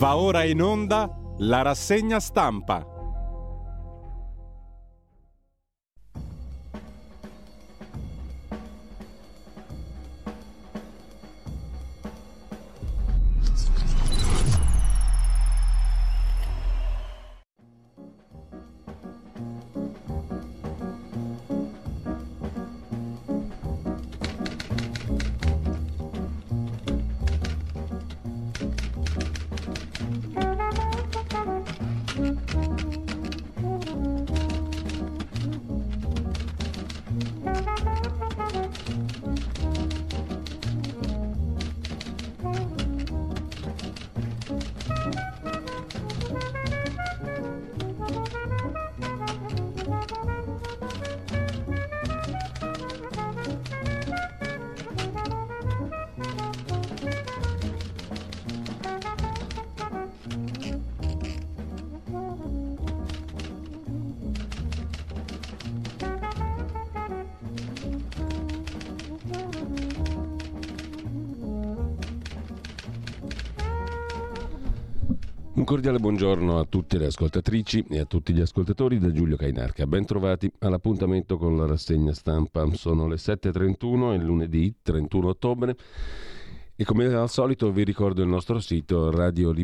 Va ora in onda la rassegna stampa. Un cordiale buongiorno a tutte le ascoltatrici e a tutti gli ascoltatori da Giulio Cainarca. Ben trovati all'appuntamento con la rassegna stampa. Sono le 7.31, è lunedì 31 ottobre e come al solito vi ricordo il nostro sito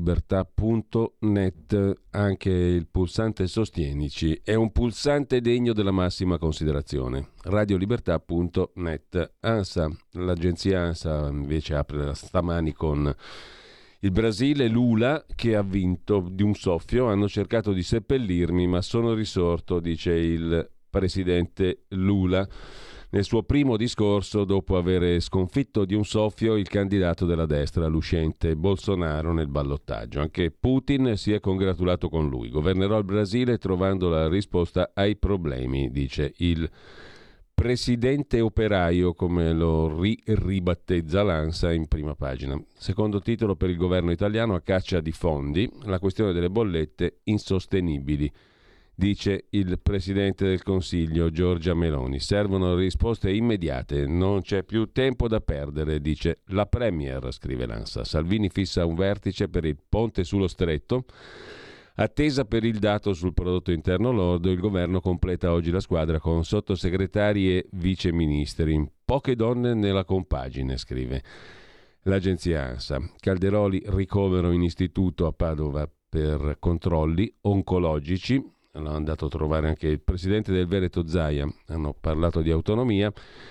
radiolibertà.net. Anche il pulsante Sostienici è un pulsante degno della massima considerazione. Radiolibertà.net. ANSA, l'agenzia ANSA invece apre stamani con il Brasile, Lula che ha vinto di un soffio. Hanno cercato di seppellirmi ma sono risorto, dice il presidente Lula nel suo primo discorso dopo aver sconfitto di un soffio il candidato della destra, l'uscente Bolsonaro, nel ballottaggio. Anche Putin si è congratulato con lui. Governerò il Brasile trovando la risposta ai problemi, dice il presidente operaio, come lo ribattezza l'ANSA in prima pagina. Secondo titolo per il governo italiano: a caccia di fondi, la questione delle bollette insostenibili, dice il presidente del Consiglio Giorgia Meloni. Servono risposte immediate, non c'è più tempo da perdere, dice la Premier, scrive l'ANSA. Salvini fissa un vertice per il ponte sullo stretto. Attesa per il dato sul prodotto interno lordo, il governo completa oggi la squadra con sottosegretari e viceministri. Poche donne nella compagine, scrive l'agenzia ANSA. Calderoli ricovero in istituto a Padova per controlli oncologici. L'ha andato a trovare anche il presidente del Veneto Zaia. Hanno parlato di autonomia.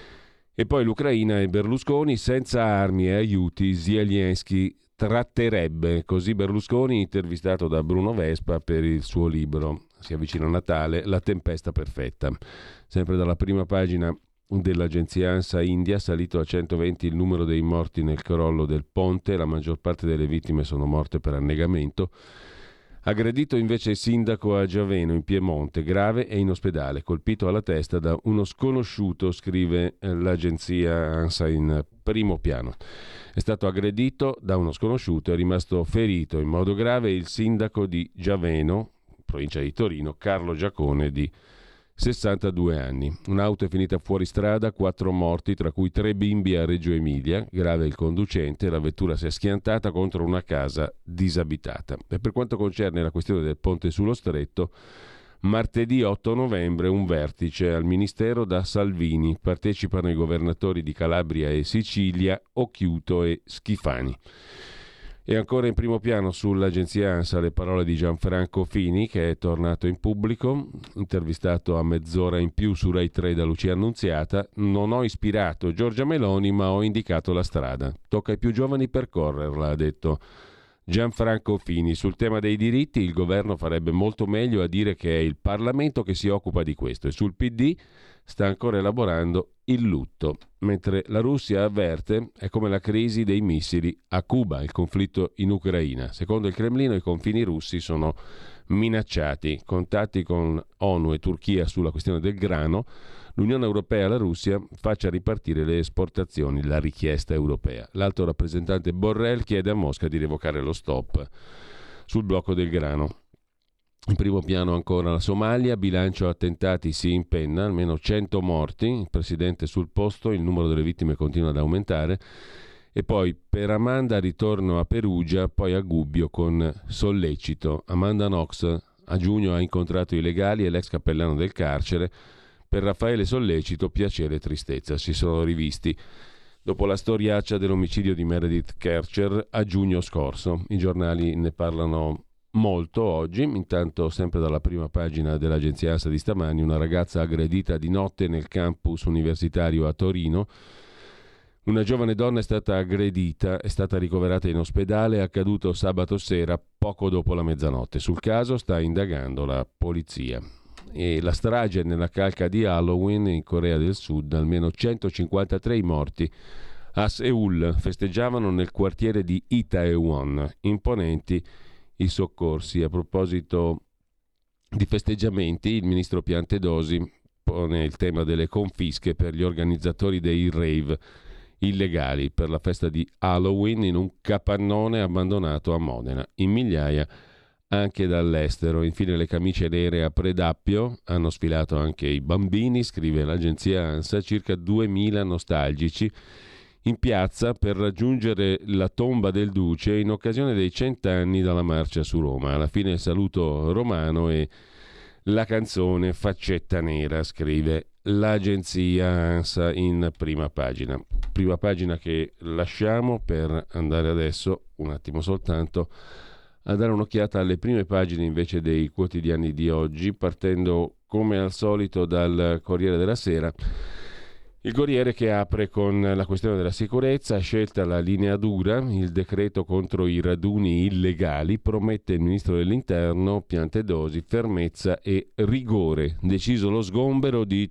E poi l'Ucraina e Berlusconi: senza armi e aiuti Zelensky tratterebbe. Così Berlusconi, intervistato da Bruno Vespa per il suo libro, si avvicina Natale, La tempesta perfetta. Sempre dalla prima pagina dell'agenzia ANSA, India, salito a 120 il numero dei morti nel crollo del ponte, la maggior parte delle vittime sono morte per annegamento. Aggredito invece il sindaco a Giaveno in Piemonte, grave e in ospedale, colpito alla testa da uno sconosciuto, scrive l'agenzia ANSA in primo piano. È stato aggredito da uno sconosciuto, è rimasto ferito in modo grave il sindaco di Giaveno, provincia di Torino, Carlo Giacone, di 62 anni. Un'auto è finita fuori strada, 4 morti, tra cui 3 bimbi a Reggio Emilia, grave il conducente, la vettura si è schiantata contro una casa disabitata. E per quanto concerne la questione del ponte sullo stretto, martedì 8 novembre un vertice al Ministero da Salvini. Partecipano i governatori di Calabria e Sicilia, Occhiuto e Schifani. E ancora in primo piano sull'agenzia ANSA le parole di Gianfranco Fini, che è tornato in pubblico, intervistato a mezz'ora in più su Rai 3 da Lucia Annunziata. Non ho ispirato Giorgia Meloni, ma ho indicato la strada. Tocca ai più giovani percorrerla, ha detto Gianfranco Fini. Sul tema dei diritti il governo farebbe molto meglio a dire che è il Parlamento che si occupa di questo, e sul PD sta ancora elaborando il lutto, mentre la Russia avverte è come la crisi dei missili a Cuba, il conflitto in Ucraina. Secondo il Cremlino i confini russi sono minacciati. Contatti con ONU e Turchia sulla questione del grano. L'Unione Europea e la Russia faccia ripartire le esportazioni, la richiesta europea. L'alto rappresentante Borrell chiede a Mosca di revocare lo stop sul blocco del grano. In primo piano ancora la Somalia, bilancio attentati si impenna, almeno 100 morti, il presidente sul posto, il numero delle vittime continua ad aumentare E poi per Amanda ritorno a Perugia, poi a Gubbio con Sollecito. Amanda Knox a giugno ha incontrato i legali e l'ex cappellano del carcere. Per Raffaele Sollecito piacere e tristezza, si sono rivisti dopo la storiaccia dell'omicidio di Meredith Kercher a giugno scorso. I giornali ne parlano molto oggi. Intanto, sempre dalla prima pagina dell'agenzia ANSA di stamani, una ragazza aggredita di notte nel campus universitario a Torino. Una giovane donna è stata aggredita, è stata ricoverata in ospedale, è accaduto sabato sera poco dopo la mezzanotte. Sul caso sta indagando la polizia. E la strage nella calca di Halloween in Corea del Sud, almeno 153 morti. A Seul festeggiavano nel quartiere di Itaewon, imponenti i soccorsi. A proposito di festeggiamenti, il ministro Piantedosi pone il tema delle confische per gli organizzatori dei rave illegali per la festa di Halloween in un capannone abbandonato a Modena, in migliaia anche dall'estero. Infine le camicie nere a Predappio, hanno sfilato anche i bambini, scrive l'agenzia ANSA, circa 2000 nostalgici in piazza per raggiungere la tomba del Duce in occasione dei 100 anni dalla marcia su Roma. Alla fine il saluto romano e la canzone Faccetta Nera, scrive l'agenzia ANSA in prima pagina. Prima pagina che lasciamo per andare adesso, un attimo soltanto, a dare un'occhiata alle prime pagine invece dei quotidiani di oggi, partendo come al solito dal Corriere della Sera. Il Corriere che apre con la questione della sicurezza, scelta la linea dura, il decreto contro i raduni illegali, promette il ministro dell'Interno Piantedosi fermezza e rigore, deciso lo sgombero di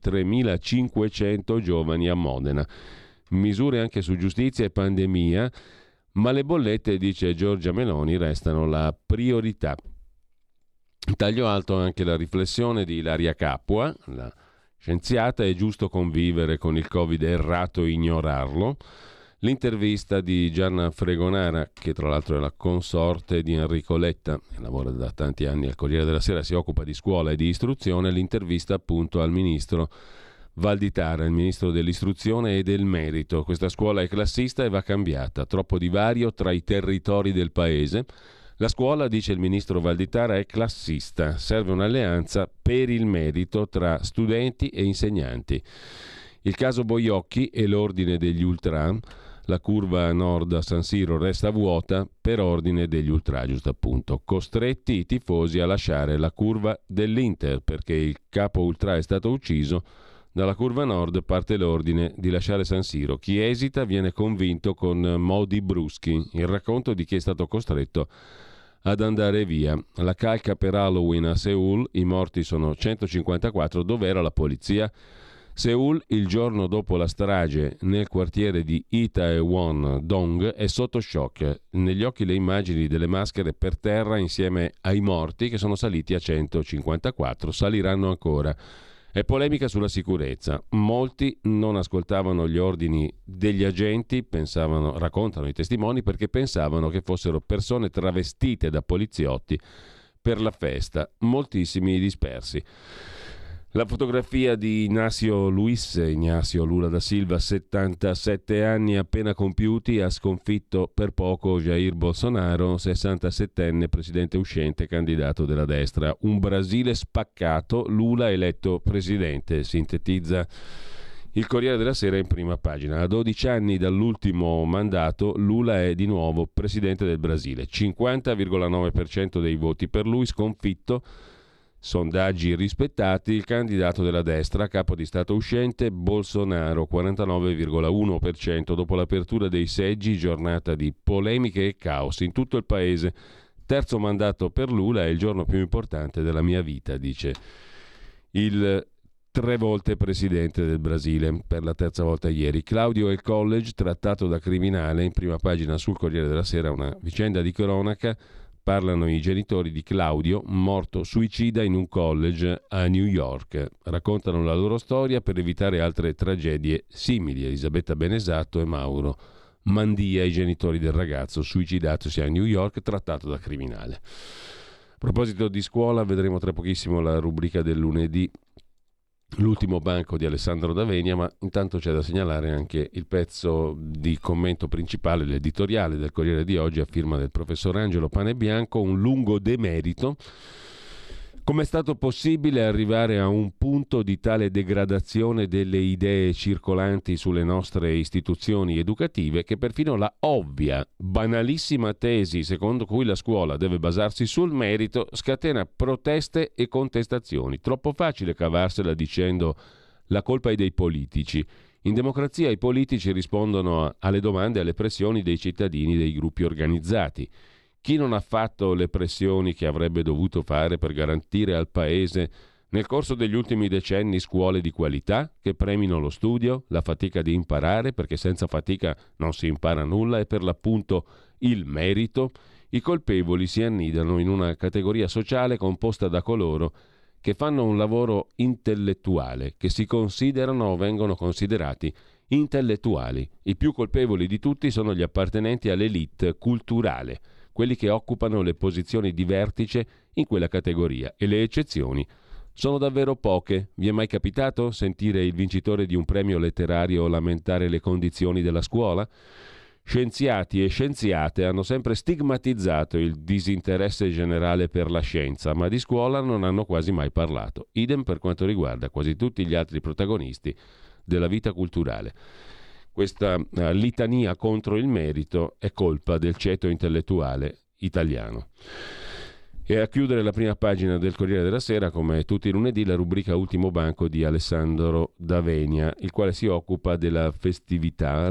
3.500 giovani a Modena. Misure anche su giustizia e pandemia, ma le bollette, dice Giorgia Meloni, restano la priorità. Taglio alto anche la riflessione di Ilaria Capua, la scienziata, è giusto convivere con il Covid, è errato ignorarlo. L'intervista di Gianna Fregonara, che tra l'altro è la consorte di Enrico Letta, lavora da tanti anni al Corriere della Sera, si occupa di scuola e di istruzione, l'intervista appunto al ministro Valditara, il ministro dell'istruzione e del merito. Questa scuola è classista e va cambiata, troppo divario tra i territori del paese. La scuola, dice il ministro Valditara, è classista, serve un'alleanza per il merito tra studenti e insegnanti. Il caso Boiocchi e l'ordine degli ultra, la curva nord a San Siro resta vuota per ordine degli ultra, giusto appunto. Costretti i tifosi a lasciare la curva dell'Inter perché il capo ultra è stato ucciso. Dalla curva nord parte l'ordine di lasciare San Siro. Chi esita viene convinto con modi bruschi. Il racconto di chi è stato costretto ad andare via. La calca per Halloween a Seul, i morti sono 154, dov'era la polizia? Seul, il giorno dopo la strage nel quartiere di Itaewon-dong, è sotto shock. Negli occhi le immagini delle maschere per terra insieme ai morti che sono saliti a 154, saliranno ancora. È polemica sulla sicurezza. Molti non ascoltavano gli ordini degli agenti, raccontano i testimoni, perché pensavano che fossero persone travestite da poliziotti per la festa. Moltissimi dispersi. La fotografia di Ignacio Lula da Silva, 77 anni appena compiuti, ha sconfitto per poco Jair Bolsonaro, 67enne presidente uscente, candidato della destra. Un Brasile spaccato, Lula eletto presidente, sintetizza il Corriere della Sera in prima pagina. A 12 anni dall'ultimo mandato, Lula è di nuovo presidente del Brasile. 50,9% dei voti per lui, sconfitto. Sondaggi rispettati, il candidato della destra, capo di Stato uscente, Bolsonaro, 49,1% dopo l'apertura dei seggi, giornata di polemiche e caos in tutto il paese. Terzo mandato per Lula, è il giorno più importante della mia vita, dice il 3 volte presidente del Brasile, per la terza volta ieri. Claudio e il college, trattato da criminale, in prima pagina sul Corriere della Sera, una vicenda di cronaca. Parlano i genitori di Claudio, morto suicida in un college a New York. Raccontano la loro storia per evitare altre tragedie simili. Elisabetta Benesatto e Mauro Mandia, i genitori del ragazzo suicidatosi a New York, trattato da criminale. A proposito di scuola, vedremo tra pochissimo la rubrica del lunedì L'ultimo banco di Alessandro D'Avenia, ma intanto c'è da segnalare anche il pezzo di commento principale, l'editoriale del Corriere di oggi a firma del professor Angelo Panebianco, un lungo demerito. Come è stato possibile arrivare a un punto di tale degradazione delle idee circolanti sulle nostre istituzioni educative che perfino la ovvia, banalissima tesi secondo cui la scuola deve basarsi sul merito scatena proteste e contestazioni. Troppo facile cavarsela dicendo la colpa è dei politici. In democrazia i politici rispondono alle domande e alle pressioni dei cittadini, dei gruppi organizzati. Chi non ha fatto le pressioni che avrebbe dovuto fare per garantire al Paese nel corso degli ultimi decenni scuole di qualità che premino lo studio, la fatica di imparare, perché senza fatica non si impara nulla, e per l'appunto il merito? I colpevoli si annidano in una categoria sociale composta da coloro che fanno un lavoro intellettuale, che si considerano o vengono considerati intellettuali. I più colpevoli di tutti sono gli appartenenti all'elite culturale, quelli che occupano le posizioni di vertice in quella categoria, e le eccezioni sono davvero poche. Vi è mai capitato sentire il vincitore di un premio letterario lamentare le condizioni della scuola? Scienziati e scienziate hanno sempre stigmatizzato il disinteresse generale per la scienza, ma di scuola non hanno quasi mai parlato. Idem per quanto riguarda quasi tutti gli altri protagonisti della vita culturale. Questa litania contro il merito è colpa del ceto intellettuale italiano. E a chiudere la prima pagina del Corriere della Sera, come tutti i lunedì, la rubrica Ultimo Banco di Alessandro D'Avenia, il quale si occupa della festività,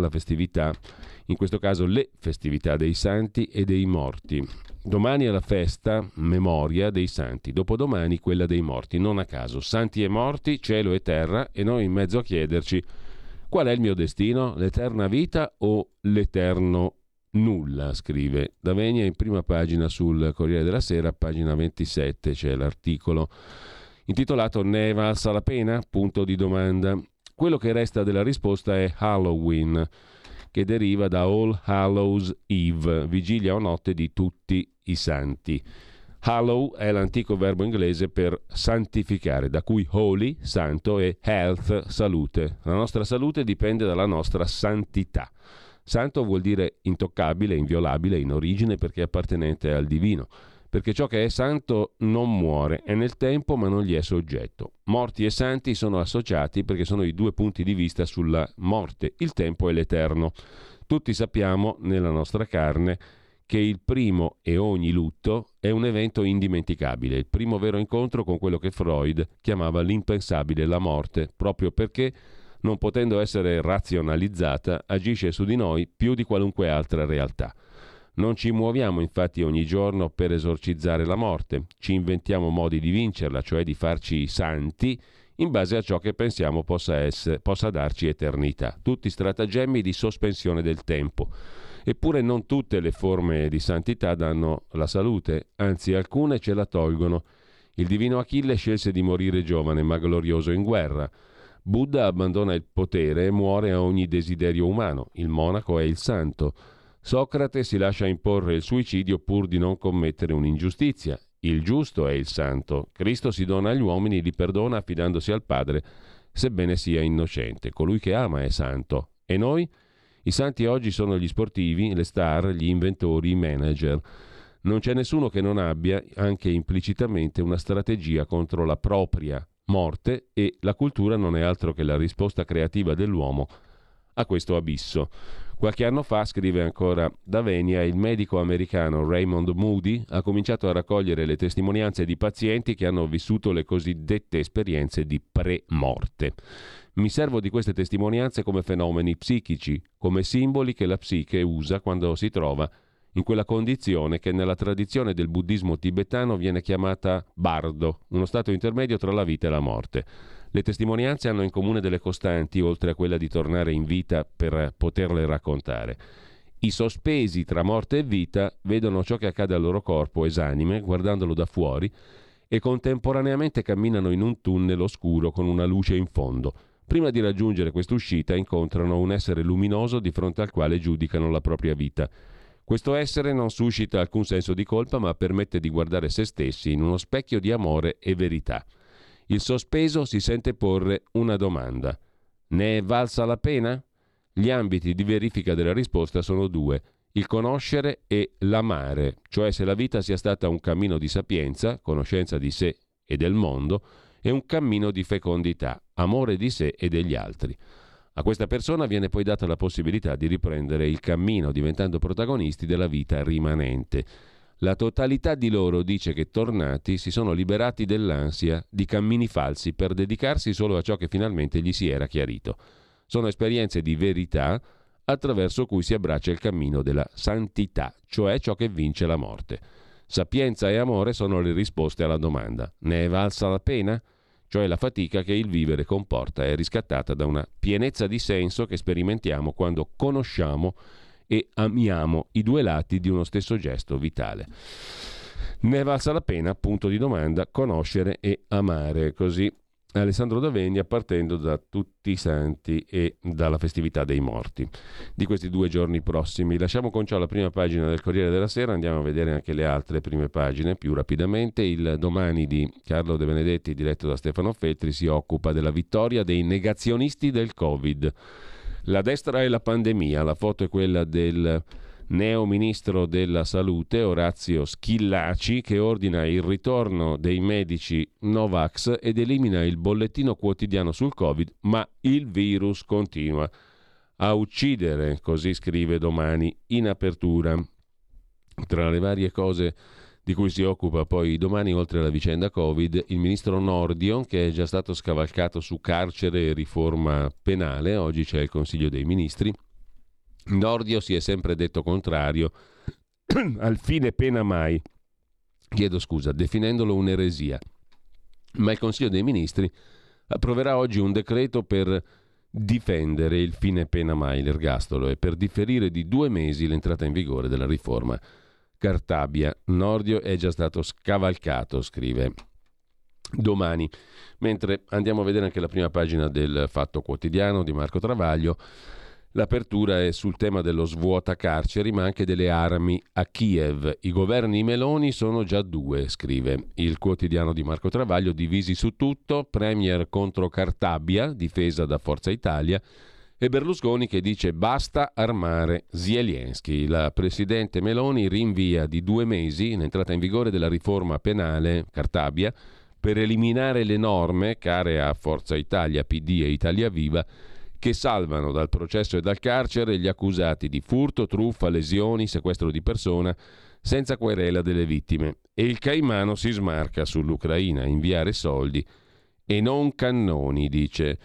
in questo caso le festività dei santi e dei morti. Domani è la festa, memoria dei santi, dopodomani quella dei morti, non a caso, santi e morti, cielo e terra, e noi in mezzo a chiederci: qual è il mio destino? L'eterna vita o l'eterno nulla? Scrive D'Avenia in prima pagina sul Corriere della Sera, pagina 27, c'è l'articolo intitolato Ne è valsa la pena? Punto di domanda. Quello che resta della risposta è Halloween, che deriva da All Hallows Eve, vigilia o notte di tutti i santi. Hallow è l'antico verbo inglese per santificare, da cui holy, santo, e health, salute. La nostra salute dipende dalla nostra santità. Santo vuol dire intoccabile, inviolabile in origine, perché è appartenente al divino. Perché ciò che è santo non muore, è nel tempo ma non gli è soggetto. Morti e santi sono associati perché sono i due punti di vista sulla morte, il tempo e l'eterno. Tutti sappiamo nella nostra carne che il primo e ogni lutto è un evento indimenticabile, il primo vero incontro con quello che Freud chiamava l'impensabile, la morte, proprio perché, non potendo essere razionalizzata, agisce su di noi più di qualunque altra realtà. Non ci muoviamo infatti ogni giorno per esorcizzare la morte, ci inventiamo modi di vincerla, cioè di farci santi in base a ciò che pensiamo possa darci eternità, tutti stratagemmi di sospensione del tempo. Eppure non tutte le forme di santità danno la salute, anzi alcune ce la tolgono. Il divino Achille scelse di morire giovane ma glorioso in guerra. Buddha abbandona il potere e muore a ogni desiderio umano. Il monaco è il santo. Socrate si lascia imporre il suicidio pur di non commettere un'ingiustizia. Il giusto è il santo. Cristo si dona agli uomini e li perdona affidandosi al Padre, sebbene sia innocente. Colui che ama è santo. E noi? I santi oggi sono gli sportivi, le star, gli inventori, i manager. Non c'è nessuno che non abbia, anche implicitamente, una strategia contro la propria morte, e la cultura non è altro che la risposta creativa dell'uomo a questo abisso. Qualche anno fa, scrive ancora D'Avenia, il medico americano Raymond Moody ha cominciato a raccogliere le testimonianze di pazienti che hanno vissuto le cosiddette esperienze di pre-morte. Mi servo di queste testimonianze come fenomeni psichici, come simboli che la psiche usa quando si trova in quella condizione che nella tradizione del buddismo tibetano viene chiamata bardo, uno stato intermedio tra la vita e la morte. Le testimonianze hanno in comune delle costanti, oltre a quella di tornare in vita per poterle raccontare. I sospesi tra morte e vita vedono ciò che accade al loro corpo esanime, guardandolo da fuori, e contemporaneamente camminano in un tunnel oscuro con una luce in fondo. Prima di raggiungere quest'uscita incontrano un essere luminoso di fronte al quale giudicano la propria vita. Questo essere non suscita alcun senso di colpa, ma permette di guardare se stessi in uno specchio di amore e verità. Il sospeso si sente porre una domanda: ne è valsa la pena? Gli ambiti di verifica della risposta sono due: il conoscere e l'amare, cioè se la vita sia stata un cammino di sapienza, conoscenza di sé e del mondo, e un cammino di fecondità, amore di sé e degli altri. A questa persona viene poi data la possibilità di riprendere il cammino, diventando protagonisti della vita rimanente. La totalità di loro dice che tornati si sono liberati dell'ansia di cammini falsi per dedicarsi solo a ciò che finalmente gli si era chiarito. Sono esperienze di verità attraverso cui si abbraccia il cammino della santità, cioè ciò che vince la morte. Sapienza e amore sono le risposte alla domanda: ne è valsa la pena? Cioè la fatica che il vivere comporta è riscattata da una pienezza di senso che sperimentiamo quando conosciamo e amiamo i due lati di uno stesso gesto vitale. Ne è valsa la pena? Punto di domanda. Conoscere e amare. Così Alessandro D'Avenia, partendo da tutti i santi e dalla festività dei morti di questi 2 giorni prossimi. Lasciamo con ciò la prima pagina del Corriere della Sera, andiamo a vedere anche le altre prime pagine più rapidamente. Il Domani di Carlo De Benedetti, diretto da Stefano Feltri, si occupa della vittoria dei negazionisti del Covid. La destra e la pandemia, la foto è quella del neo ministro della salute Orazio Schillaci, che ordina il ritorno dei medici Novax ed elimina il bollettino quotidiano sul Covid, ma il virus continua a uccidere, così scrive Domani in apertura. Tra le varie cose di cui si occupa poi Domani, oltre alla vicenda Covid, il ministro Nordio, che è già stato scavalcato su carcere e riforma penale. Oggi c'è il Consiglio dei Ministri. Nordio si è sempre detto contrario al fine pena mai, definendolo un'eresia. Ma il Consiglio dei Ministri approverà oggi un decreto per difendere il fine pena mai, l'ergastolo, e per differire di 2 mesi l'entrata in vigore della riforma Cartabia. Nordio è già stato scavalcato, scrive Domani. Mentre andiamo a vedere anche la prima pagina del Fatto Quotidiano di Marco Travaglio. L'apertura è sul tema dello svuota carceri, ma anche delle armi a Kiev. I governi Meloni sono già 2, scrive il quotidiano di Marco Travaglio, divisi su tutto: Premier contro Cartabia, difesa da Forza Italia, e Berlusconi che dice basta armare Zelensky. La presidente Meloni rinvia di 2 mesi l'entrata in vigore della riforma penale Cartabia per eliminare le norme care a Forza Italia, PD e Italia Viva, che salvano dal processo e dal carcere gli accusati di furto, truffa, lesioni, sequestro di persona senza querela delle vittime. E il Caimano si smarca sull'Ucraina: inviare soldi e non cannoni, dice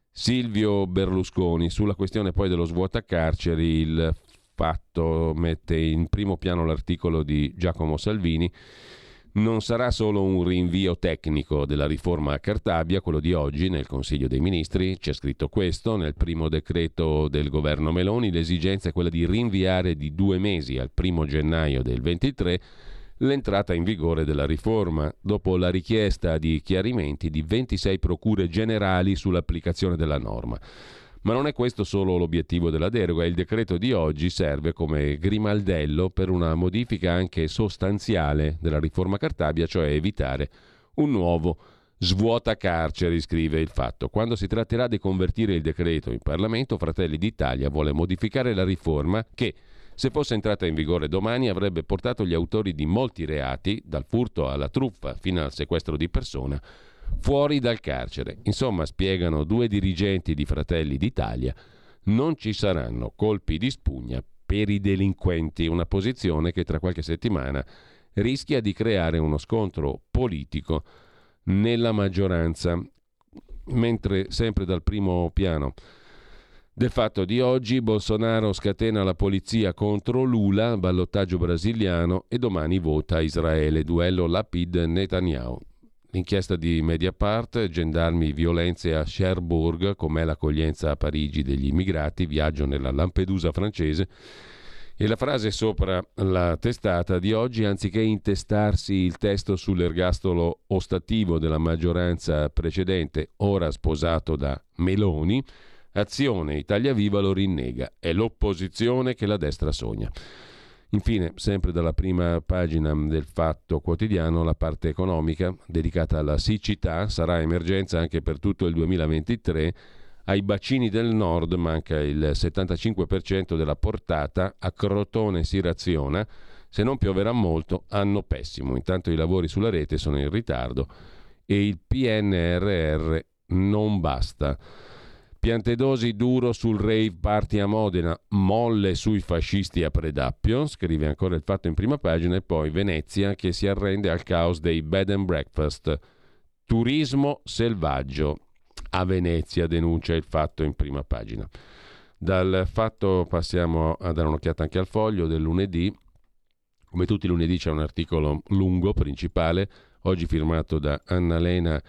Silvio Berlusconi. Sulla questione poi dello svuotacarceri, il Fatto mette in primo piano l'articolo di Giacomo Salvini. Non sarà solo un rinvio tecnico della riforma a Cartabia, quello di oggi nel Consiglio dei Ministri. C'è scritto questo nel primo decreto del governo Meloni: l'esigenza è quella di rinviare di 2 mesi, al 1 gennaio del 23, l'entrata in vigore della riforma, dopo la richiesta di chiarimenti di 26 procure generali sull'applicazione della norma. Ma non è questo solo l'obiettivo della deroga. Il decreto di oggi serve come grimaldello per una modifica anche sostanziale della riforma Cartabia, cioè evitare un nuovo svuotacarceri, scrive il Fatto. Quando si tratterà di convertire il decreto in Parlamento, Fratelli d'Italia vuole modificare la riforma che, se fosse entrata in vigore domani, avrebbe portato gli autori di molti reati, dal furto alla truffa fino al sequestro di persona, fuori dal carcere. Insomma, spiegano 2 dirigenti di Fratelli d'Italia, non ci saranno colpi di spugna per i delinquenti, una posizione che tra qualche settimana rischia di creare uno scontro politico nella maggioranza. Mentre sempre dal primo piano del Fatto di oggi, Bolsonaro scatena la polizia contro Lula, ballottaggio brasiliano, e domani vota Israele, duello Lapid-Netanyahu. L'inchiesta di Mediapart: gendarmi, violenze a Cherbourg, com'è l'accoglienza a Parigi degli immigrati, viaggio nella Lampedusa francese. E la frase sopra la testata di oggi: anziché intestarsi il testo sull'ergastolo ostativo della maggioranza precedente, ora sposato da Meloni, Azione Italia Viva lo rinnega. È l'opposizione che la destra sogna. Infine, sempre dalla prima pagina del Fatto Quotidiano, la parte economica dedicata alla siccità. Sarà emergenza anche per tutto il 2023. Ai bacini del nord manca il 75% della portata, a Crotone si raziona, se non pioverà molto, anno pessimo. Intanto i lavori sulla rete sono in ritardo e il PNRR non basta. Piantedosi duro sul rave party a Modena, molle sui fascisti a Predappio, scrive ancora il Fatto in prima pagina, e poi Venezia che si arrende al caos dei bed and breakfast. Turismo selvaggio. A Venezia denuncia il Fatto in prima pagina. Dal Fatto passiamo a dare un'occhiata anche al Foglio del lunedì. Come tutti i lunedì c'è un articolo lungo, principale, oggi firmato da Annalena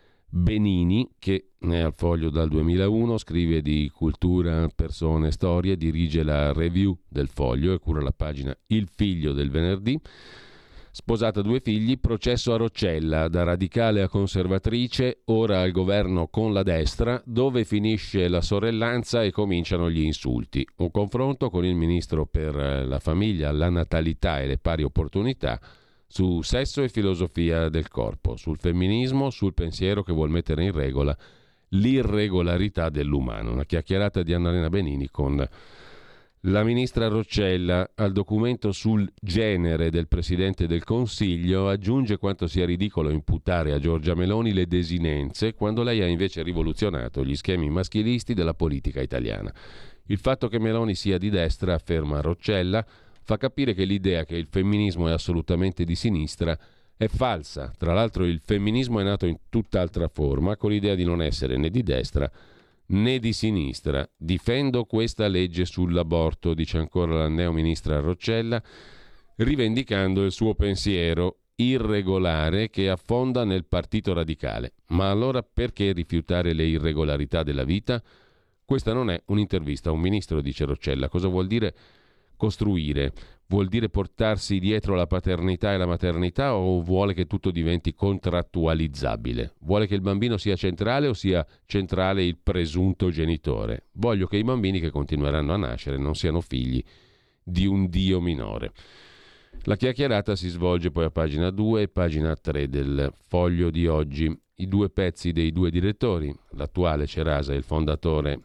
Benini, che è al Foglio dal 2001, scrive di cultura, persone, storie, dirige la review del Foglio e cura la pagina Il Figlio del venerdì. Sposata 2 figli, processo a Roccella, da radicale a conservatrice, ora al governo con la destra, dove finisce la sorellanza e cominciano gli insulti. Un confronto con il ministro per la famiglia, la natalità e le pari opportunità su sesso e filosofia del corpo, sul femminismo, sul pensiero che vuol mettere in regola l'irregolarità dell'umano. Una chiacchierata di Annalena Benini con la ministra Roccella. Al documento sul genere del Presidente del Consiglio aggiunge quanto sia ridicolo imputare a Giorgia Meloni le desinenze quando lei ha invece rivoluzionato gli schemi maschilisti della politica italiana. Il fatto che Meloni sia di destra, afferma Roccella, fa capire che l'idea che il femminismo è assolutamente di sinistra è falsa. Tra l'altro il femminismo è nato in tutt'altra forma, con l'idea di non essere né di destra né di sinistra. Difendo questa legge sull'aborto, dice ancora la neoministra Roccella, rivendicando il suo pensiero irregolare che affonda nel Partito Radicale. Ma allora perché rifiutare le irregolarità della vita? Questa non è un'intervista a un ministro, dice Roccella. Cosa vuol dire costruire? Vuol dire portarsi dietro la paternità e la maternità, o vuole che tutto diventi contrattualizzabile? Vuole che il bambino sia centrale o sia centrale il presunto genitore? Voglio che i bambini che continueranno a nascere non siano figli di un dio minore. La chiacchierata si svolge poi a pagina 2 e pagina 3 del Foglio di oggi. I 2 pezzi dei 2 direttori, l'attuale Cerasa e il fondatore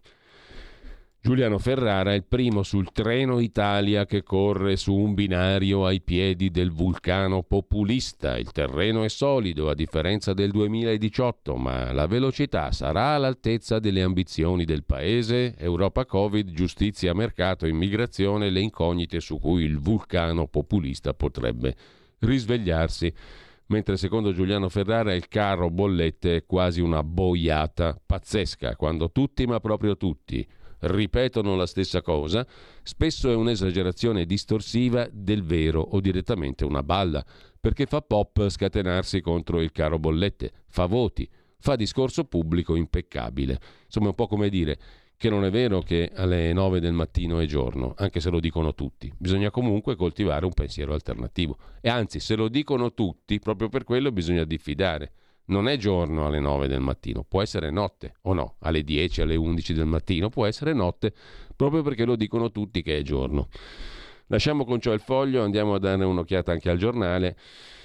Giuliano Ferrara, il primo sul treno Italia che corre su un binario ai piedi del vulcano populista. Il terreno è solido a differenza del 2018, ma la velocità sarà all'altezza delle ambizioni del paese? Europa Covid, giustizia, mercato, immigrazione, le incognite su cui il vulcano populista potrebbe risvegliarsi. Mentre secondo Giuliano Ferrara il carro bollette è quasi una boiata pazzesca, quando tutti, ma proprio tutti, ripetono la stessa cosa, spesso è un'esagerazione distorsiva del vero o direttamente una balla, perché fa pop scatenarsi contro il caro bollette, fa voti, fa discorso pubblico impeccabile. Insomma, è un po' come dire che non è vero che alle 9 del mattino è giorno, anche se lo dicono tutti. Bisogna comunque coltivare un pensiero alternativo. E anzi, se lo dicono tutti, proprio per quello bisogna diffidare. Non è giorno alle 9 del mattino, può essere notte, o no, alle 10, alle 11 del mattino, può essere notte, proprio perché lo dicono tutti che è giorno. Lasciamo con ciò il Foglio, andiamo a dare un'occhiata anche al Giornale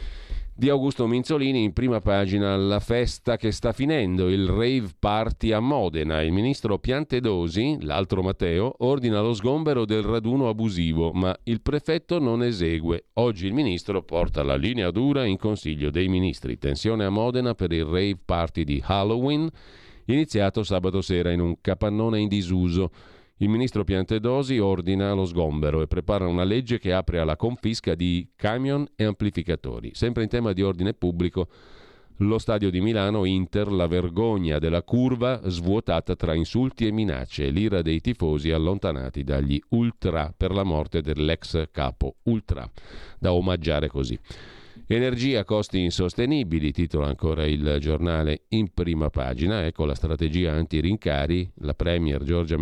di Augusto Minzolini. In prima pagina la festa che sta finendo, il rave party a Modena. Il ministro Piantedosi, l'altro Matteo, ordina lo sgombero del raduno abusivo, ma il prefetto non esegue. Oggi il ministro porta la linea dura in Consiglio dei Ministri. Tensione a Modena per il rave party di Halloween, iniziato sabato sera in un capannone in disuso. Il ministro Piantedosi ordina lo sgombero e prepara una legge che apre alla confisca di camion e amplificatori. Sempre in tema di ordine pubblico, lo stadio di Milano, Inter, la vergogna della curva svuotata tra insulti e minacce, l'ira dei tifosi allontanati dagli ultra per la morte dell'ex capo ultra, da omaggiare così. Energia, costi insostenibili, titola ancora il Giornale in prima pagina. Ecco la strategia anti-rincari. Il premier Giorgia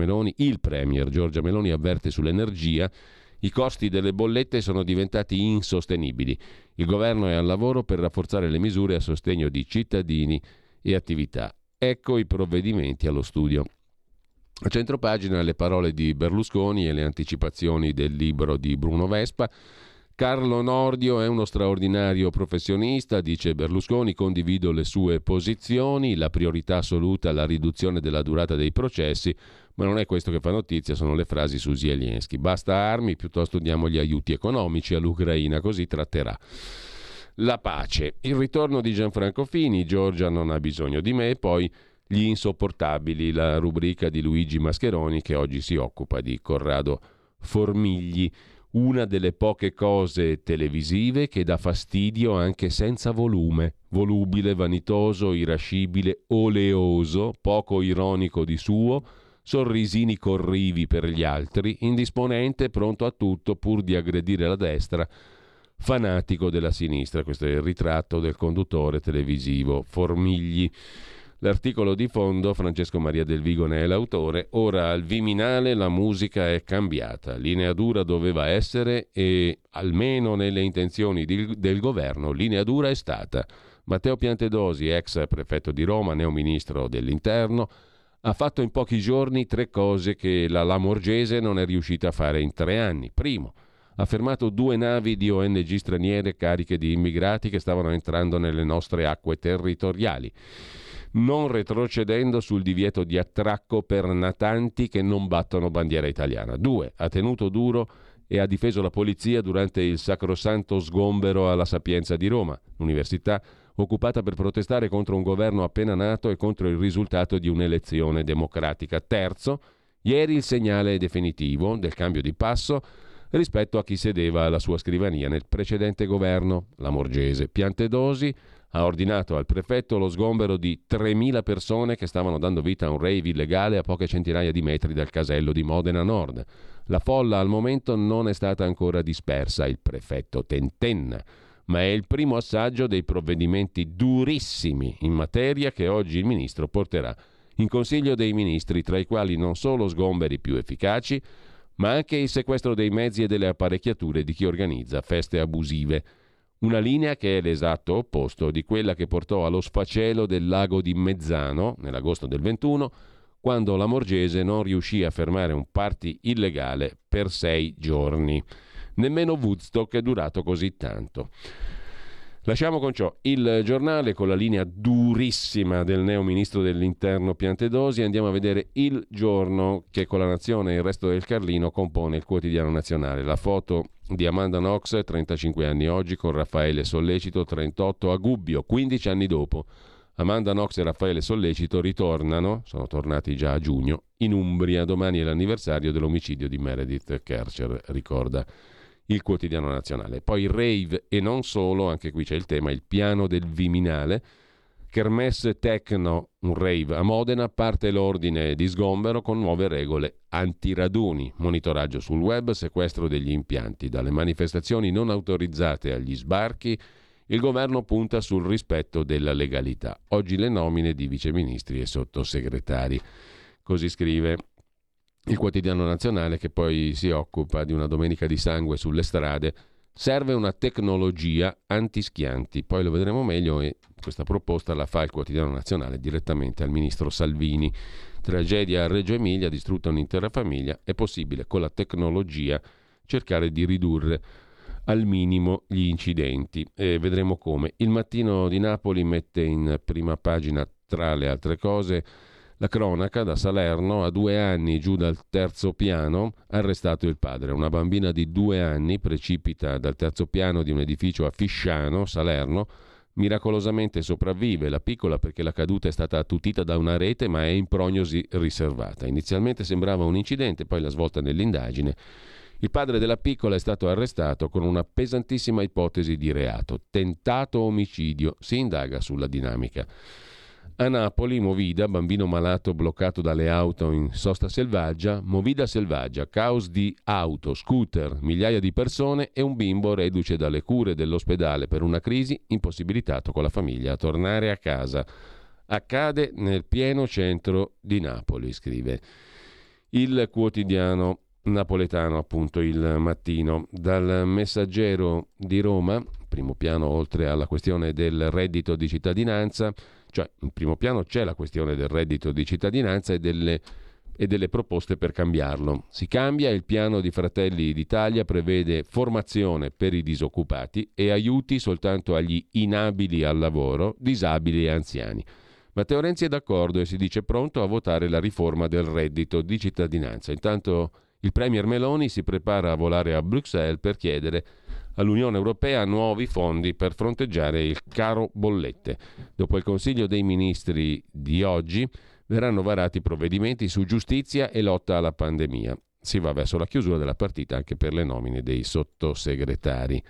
Meloni avverte sull'energia. I costi delle bollette sono diventati insostenibili. Il governo è al lavoro per rafforzare le misure a sostegno di cittadini e attività. Ecco i provvedimenti allo studio A centropagina le parole di Berlusconi e le anticipazioni del libro di Bruno Vespa. Carlo Nordio è uno straordinario professionista, dice Berlusconi, condivido le sue posizioni, la priorità assoluta è la riduzione della durata dei processi, ma non è questo che fa notizia, sono le frasi su Zelensky. Basta armi, piuttosto diamo gli aiuti economici all'Ucraina, così tratterà la pace. Il ritorno di Gianfranco Fini, Giorgia non ha bisogno di me, poi gli insopportabili, la rubrica di Luigi Mascheroni che oggi si occupa di Corrado Formigli. Una delle poche cose televisive che dà fastidio anche senza volume, volubile, vanitoso, irascibile, oleoso, poco ironico di suo, sorrisini corrivi per gli altri, indisponente, pronto a tutto pur di aggredire la destra, fanatico della sinistra. Questo è il ritratto del conduttore televisivo Formigli. L'articolo di fondo, Francesco Maria Del Vigo ne è l'autore. Ora al Viminale la musica è cambiata, linea dura doveva essere e almeno nelle intenzioni del governo linea dura è stata. Matteo Piantedosi, ex prefetto di Roma, neoministro dell'interno, ha fatto in pochi giorni 3 cose che la Lamorgese non è riuscita a fare in 3 anni. Primo, ha fermato 2 navi di ONG straniere cariche di immigrati che stavano entrando nelle nostre acque territoriali, non retrocedendo sul divieto di attracco per natanti che non battono bandiera italiana. 2. Ha tenuto duro e ha difeso la polizia durante il sacrosanto sgombero alla Sapienza di Roma, università occupata per protestare contro un governo appena nato e contro il risultato di un'elezione democratica. Terzo, ieri il segnale definitivo del cambio di passo rispetto a chi sedeva alla sua scrivania nel precedente governo, Lamorgese. Piantedosi ha ordinato al prefetto lo sgombero di 3.000 persone che stavano dando vita a un rave illegale a poche centinaia di metri dal casello di Modena Nord. La folla al momento non è stata ancora dispersa, il prefetto tentenna, ma è il primo assaggio dei provvedimenti durissimi in materia che oggi il ministro porterà in Consiglio dei Ministri, tra i quali non solo sgomberi più efficaci, ma anche il sequestro dei mezzi e delle apparecchiature di chi organizza feste abusive. Una linea che è l'esatto opposto di quella che portò allo sfacelo del lago di Mezzano nell'agosto del 21, quando la Lamorgese non riuscì a fermare un party illegale per 6 giorni. Nemmeno Woodstock è durato così tanto. Lasciamo con ciò il giornale con la linea durissima del neo ministro dell'interno Piantedosi. Andiamo a vedere Il Giorno, che con La Nazione e il Resto del Carlino compone il quotidiano nazionale. La foto di Amanda Knox, 35 anni oggi, con Raffaele Sollecito, 38 a Gubbio, 15 anni dopo. Amanda Knox e Raffaele Sollecito ritornano, sono tornati già a giugno, in Umbria. Domani è l'anniversario dell'omicidio di Meredith Kercher, ricorda il quotidiano nazionale. Poi il rave e non solo, anche qui c'è il tema, il piano del Viminale. Kermesse Techno, un rave a Modena, parte l'ordine di sgombero con nuove regole antiraduni, monitoraggio sul web, sequestro degli impianti. Dalle manifestazioni non autorizzate agli sbarchi, il governo punta sul rispetto della legalità. Oggi le nomine di viceministri e sottosegretari. Così scrive il quotidiano nazionale, che poi si occupa di una domenica di sangue sulle strade. Serve una tecnologia antischianti, poi lo vedremo meglio, e questa proposta la fa il quotidiano nazionale direttamente al ministro Salvini. Tragedia a Reggio Emilia, distrutta un'intera famiglia, è possibile con la tecnologia cercare di ridurre al minimo gli incidenti, e vedremo come. Il Mattino di Napoli mette in prima pagina, tra le altre cose, la cronaca da Salerno. A 2 anni, giù dal 3° piano, arrestato il padre. Una bambina di 2 anni precipita dal 3° piano di un edificio a Fisciano, Salerno. Miracolosamente sopravvive la piccola perché la caduta è stata attutita da una rete, ma è in prognosi riservata. Inizialmente sembrava un incidente, poi la svolta nell'indagine. Il padre della piccola è stato arrestato con una pesantissima ipotesi di reato, tentato omicidio. Si indaga sulla dinamica. A Napoli, Movida, bambino malato bloccato dalle auto in sosta selvaggia. Movida selvaggia, caos di auto, scooter, migliaia di persone e un bimbo reduce dalle cure dell'ospedale per una crisi, impossibilitato con la famiglia a tornare a casa. Accade nel pieno centro di Napoli, scrive il quotidiano napoletano, appunto Il Mattino. Dal Messaggero di Roma, primo piano, oltre alla questione del reddito di cittadinanza, cioè in primo piano c'è la questione del reddito di cittadinanza e delle e delle proposte per cambiarlo. Si cambia, il piano di Fratelli d'Italia prevede formazione per i disoccupati e aiuti soltanto agli inabili al lavoro, disabili e anziani. Matteo Renzi è d'accordo e si dice pronto a votare la riforma del reddito di cittadinanza. Intanto il premier Meloni si prepara a volare a Bruxelles per chiedere all'Unione Europea nuovi fondi per fronteggiare il caro bollette. Dopo il Consiglio dei Ministri di oggi verranno varati provvedimenti su giustizia e lotta alla pandemia. Si va verso la chiusura della partita anche per le nomine dei sottosegretari.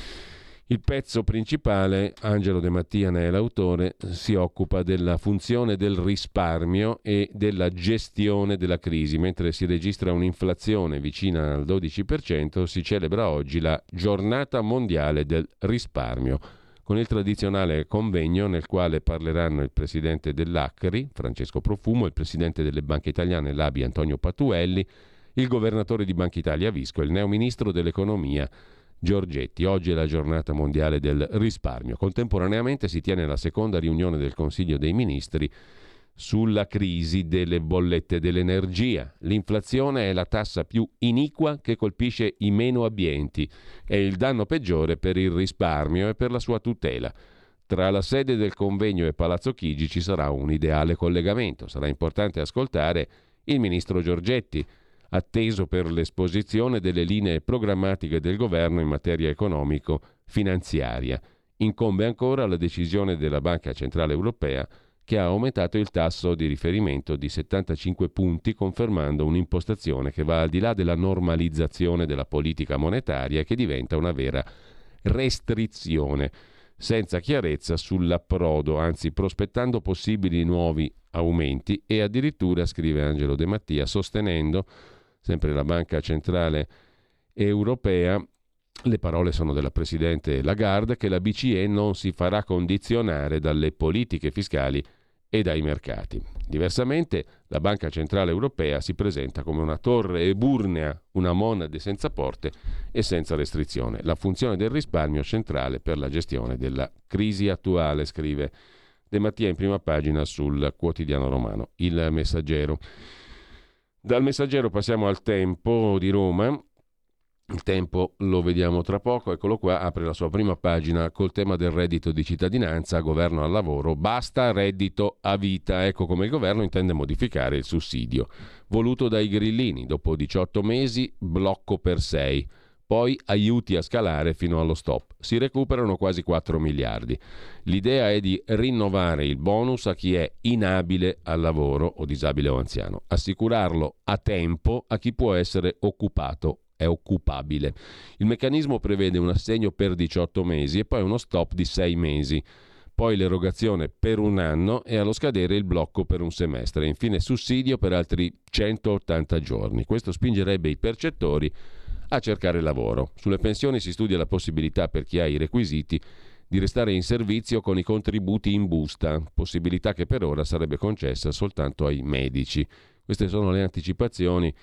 Il pezzo principale, Angelo De Mattia ne è l'autore, si occupa della funzione del risparmio e della gestione della crisi. Mentre si registra un'inflazione vicina al 12%, si celebra oggi la Giornata Mondiale del Risparmio, con il tradizionale convegno nel quale parleranno il presidente dell'Acri, Francesco Profumo, il presidente delle banche italiane, l'ABI, Antonio Patuelli, il governatore di Banca Italia, Visco, e il neoministro dell'economia, Giorgetti. Oggi è la giornata mondiale del risparmio. Contemporaneamente si tiene la seconda riunione del Consiglio dei Ministri sulla crisi delle bollette dell'energia. L'inflazione è la tassa più iniqua che colpisce i meno abbienti. È il danno peggiore per il risparmio e per la sua tutela. Tra la sede del convegno e Palazzo Chigi ci sarà un ideale collegamento. Sarà importante ascoltare il ministro Giorgetti, atteso per l'esposizione delle linee programmatiche del governo in materia economico-finanziaria. Incombe ancora la decisione della Banca Centrale Europea, che ha aumentato il tasso di riferimento di 75 punti, confermando un'impostazione che va al di là della normalizzazione della politica monetaria e che diventa una vera restrizione, senza chiarezza sull'approdo, anzi prospettando possibili nuovi aumenti e addirittura, scrive Angelo De Mattia, sostenendo sempre la Banca Centrale Europea, le parole sono della Presidente Lagarde, che la BCE non si farà condizionare dalle politiche fiscali e dai mercati. Diversamente, la Banca Centrale Europea si presenta come una torre eburnea, una monade senza porte e senza restrizione. La funzione del risparmio centrale per la gestione della crisi attuale, scrive De Mattia in prima pagina sul quotidiano romano Il Messaggero. Dal Messaggero passiamo al Tempo di Roma. Il Tempo lo vediamo tra poco, eccolo qua, apre la sua prima pagina col tema del reddito di cittadinanza, governo al lavoro, basta reddito a vita. Ecco come il governo intende modificare il sussidio. Voluto dai grillini, dopo 18 mesi, blocco per 6. Poi aiuti a scalare fino allo stop. Si recuperano quasi 4 miliardi. L'idea è di rinnovare il bonus a chi è inabile al lavoro o disabile o anziano. Assicurarlo a tempo a chi può essere occupato, è occupabile. Il meccanismo prevede un assegno per 18 mesi e poi uno stop di 6 mesi. Poi l'erogazione per un anno e allo scadere il blocco per un semestre. Infine sussidio per altri 180 giorni. Questo spingerebbe i percettori a cercare lavoro. Sulle pensioni si studia la possibilità per chi ha i requisiti di restare in servizio con i contributi in busta, possibilità che per ora sarebbe concessa soltanto ai medici. Queste sono le anticipazioni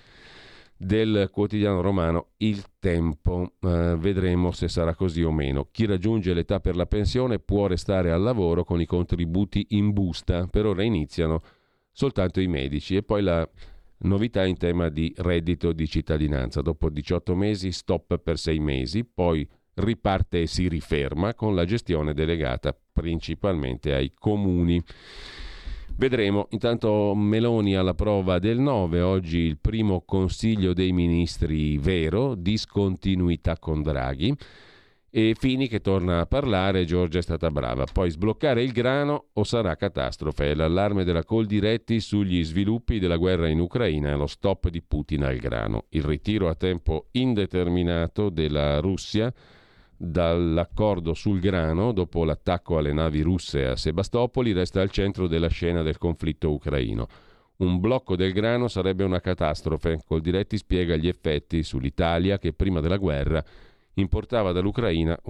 del quotidiano romano Il Tempo. Vedremo se sarà così o meno. Chi raggiunge l'età per la pensione può restare al lavoro con i contributi in busta. Per ora iniziano soltanto i medici. E poi la novità in tema di reddito di cittadinanza. Dopo 18 mesi stop per 6 mesi, poi riparte e si riferma con la gestione delegata principalmente ai comuni. Vedremo. Intanto Meloni alla prova del 9, oggi il primo Consiglio dei Ministri vero, discontinuità con Draghi. E Fini che torna a parlare, Giorgia è stata brava. Poi sbloccare il grano o sarà catastrofe? È l'allarme della Coldiretti sugli sviluppi della guerra in Ucraina e lo stop di Putin al grano. Il ritiro a tempo indeterminato della Russia dall'accordo sul grano dopo l'attacco alle navi russe a Sebastopoli resta al centro della scena del conflitto ucraino. Un blocco del grano sarebbe una catastrofe. Coldiretti spiega gli effetti sull'Italia che prima della guerra importava dall'Ucraina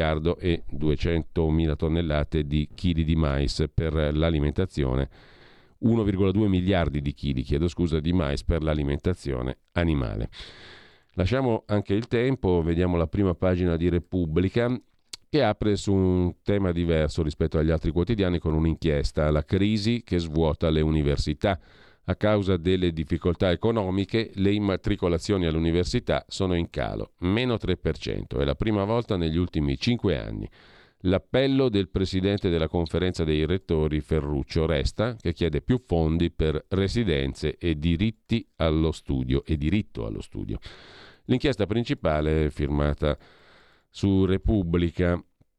1.200.000 tonnellate di chili di mais per l'alimentazione, 1,2 miliardi di chili, di mais per l'alimentazione animale. Lasciamo anche il Tempo, vediamo la prima pagina di Repubblica che apre su un tema diverso rispetto agli altri quotidiani con un'inchiesta, la crisi che svuota le università. A causa delle difficoltà economiche, le immatricolazioni all'università sono in calo, meno 3%, è la prima volta negli ultimi 5 anni. L'appello del presidente della conferenza dei rettori Ferruccio resta, che chiede più fondi per residenze e diritto allo studio. L'inchiesta principale, firmata su Repubblica,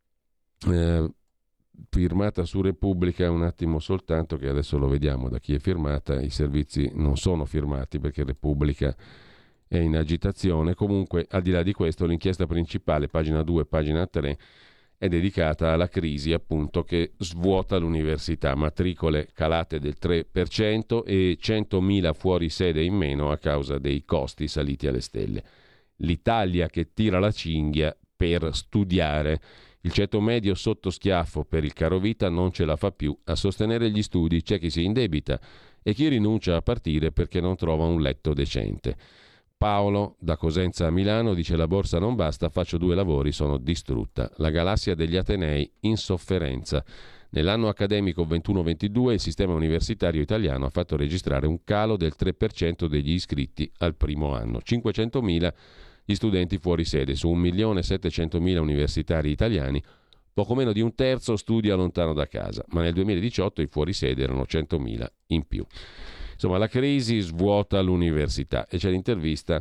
un attimo soltanto, che adesso lo vediamo da chi è firmata. I servizi non sono firmati perché Repubblica è in agitazione. Comunque, al di là di questo, l'inchiesta principale, pagina 2, pagina 3, è dedicata alla crisi, appunto, che svuota l'università. Matricole calate del 3% e 100.000 fuori sede in meno a causa dei costi saliti alle stelle. L'Italia che tira la cinghia per studiare. Il ceto medio sotto schiaffo per il carovita non ce la fa più a sostenere gli studi. C'è chi si indebita e chi rinuncia a partire perché non trova un letto decente. Paolo, da Cosenza a Milano, dice: la borsa non basta, faccio 2 lavori, sono distrutta. La galassia degli Atenei in sofferenza. Nell'anno accademico 21-22 il sistema universitario italiano ha fatto registrare un calo del 3% degli iscritti al primo anno. 500.000 gli studenti fuori sede. Su 1.700.000 universitari italiani, poco meno di un terzo studia lontano da casa, ma nel 2018 i fuori sede erano 100.000 in più. Insomma, la crisi svuota l'università, e c'è l'intervista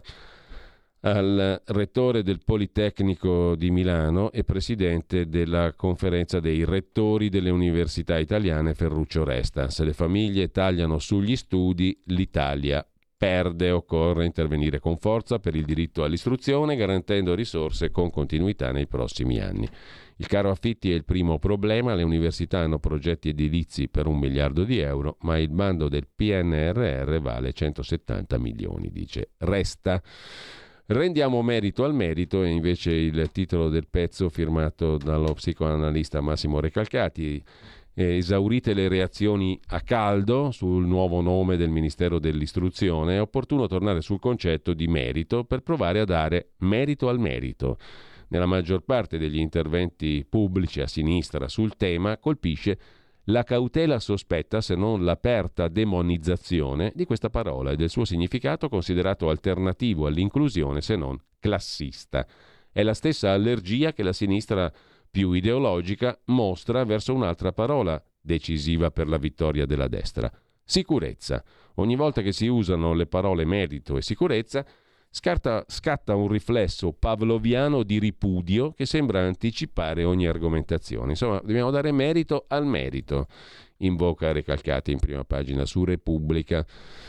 al rettore del Politecnico di Milano e presidente della conferenza dei rettori delle università italiane, Ferruccio Resta. Se le famiglie tagliano sugli studi, l'Italia perde. Occorre intervenire con forza per il diritto all'istruzione, garantendo risorse con continuità nei prossimi anni. Il caro affitti è il primo problema. Le università hanno progetti edilizi per 1 miliardo di euro, ma il bando del PNRR vale 170 milioni, dice Resta. Rendiamo merito al merito, e invece il titolo del pezzo, firmato dallo psicoanalista Massimo Recalcati: esaurite le reazioni a caldo sul nuovo nome del Ministero dell'Istruzione, è opportuno tornare sul concetto di merito per provare a dare merito al merito. Nella maggior parte degli interventi pubblici a sinistra sul tema colpisce la cautela sospetta, se non l'aperta demonizzazione di questa parola e del suo significato considerato alternativo all'inclusione, se non classista. È la stessa allergia che la sinistra più ideologica mostra verso un'altra parola decisiva per la vittoria della destra: sicurezza. Ogni volta che si usano le parole merito e sicurezza scatta un riflesso pavloviano di ripudio che sembra anticipare ogni argomentazione. Insomma, dobbiamo dare merito al merito, invoca Recalcati in prima pagina su Repubblica.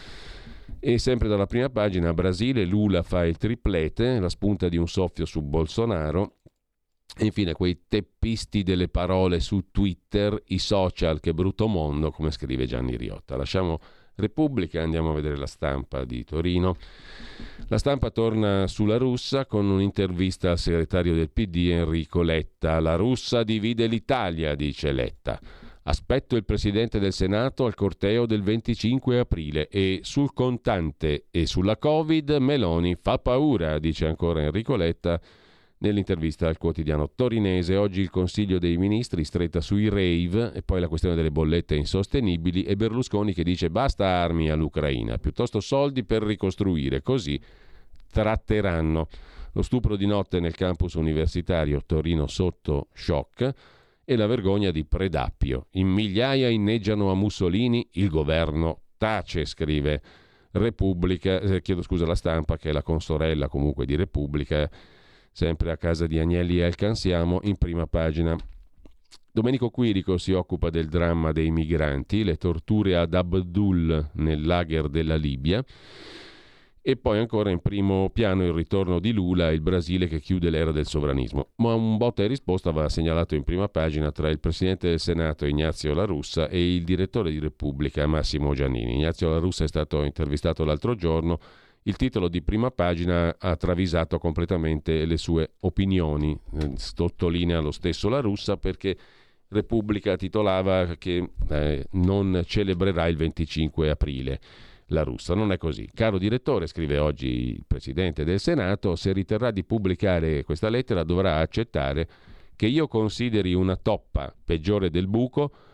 E sempre dalla prima pagina, Brasile, Lula fa il triplete, la spunta di un soffio su Bolsonaro. E infine quei teppisti delle parole su Twitter, i social, che brutto mondo, come scrive Gianni Riotta. Lasciamo Repubblica, andiamo a vedere La Stampa di Torino. La Stampa torna sulla Russa con un'intervista al segretario del PD Enrico Letta. La Russa divide l'Italia, dice Letta. Aspetto il Presidente del Senato al corteo del 25 aprile e sul contante e sulla Covid Meloni fa paura, dice ancora Enrico Letta nell'intervista al quotidiano torinese. Oggi il Consiglio dei Ministri stretta sui rave, e poi la questione delle bollette insostenibili, e Berlusconi che dice basta armi all'Ucraina, piuttosto soldi per ricostruire, così tratteranno. Lo stupro di notte nel campus universitario, Torino sotto shock, e la vergogna di Predappio. In migliaia inneggiano a Mussolini, il governo tace, scrive Repubblica, La Stampa, che è la consorella comunque di Repubblica, sempre a casa di Agnelli e Alcansiamo, in prima pagina. Domenico Quirico si occupa del dramma dei migranti, le torture ad Abdul nel lager della Libia, e poi ancora in primo piano il ritorno di Lula e il Brasile che chiude l'era del sovranismo. Ma un botta e risposta va segnalato in prima pagina tra il Presidente del Senato Ignazio La Russa e il direttore di Repubblica Massimo Giannini. Ignazio La Russa è stato intervistato l'altro giorno. Il titolo di prima pagina ha travisato completamente le sue opinioni, sottolinea lo stesso La Russa, perché Repubblica titolava che non celebrerà il 25 aprile La Russa. Non è così. Caro direttore, scrive oggi il Presidente del Senato, se riterrà di pubblicare questa lettera dovrà accettare che io consideri una toppa peggiore del buco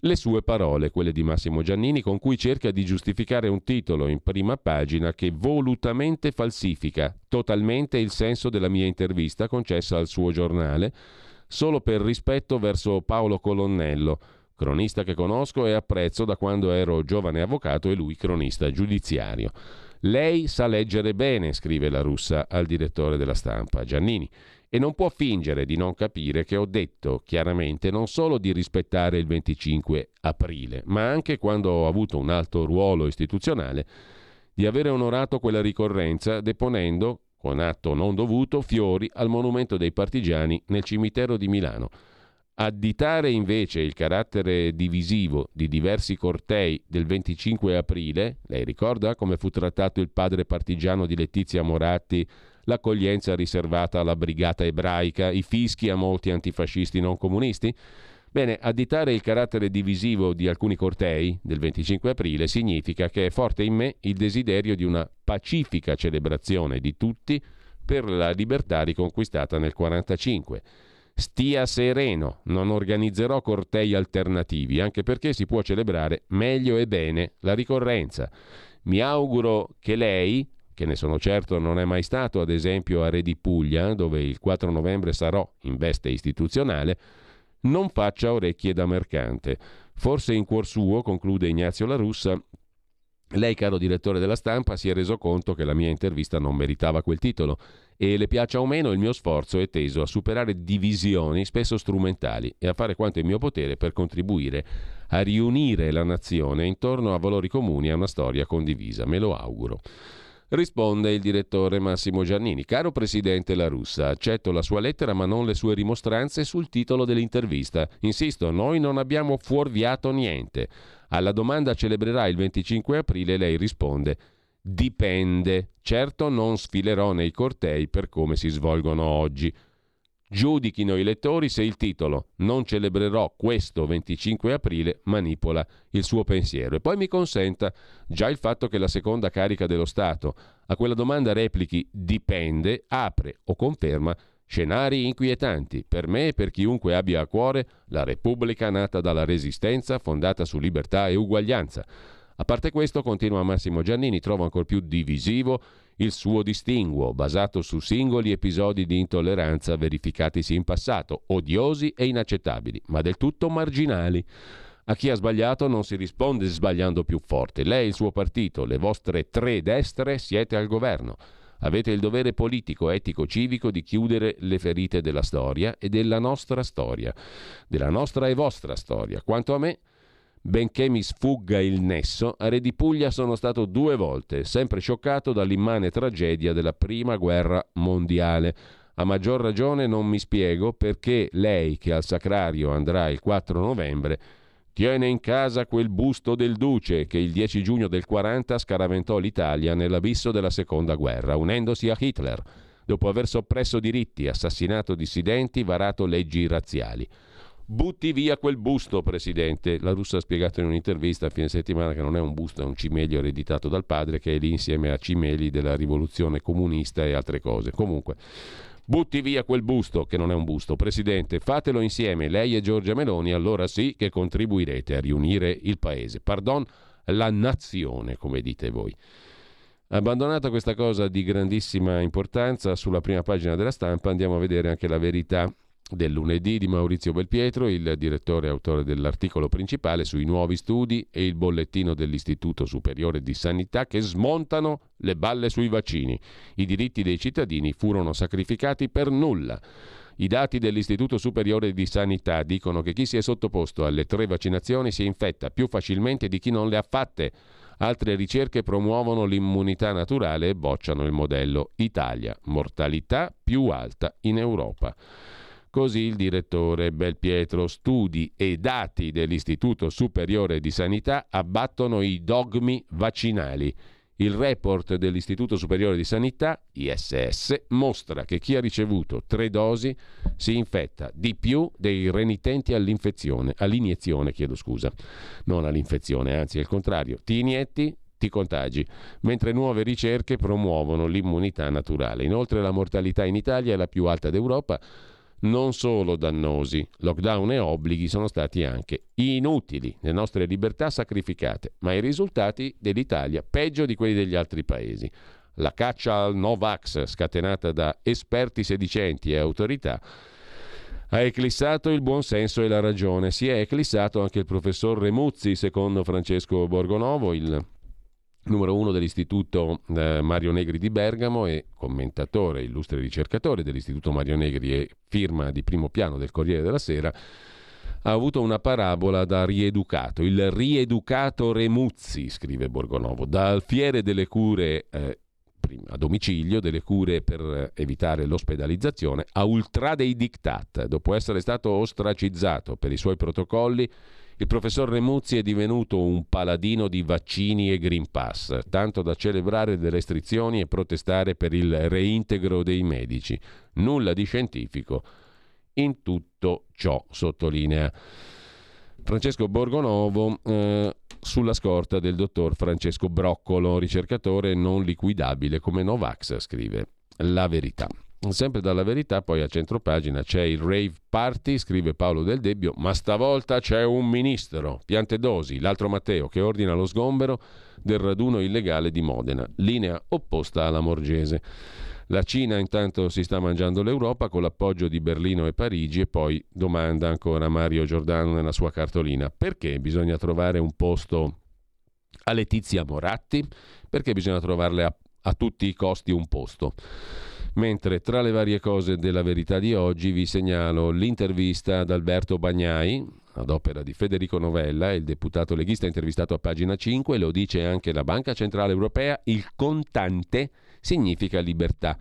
Le sue parole, quelle di Massimo Giannini, con cui cerca di giustificare un titolo in prima pagina che volutamente falsifica totalmente il senso della mia intervista concessa al suo giornale, solo per rispetto verso Paolo Colonnello, cronista che conosco e apprezzo da quando ero giovane avvocato e lui cronista giudiziario. Lei sa leggere bene, scrive la Russa al direttore della Stampa, Giannini, e non può fingere di non capire che ho detto chiaramente non solo di rispettare il 25 aprile, ma anche, quando ho avuto un alto ruolo istituzionale, di avere onorato quella ricorrenza deponendo, con atto non dovuto, fiori al monumento dei partigiani nel cimitero di Milano. Additare invece il carattere divisivo di diversi cortei del 25 aprile, lei ricorda come fu trattato il padre partigiano di Letizia Moratti, l'accoglienza riservata alla brigata ebraica, i fischi a molti antifascisti non comunisti? Bene, additare il carattere divisivo di alcuni cortei del 25 aprile significa che è forte in me il desiderio di una pacifica celebrazione di tutti per la libertà riconquistata nel 1945. Stia sereno, non organizzerò cortei alternativi, anche perché si può celebrare meglio e bene la ricorrenza. Mi auguro che lei, che ne sono certo non è mai stato ad esempio a Re di Puglia, dove il 4 novembre sarò in veste istituzionale, non faccia orecchie da mercante. Forse in cuor suo, conclude Ignazio La Russa, lei, caro direttore della Stampa, si è reso conto che la mia intervista non meritava quel titolo e, le piaccia o meno, il mio sforzo è teso a superare divisioni spesso strumentali e a fare quanto è in mio potere per contribuire a riunire la nazione intorno a valori comuni e a una storia condivisa. Me lo auguro. Risponde il direttore Massimo Giannini. Caro presidente La Russa, accetto la sua lettera ma non le sue rimostranze sul titolo dell'intervista. Insisto, noi non abbiamo fuorviato niente. Alla domanda celebrerà il 25 aprile lei risponde: dipende. Certo non sfilerò nei cortei per come si svolgono oggi. Giudichino i lettori se il titolo "Non celebrerò questo 25 aprile" manipola il suo pensiero. E poi mi consenta già il fatto che la seconda carica dello Stato a quella domanda replichi "dipende" apre o conferma scenari inquietanti per me e per chiunque abbia a cuore la Repubblica nata dalla Resistenza, fondata su libertà e uguaglianza. A parte questo, continua Massimo Giannini, trovo ancor più divisivo il suo distinguo, basato su singoli episodi di intolleranza verificatisi in passato, odiosi e inaccettabili, ma del tutto marginali. A chi ha sbagliato non si risponde sbagliando più forte. Lei e il suo partito, le vostre tre destre, siete al governo. Avete il dovere politico, etico, civico di chiudere le ferite della storia e della nostra storia, della nostra e vostra storia. Quanto a me, benché mi sfugga il nesso, a Re di Puglia sono stato 2 volte, sempre scioccato dall'immane tragedia della Prima Guerra Mondiale. A maggior ragione non mi spiego perché lei, che al Sacrario andrà il 4 novembre, tiene in casa quel busto del Duce che il 10 giugno del 40 scaraventò l'Italia nell'abisso della Seconda Guerra, unendosi a Hitler, dopo aver soppresso diritti, assassinato dissidenti, varato leggi razziali. Butti via quel busto, Presidente. La Russa ha spiegato in un'intervista a fine settimana che non è un busto, è un cimelio ereditato dal padre che è lì insieme a cimeli della rivoluzione comunista e altre cose. Comunque, butti via quel busto, che non è un busto. Presidente, fatelo insieme, lei e Giorgia Meloni, allora sì che contribuirete a riunire il paese. Pardon, la nazione, come dite voi. Abbandonata questa cosa di grandissima importanza sulla prima pagina della Stampa, andiamo a vedere anche la verità del lunedì di Maurizio Belpietro, il direttore e autore dell'articolo principale sui nuovi studi e il bollettino dell'Istituto Superiore di Sanità che smontano le balle sui vaccini. I diritti dei cittadini furono sacrificati per nulla. I dati dell'Istituto Superiore di Sanità dicono che chi si è sottoposto alle 3 vaccinazioni si infetta più facilmente di chi non le ha fatte. Altre ricerche promuovono l'immunità naturale e bocciano il modello Italia, mortalità più alta in Europa. Così il direttore Belpietro. Studi e dati dell'Istituto Superiore di Sanità abbattono i dogmi vaccinali. Il report dell'Istituto Superiore di Sanità, ISS, mostra che chi ha ricevuto 3 dosi si infetta di più dei renitenti all'iniezione, non all'infezione, anzi è il contrario. Ti inietti, ti contagi, mentre nuove ricerche promuovono l'immunità naturale. Inoltre la mortalità in Italia è la più alta d'Europa. non solo dannosi. Lockdown e obblighi sono stati anche inutili, le nostre libertà sacrificate, ma i risultati dell'Italia peggio di quelli degli altri paesi. La caccia al Novax, scatenata da esperti sedicenti e autorità, ha eclissato il buonsenso e la ragione. Si è eclissato anche il professor Remuzzi, secondo Francesco Borgonovo, il numero uno dell'Istituto Mario Negri di Bergamo e commentatore, illustre ricercatore dell'Istituto Mario Negri e firma di primo piano del Corriere della Sera. Ha avuto una parabola da rieducato, il rieducato Remuzzi, scrive Borgonovo, da alfiere delle cure a domicilio, delle cure per evitare l'ospedalizzazione, a ultra dei diktat. Dopo essere stato ostracizzato per i suoi protocolli, il professor Remuzzi è divenuto un paladino di vaccini e Green Pass, tanto da celebrare le restrizioni e protestare per il reintegro dei medici. Nulla di scientifico in tutto ciò, sottolinea Francesco Borgonovo, sulla scorta del dottor Francesco Broccolo, ricercatore non liquidabile come Novax, scrive La Verità. Sempre dalla Verità, poi a centropagina c'è il rave party, scrive Paolo Del Debbio, ma stavolta c'è un ministro, Piantedosi, l'altro Matteo, che ordina lo sgombero del raduno illegale di Modena, linea opposta alla Morgese. La Cina intanto si sta mangiando l'Europa con l'appoggio di Berlino e Parigi, e poi domanda ancora Mario Giordano nella sua cartolina: perché bisogna trovare un posto a Letizia Moratti? Perché bisogna trovarle a tutti i costi un posto? Mentre tra le varie cose della Verità di oggi vi segnalo l'intervista ad Alberto Bagnai, ad opera di Federico Novella, il deputato leghista intervistato a Pagina 5, lo dice anche la Banca Centrale Europea: il contante significa libertà,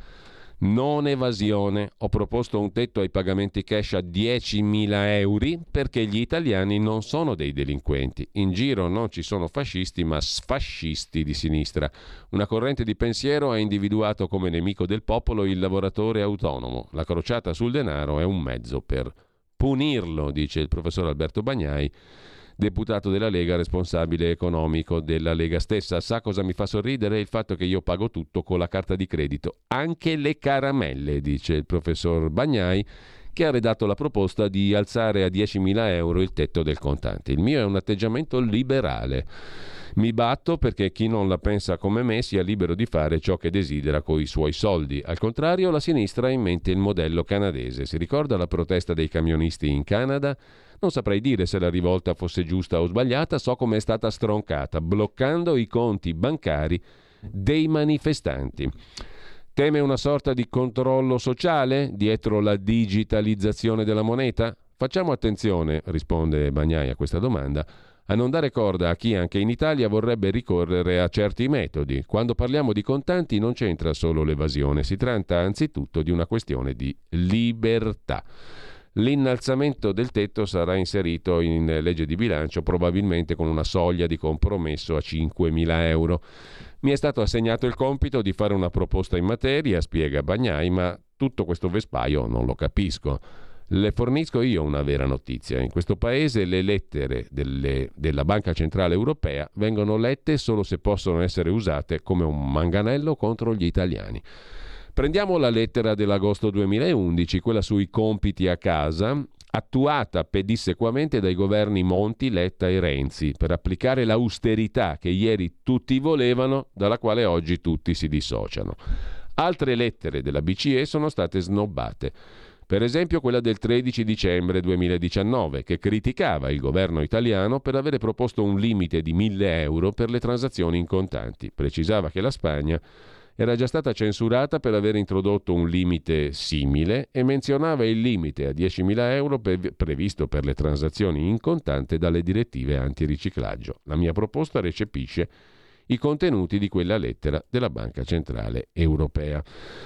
non evasione. Ho proposto un tetto ai pagamenti cash a 10.000 euro perché gli italiani non sono dei delinquenti. In giro non ci sono fascisti, ma sfascisti di sinistra. Una corrente di pensiero ha individuato come nemico del popolo il lavoratore autonomo. La crociata sul denaro è un mezzo per punirlo, dice il professor Alberto Bagnai, deputato della Lega, responsabile economico della Lega stessa. Sa cosa mi fa sorridere? Il fatto che io pago tutto con la carta di credito, anche le caramelle, dice il professor Bagnai, che ha redatto la proposta di alzare a 10.000 euro il tetto del contante. Il mio è un atteggiamento liberale. Mi batto perché chi non la pensa come me sia libero di fare ciò che desidera coi suoi soldi. Al contrario, la sinistra ha in mente il modello canadese. Si ricorda la protesta dei camionisti in Canada? Non saprei dire se la rivolta fosse giusta o sbagliata, so come è stata stroncata, bloccando i conti bancari dei manifestanti. Teme una sorta di controllo sociale dietro la digitalizzazione della moneta? Facciamo attenzione, risponde Bagnai a questa domanda, a non dare corda a chi anche in Italia vorrebbe ricorrere a certi metodi. Quando parliamo di contanti non c'entra solo l'evasione, si tratta anzitutto di una questione di libertà. L'innalzamento del tetto sarà inserito in legge di bilancio, probabilmente con una soglia di compromesso a 5.000 euro. Mi è stato assegnato il compito di fare una proposta in materia, spiega Bagnai, ma tutto questo vespaio non lo capisco. Le fornisco io una vera notizia. In questo paese le lettere della Banca Centrale Europea vengono lette solo se possono essere usate come un manganello contro gli italiani. Prendiamo la lettera dell'agosto 2011, quella sui compiti a casa, attuata pedissequamente dai governi Monti, Letta e Renzi per applicare l'austerità che ieri tutti volevano, dalla quale oggi tutti si dissociano. Altre lettere della BCE sono state snobbate. Per esempio quella del 13 dicembre 2019, che criticava il governo italiano per avere proposto un limite di 1.000 euro per le transazioni in contanti. Precisava che la Spagna era già stata censurata per aver introdotto un limite simile e menzionava il limite a 10.000 euro previsto per le transazioni in contante dalle direttive antiriciclaggio. La mia proposta recepisce i contenuti di quella lettera della Banca Centrale Europea.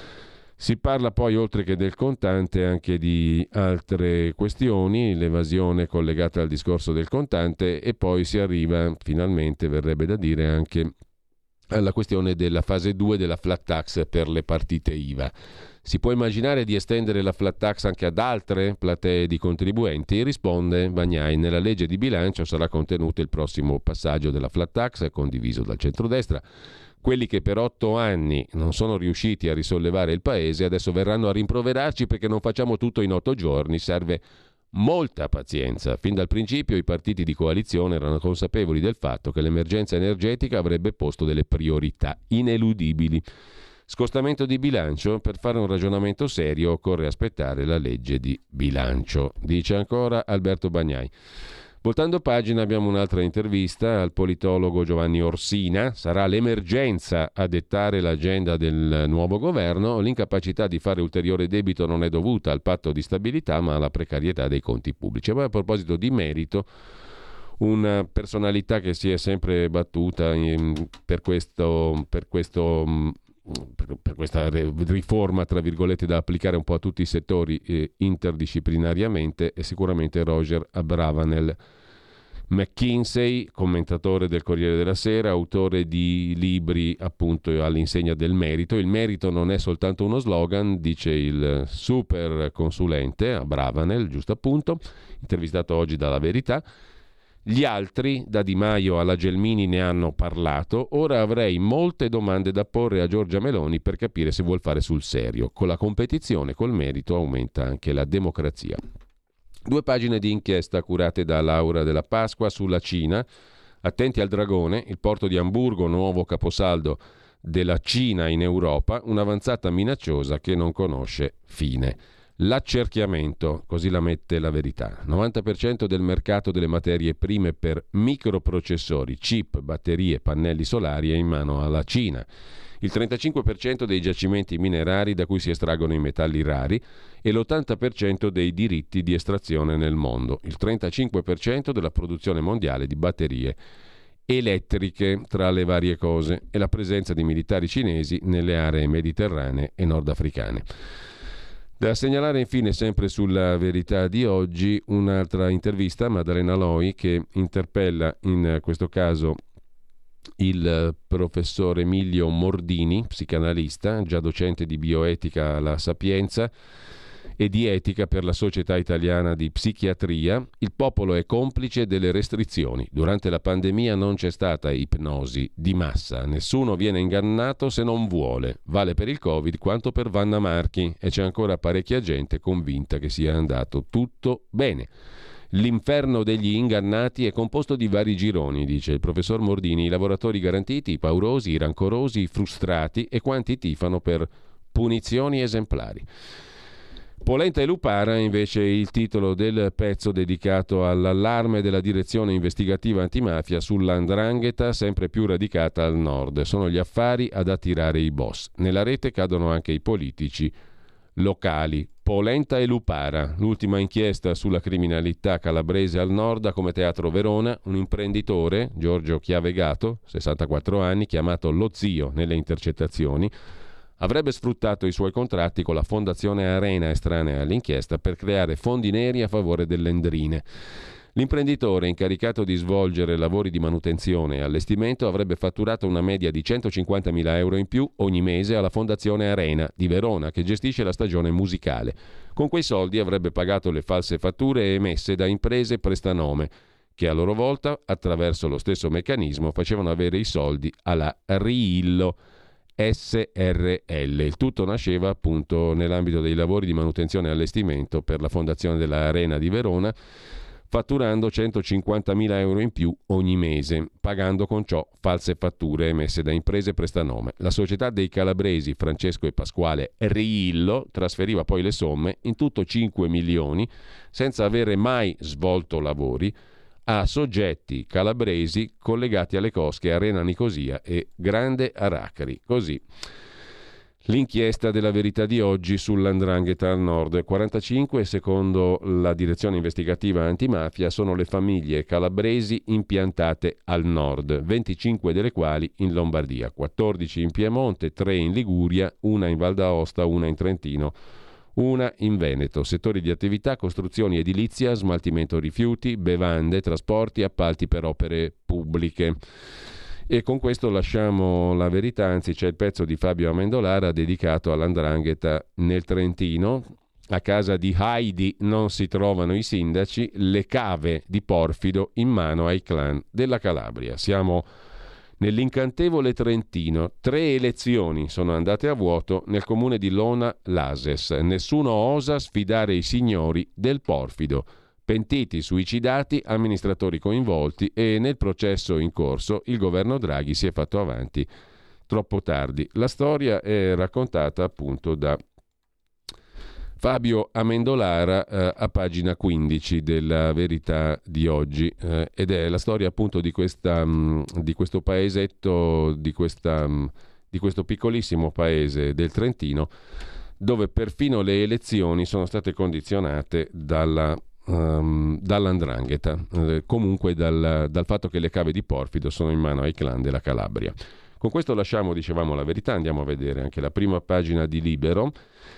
Si parla poi, oltre che del contante, anche di altre questioni, l'evasione collegata al discorso del contante, e poi si arriva finalmente, verrebbe da dire, anche alla questione della fase 2 della flat tax per le partite IVA. Si può immaginare di estendere la flat tax anche ad altre platee di contribuenti? Risponde Bagnai: nella legge di bilancio sarà contenuto il prossimo passaggio della flat tax, condiviso dal centrodestra. Quelli che per 8 anni non sono riusciti a risollevare il paese adesso verranno a rimproverarci perché non facciamo tutto in 8 giorni. Serve molta pazienza. Fin dal principio i partiti di coalizione erano consapevoli del fatto che l'emergenza energetica avrebbe posto delle priorità ineludibili. Scostamento di bilancio? Per fare un ragionamento serio occorre aspettare la legge di bilancio, dice ancora Alberto Bagnai. Voltando pagina abbiamo un'altra intervista al politologo Giovanni Orsina. Sarà l'emergenza a dettare l'agenda del nuovo governo. L'incapacità di fare ulteriore debito non è dovuta al patto di stabilità ma alla precarietà dei conti pubblici. E poi a proposito di merito, una personalità che si è sempre battuta per questa riforma, tra virgolette, da applicare un po' a tutti i settori interdisciplinariamente, è sicuramente Roger Abravanel. McKinsey, commentatore del Corriere della Sera, autore di libri appunto all'insegna del merito. Il merito non è soltanto uno slogan, dice il super consulente Abravanel, giusto appunto, intervistato oggi dalla Verità. Gli altri, da Di Maio alla Gelmini, ne hanno parlato. Ora avrei molte domande da porre a Giorgia Meloni per capire se vuol fare sul serio. Con la competizione, col merito, aumenta anche la democrazia. 2 pagine di inchiesta curate da Laura Della Pasqua sulla Cina. Attenti al dragone, il porto di Amburgo, nuovo caposaldo della Cina in Europa, un'avanzata minacciosa che non conosce fine. L'accerchiamento, così la mette la Verità. 90% del mercato delle materie prime per microprocessori, chip, batterie, pannelli solari è in mano alla Cina. Il 35% dei giacimenti minerari da cui si estraggono i metalli rari e l'80% dei diritti di estrazione nel mondo. Il 35% della produzione mondiale di batterie elettriche, tra le varie cose, e la presenza di militari cinesi nelle aree mediterranee e nordafricane. Da segnalare infine, sempre sulla Verità di oggi, un'altra intervista a Maddalena Loi, che interpella in questo caso il professor Emilio Mordini, psicanalista, già docente di bioetica alla Sapienza e di etica per la Società Italiana di Psichiatria. Il popolo è complice delle restrizioni. Durante la pandemia non c'è stata ipnosi di massa. Nessuno viene ingannato se non vuole. Vale per il Covid quanto per Vanna Marchi e c'è ancora parecchia gente convinta che sia andato tutto bene. L'inferno degli ingannati è composto di vari gironi, dice il professor Mordini, i lavoratori garantiti, i paurosi, i rancorosi, i frustrati e quanti tifano per punizioni esemplari. Polenta e Lupara, invece, è il titolo del pezzo dedicato all'allarme della direzione investigativa antimafia sulla 'ndrangheta sempre più radicata al nord. Sono gli affari ad attirare i boss. Nella rete cadono anche i politici locali. Polenta e Lupara, l'ultima inchiesta sulla criminalità calabrese al nord, ha come teatro Verona un imprenditore, Giorgio Chiavegato, 64 anni, chiamato lo zio nelle intercettazioni. Avrebbe sfruttato i suoi contratti con la Fondazione Arena, estranea all'inchiesta, per creare fondi neri a favore delle endrine. L'imprenditore, incaricato di svolgere lavori di manutenzione e allestimento, avrebbe fatturato una media di 150.000 euro in più ogni mese alla Fondazione Arena di Verona, che gestisce la stagione musicale. Con quei soldi avrebbe pagato le false fatture emesse da imprese prestanome, che a loro volta, attraverso lo stesso meccanismo, facevano avere i soldi alla Riillo SRL. Il tutto nasceva appunto nell'ambito dei lavori di manutenzione e allestimento per la Fondazione della Arena di Verona, fatturando 150.000 euro in più ogni mese, pagando con ciò false fatture emesse da imprese prestanome. La società dei calabresi Francesco e Pasquale Riillo trasferiva poi le somme, in tutto 5 milioni, senza avere mai svolto lavori, a soggetti calabresi collegati alle cosche Arena Nicosia e Grande Aracri. Così l'inchiesta della Verità di oggi sull''ndrangheta al nord. 45, secondo la direzione investigativa antimafia, sono le famiglie calabresi impiantate al nord, 25 delle quali in Lombardia, 14 in Piemonte, 3 in Liguria, una in Val d'Aosta, una in Trentino, una in Veneto. Settori di attività: costruzioni, edilizia, smaltimento rifiuti, bevande, trasporti, appalti per opere pubbliche. E con questo lasciamo la Verità, anzi c'è il pezzo di Fabio Amendolara dedicato all''ndrangheta nel Trentino. A casa di Heidi non si trovano i sindaci, le cave di Porfido in mano ai clan della Calabria. Siamo Nell'incantevole Trentino 3 elezioni sono andate a vuoto nel comune di Lona Lases. Nessuno osa sfidare i signori del porfido. Pentiti, suicidati, amministratori coinvolti e nel processo in corso il governo Draghi si è fatto avanti troppo tardi. La storia è raccontata appunto da Fabio Amendolara a pagina 15 della Verità di oggi ed è la storia appunto di questo paesetto, di questo piccolissimo paese del Trentino, dove perfino le elezioni sono state condizionate dall''ndrangheta, comunque dal fatto che le cave di Porfido sono in mano ai clan della Calabria. Con questo lasciamo, dicevamo, la Verità, andiamo a vedere anche la prima pagina di Libero.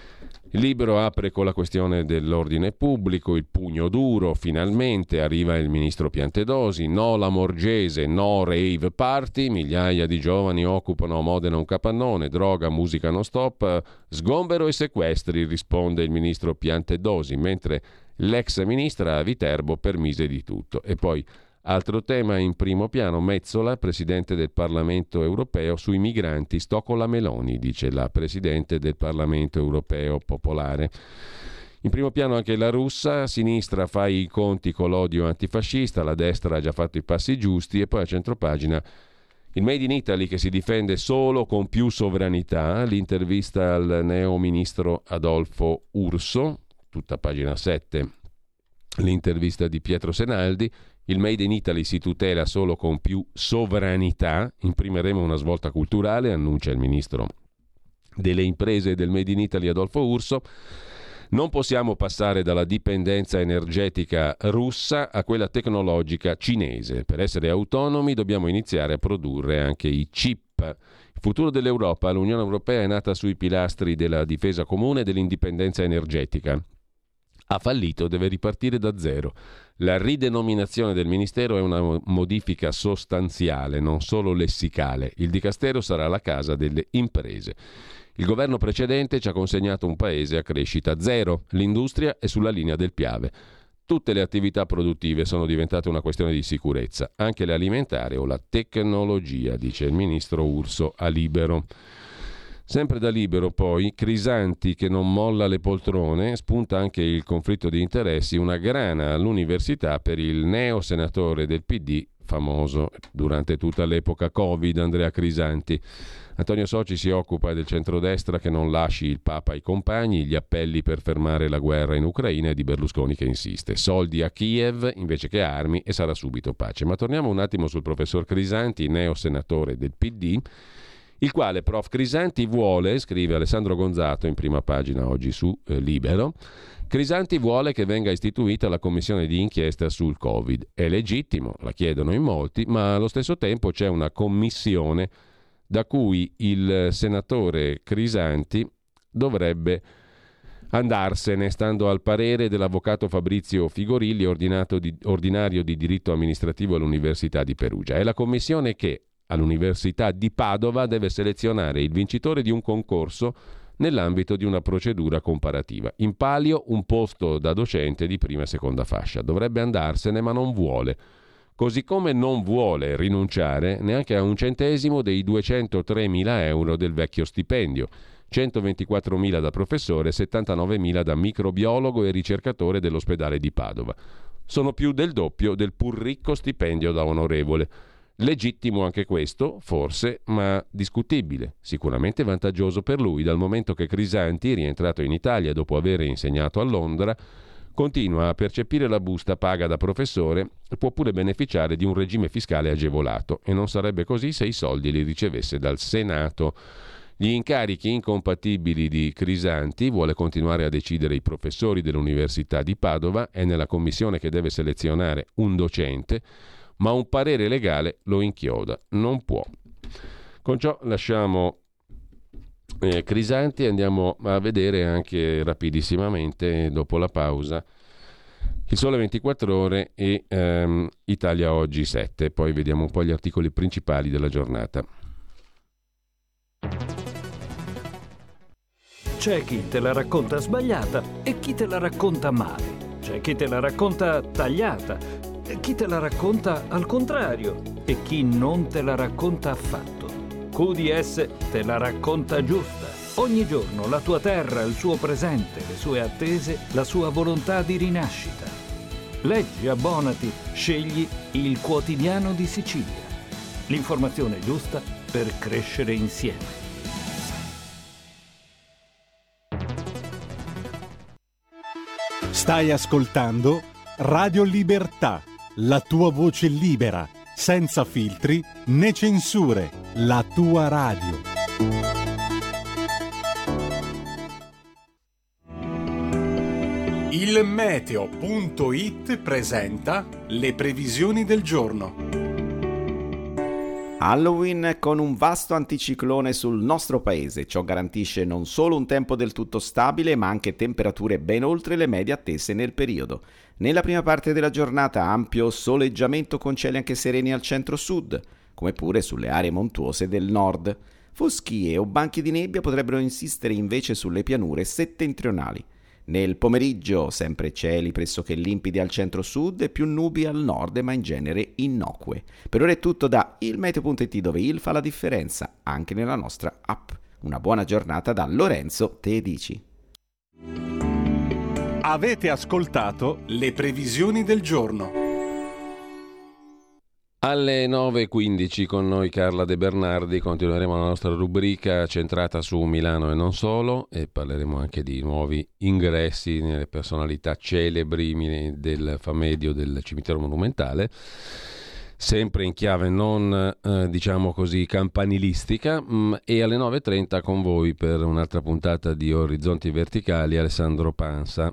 Il Libro apre con la questione dell'ordine pubblico, il pugno duro, finalmente arriva il ministro Piantedosi, no la Morgese, no rave party, migliaia di giovani occupano a Modena un capannone, droga, musica non stop, sgombero e sequestri, risponde il ministro Piantedosi, mentre l'ex ministra Viterbo permise di tutto. E poi altro tema in primo piano, Metsola, presidente del Parlamento europeo, sui migranti sto con la Meloni, dice la presidente del Parlamento europeo popolare. In primo piano anche la russa, a sinistra fa i conti con l'odio antifascista, la destra ha già fatto i passi giusti e poi a centropagina il Made in Italy che si difende solo con più sovranità, l'intervista al neo ministro Adolfo Urso, tutta pagina 7, l'intervista di Pietro Senaldi. Il Made in Italy si tutela solo con più sovranità. Imprimeremo una svolta culturale, annuncia il ministro delle imprese del Made in Italy Adolfo Urso. Non possiamo passare dalla dipendenza energetica russa a quella tecnologica cinese. Per essere autonomi dobbiamo iniziare a produrre anche i chip. Il futuro dell'Europa, l'Unione Europea è nata sui pilastri della difesa comune e dell'indipendenza energetica. Ha fallito, deve ripartire da zero. La ridenominazione del Ministero è una modifica sostanziale, non solo lessicale. Il Dicastero sarà la casa delle imprese. Il governo precedente ci ha consegnato un paese a crescita zero. L'industria è sulla linea del Piave. Tutte le attività produttive sono diventate una questione di sicurezza, anche l'alimentare o la tecnologia, dice il ministro Urso a Libero. Sempre da Libero poi, Crisanti che non molla le poltrone, spunta anche il conflitto di interessi, una grana all'università per il neo senatore del PD, famoso durante tutta l'epoca Covid, Andrea Crisanti. Antonio Soci si occupa del centrodestra che non lasci il Papa ai compagni, gli appelli per fermare la guerra in Ucraina e di Berlusconi che insiste. Soldi a Kiev invece che armi e sarà subito pace. Ma torniamo un attimo sul professor Crisanti, neo senatore del PD, il quale prof. Crisanti vuole, scrive Alessandro Gonzato in prima pagina oggi su Libero, Crisanti vuole che venga istituita la commissione di inchiesta sul Covid. È legittimo, la chiedono in molti, ma allo stesso tempo c'è una commissione da cui il senatore Crisanti dovrebbe andarsene, stando al parere dell'avvocato Fabrizio Figorilli, ordinario di diritto amministrativo all'Università di Perugia. È la commissione che all'Università di Padova deve selezionare il vincitore di un concorso nell'ambito di una procedura comparativa. In palio un posto da docente di prima e seconda fascia. Dovrebbe andarsene ma non vuole. Così come non vuole rinunciare neanche a un centesimo dei 203.000 euro del vecchio stipendio. 124.000 da professore, 79.000 da microbiologo e ricercatore dell'ospedale di Padova. Sono più del doppio del pur ricco stipendio da onorevole. Legittimo anche questo, forse, ma discutibile. Sicuramente vantaggioso per lui, dal momento che Crisanti, rientrato in Italia dopo aver insegnato a Londra, continua a percepire la busta paga da professore e può pure beneficiare di un regime fiscale agevolato, e non sarebbe così se i soldi li ricevesse dal Senato. Gli incarichi incompatibili di Crisanti vuole continuare a decidere i professori dell'Università di Padova, è nella commissione che deve selezionare un docente, ma un parere legale lo inchioda, non può. Con ciò lasciamo Crisanti e andiamo a vedere anche rapidissimamente, dopo la pausa, Il Sole 24 Ore e Italia Oggi 7. Poi vediamo un po' gli articoli principali della giornata. C'è chi te la racconta sbagliata e chi te la racconta male. C'è chi te la racconta tagliata chi te la racconta al contrario e chi non te la racconta affatto. QDS te la racconta giusta. Ogni giorno la tua terra, il suo presente, le sue attese, la sua volontà di rinascita. Leggi, abbonati, scegli il Quotidiano di Sicilia. L'informazione giusta per crescere insieme. Stai ascoltando Radio Libertà, la tua voce libera, senza filtri né censure, la tua radio. Il meteo.it presenta le previsioni del giorno. Halloween con un vasto anticiclone sul nostro paese. Ciò garantisce non solo un tempo del tutto stabile, ma anche temperature ben oltre le medie attese nel periodo. Nella prima parte della giornata ampio soleggiamento con cieli anche sereni al centro-sud, come pure sulle aree montuose del nord. Foschie o banchi di nebbia potrebbero insistere invece sulle pianure settentrionali. Nel pomeriggio sempre cieli pressoché limpidi al centro-sud e più nubi al nord, ma in genere innocue. Per ora è tutto da ilmeteo.it, dove il fa la differenza anche nella nostra app. Una buona giornata da Lorenzo Tedici. Avete ascoltato le previsioni del giorno. Alle 9.15 con noi Carla De Bernardi, continueremo la nostra rubrica centrata su Milano e non solo, e parleremo anche di nuovi ingressi nelle personalità celebri del Famedio del Cimitero Monumentale, sempre in chiave non diciamo così campanilistica, e alle 9.30 con voi per un'altra puntata di Orizzonti Verticali Alessandro Pansa,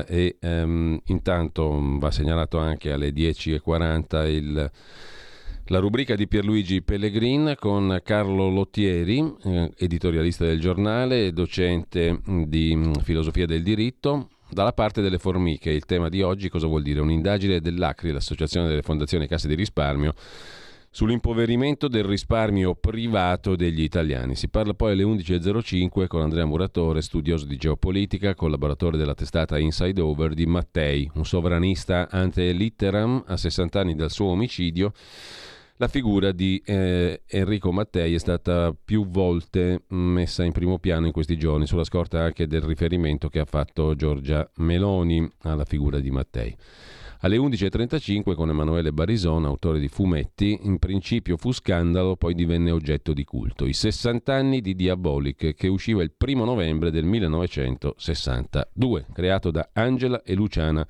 intanto va segnalato anche alle 10.40 la rubrica di Pierluigi Pellegrin con Carlo Lottieri, editorialista del giornale, docente di filosofia del diritto. Dalla parte delle formiche, il tema di oggi cosa vuol dire? Un'indagine dell'ACRI, l'Associazione delle Fondazioni Casse di Risparmio, sull'impoverimento del risparmio privato degli italiani. Si parla poi alle 11.05 con Andrea Muratore, studioso di geopolitica, collaboratore della testata Inside Over, di Mattei, un sovranista ante litteram. A 60 anni dal suo omicidio, la figura di Enrico Mattei è stata più volte messa in primo piano in questi giorni, sulla scorta anche del riferimento che ha fatto Giorgia Meloni alla figura di Mattei. Alle 11.35 con Emanuele Barisone, autore di fumetti, in principio fu scandalo, poi divenne oggetto di culto. I 60 anni di Diabolic, che usciva il 1 novembre del 1962, creato da Angela e Luciana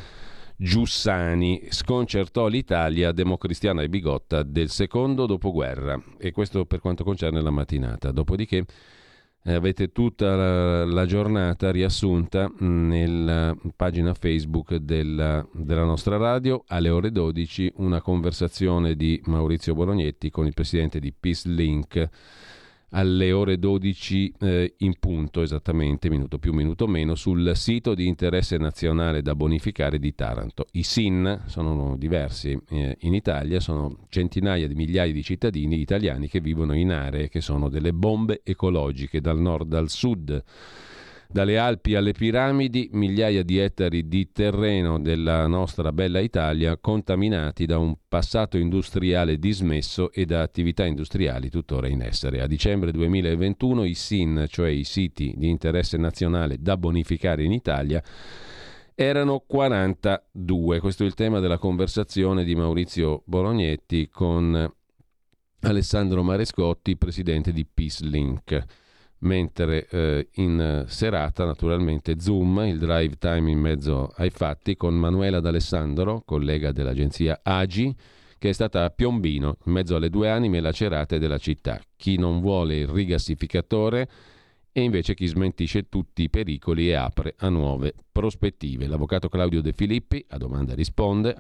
Giussani, sconcertò l'Italia democristiana e bigotta del secondo dopoguerra, e questo per quanto concerne la mattinata. Dopodiché avete tutta la giornata riassunta nella pagina Facebook della nostra radio. Alle ore 12 una conversazione di Maurizio Bolognetti con il presidente di Peace Link. Alle ore 12 in punto, esattamente, minuto più, minuto meno, sul sito di interesse nazionale da bonificare di Taranto. I SIN sono diversi in Italia, sono centinaia di migliaia di cittadini italiani che vivono in aree che sono delle bombe ecologiche, dal nord al sud. Dalle Alpi alle Piramidi, migliaia di ettari di terreno della nostra bella Italia contaminati da un passato industriale dismesso e da attività industriali tuttora in essere. A dicembre 2021 i SIN, cioè i siti di interesse nazionale da bonificare in Italia, erano 42. Questo è il tema della conversazione di Maurizio Bolognetti con Alessandro Marescotti, presidente di Peace Link. Mentre in serata, naturalmente, Zoom, il drive time in mezzo ai fatti, con Manuela D'Alessandro, collega dell'agenzia AGI, che è stata a Piombino, in mezzo alle due anime lacerate della città. Chi non vuole il rigassificatore e invece chi smentisce tutti i pericoli e apre a nuove prospettive. L'avvocato Claudio De Filippi a domanda risponde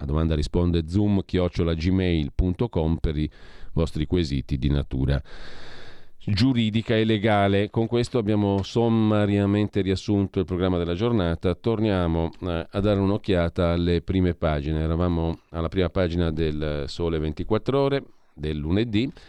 zoom@gmail.com per i vostri quesiti di natura giuridica e legale. Con questo abbiamo sommariamente riassunto il programma della giornata. Torniamo a dare un'occhiata alle prime pagine. Eravamo alla prima pagina del Sole 24 Ore del lunedì.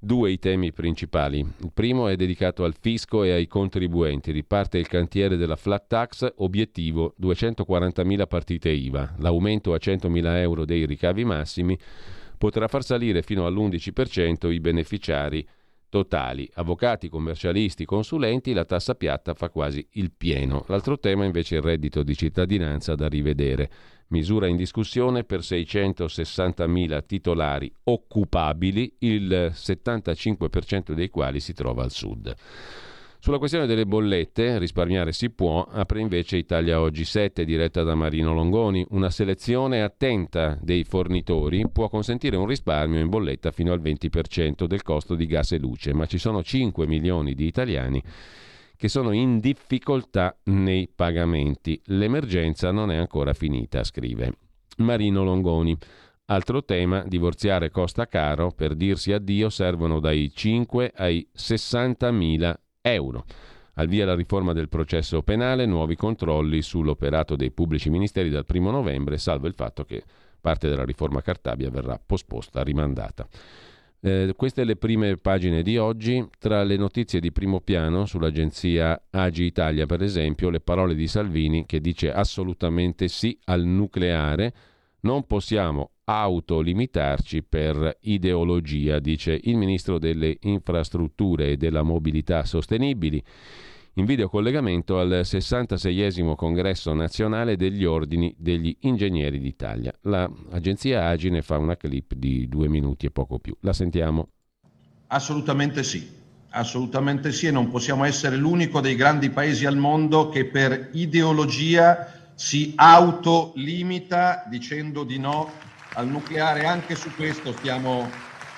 Due i temi principali. Il primo è dedicato al fisco e ai contribuenti. Riparte il cantiere della flat tax, obiettivo 240.000 partite IVA. L'aumento a 100.000 euro dei ricavi massimi potrà far salire fino all'11% i beneficiari totali. Avvocati, commercialisti, consulenti, la tassa piatta fa quasi il pieno. L'altro tema invece è il reddito di cittadinanza da rivedere. Misura in discussione per 660.000 titolari occupabili, il 75% dei quali si trova al sud. Sulla questione delle bollette, risparmiare si può, apre invece Italia Oggi 7, diretta da Marino Longoni. Una selezione attenta dei fornitori può consentire un risparmio in bolletta fino al 20% del costo di gas e luce, ma ci sono 5 milioni di italiani che sono in difficoltà nei pagamenti. L'emergenza non è ancora finita, scrive Marino Longoni. Altro tema, divorziare costa caro, per dirsi addio servono dai 5 ai 60.000 euro. Al via la riforma del processo penale, nuovi controlli sull'operato dei pubblici ministeri dal 1 novembre, salvo il fatto che parte della riforma Cartabia verrà posposta, rimandata. Queste le prime pagine di oggi. Tra le notizie di primo piano sull'agenzia Agi Italia, per esempio, le parole di Salvini che dice assolutamente sì al nucleare. Non possiamo autolimitarci per ideologia, dice il ministro delle infrastrutture e della mobilità sostenibili in videocollegamento al 66esimo congresso nazionale degli ordini degli ingegneri d'Italia. L'agenzia Agi ne fa una clip di 2 minuti e poco più. La sentiamo. Assolutamente sì e non possiamo essere l'unico dei grandi paesi al mondo che per ideologia si autolimita dicendo di no al nucleare. Anche su questo stiamo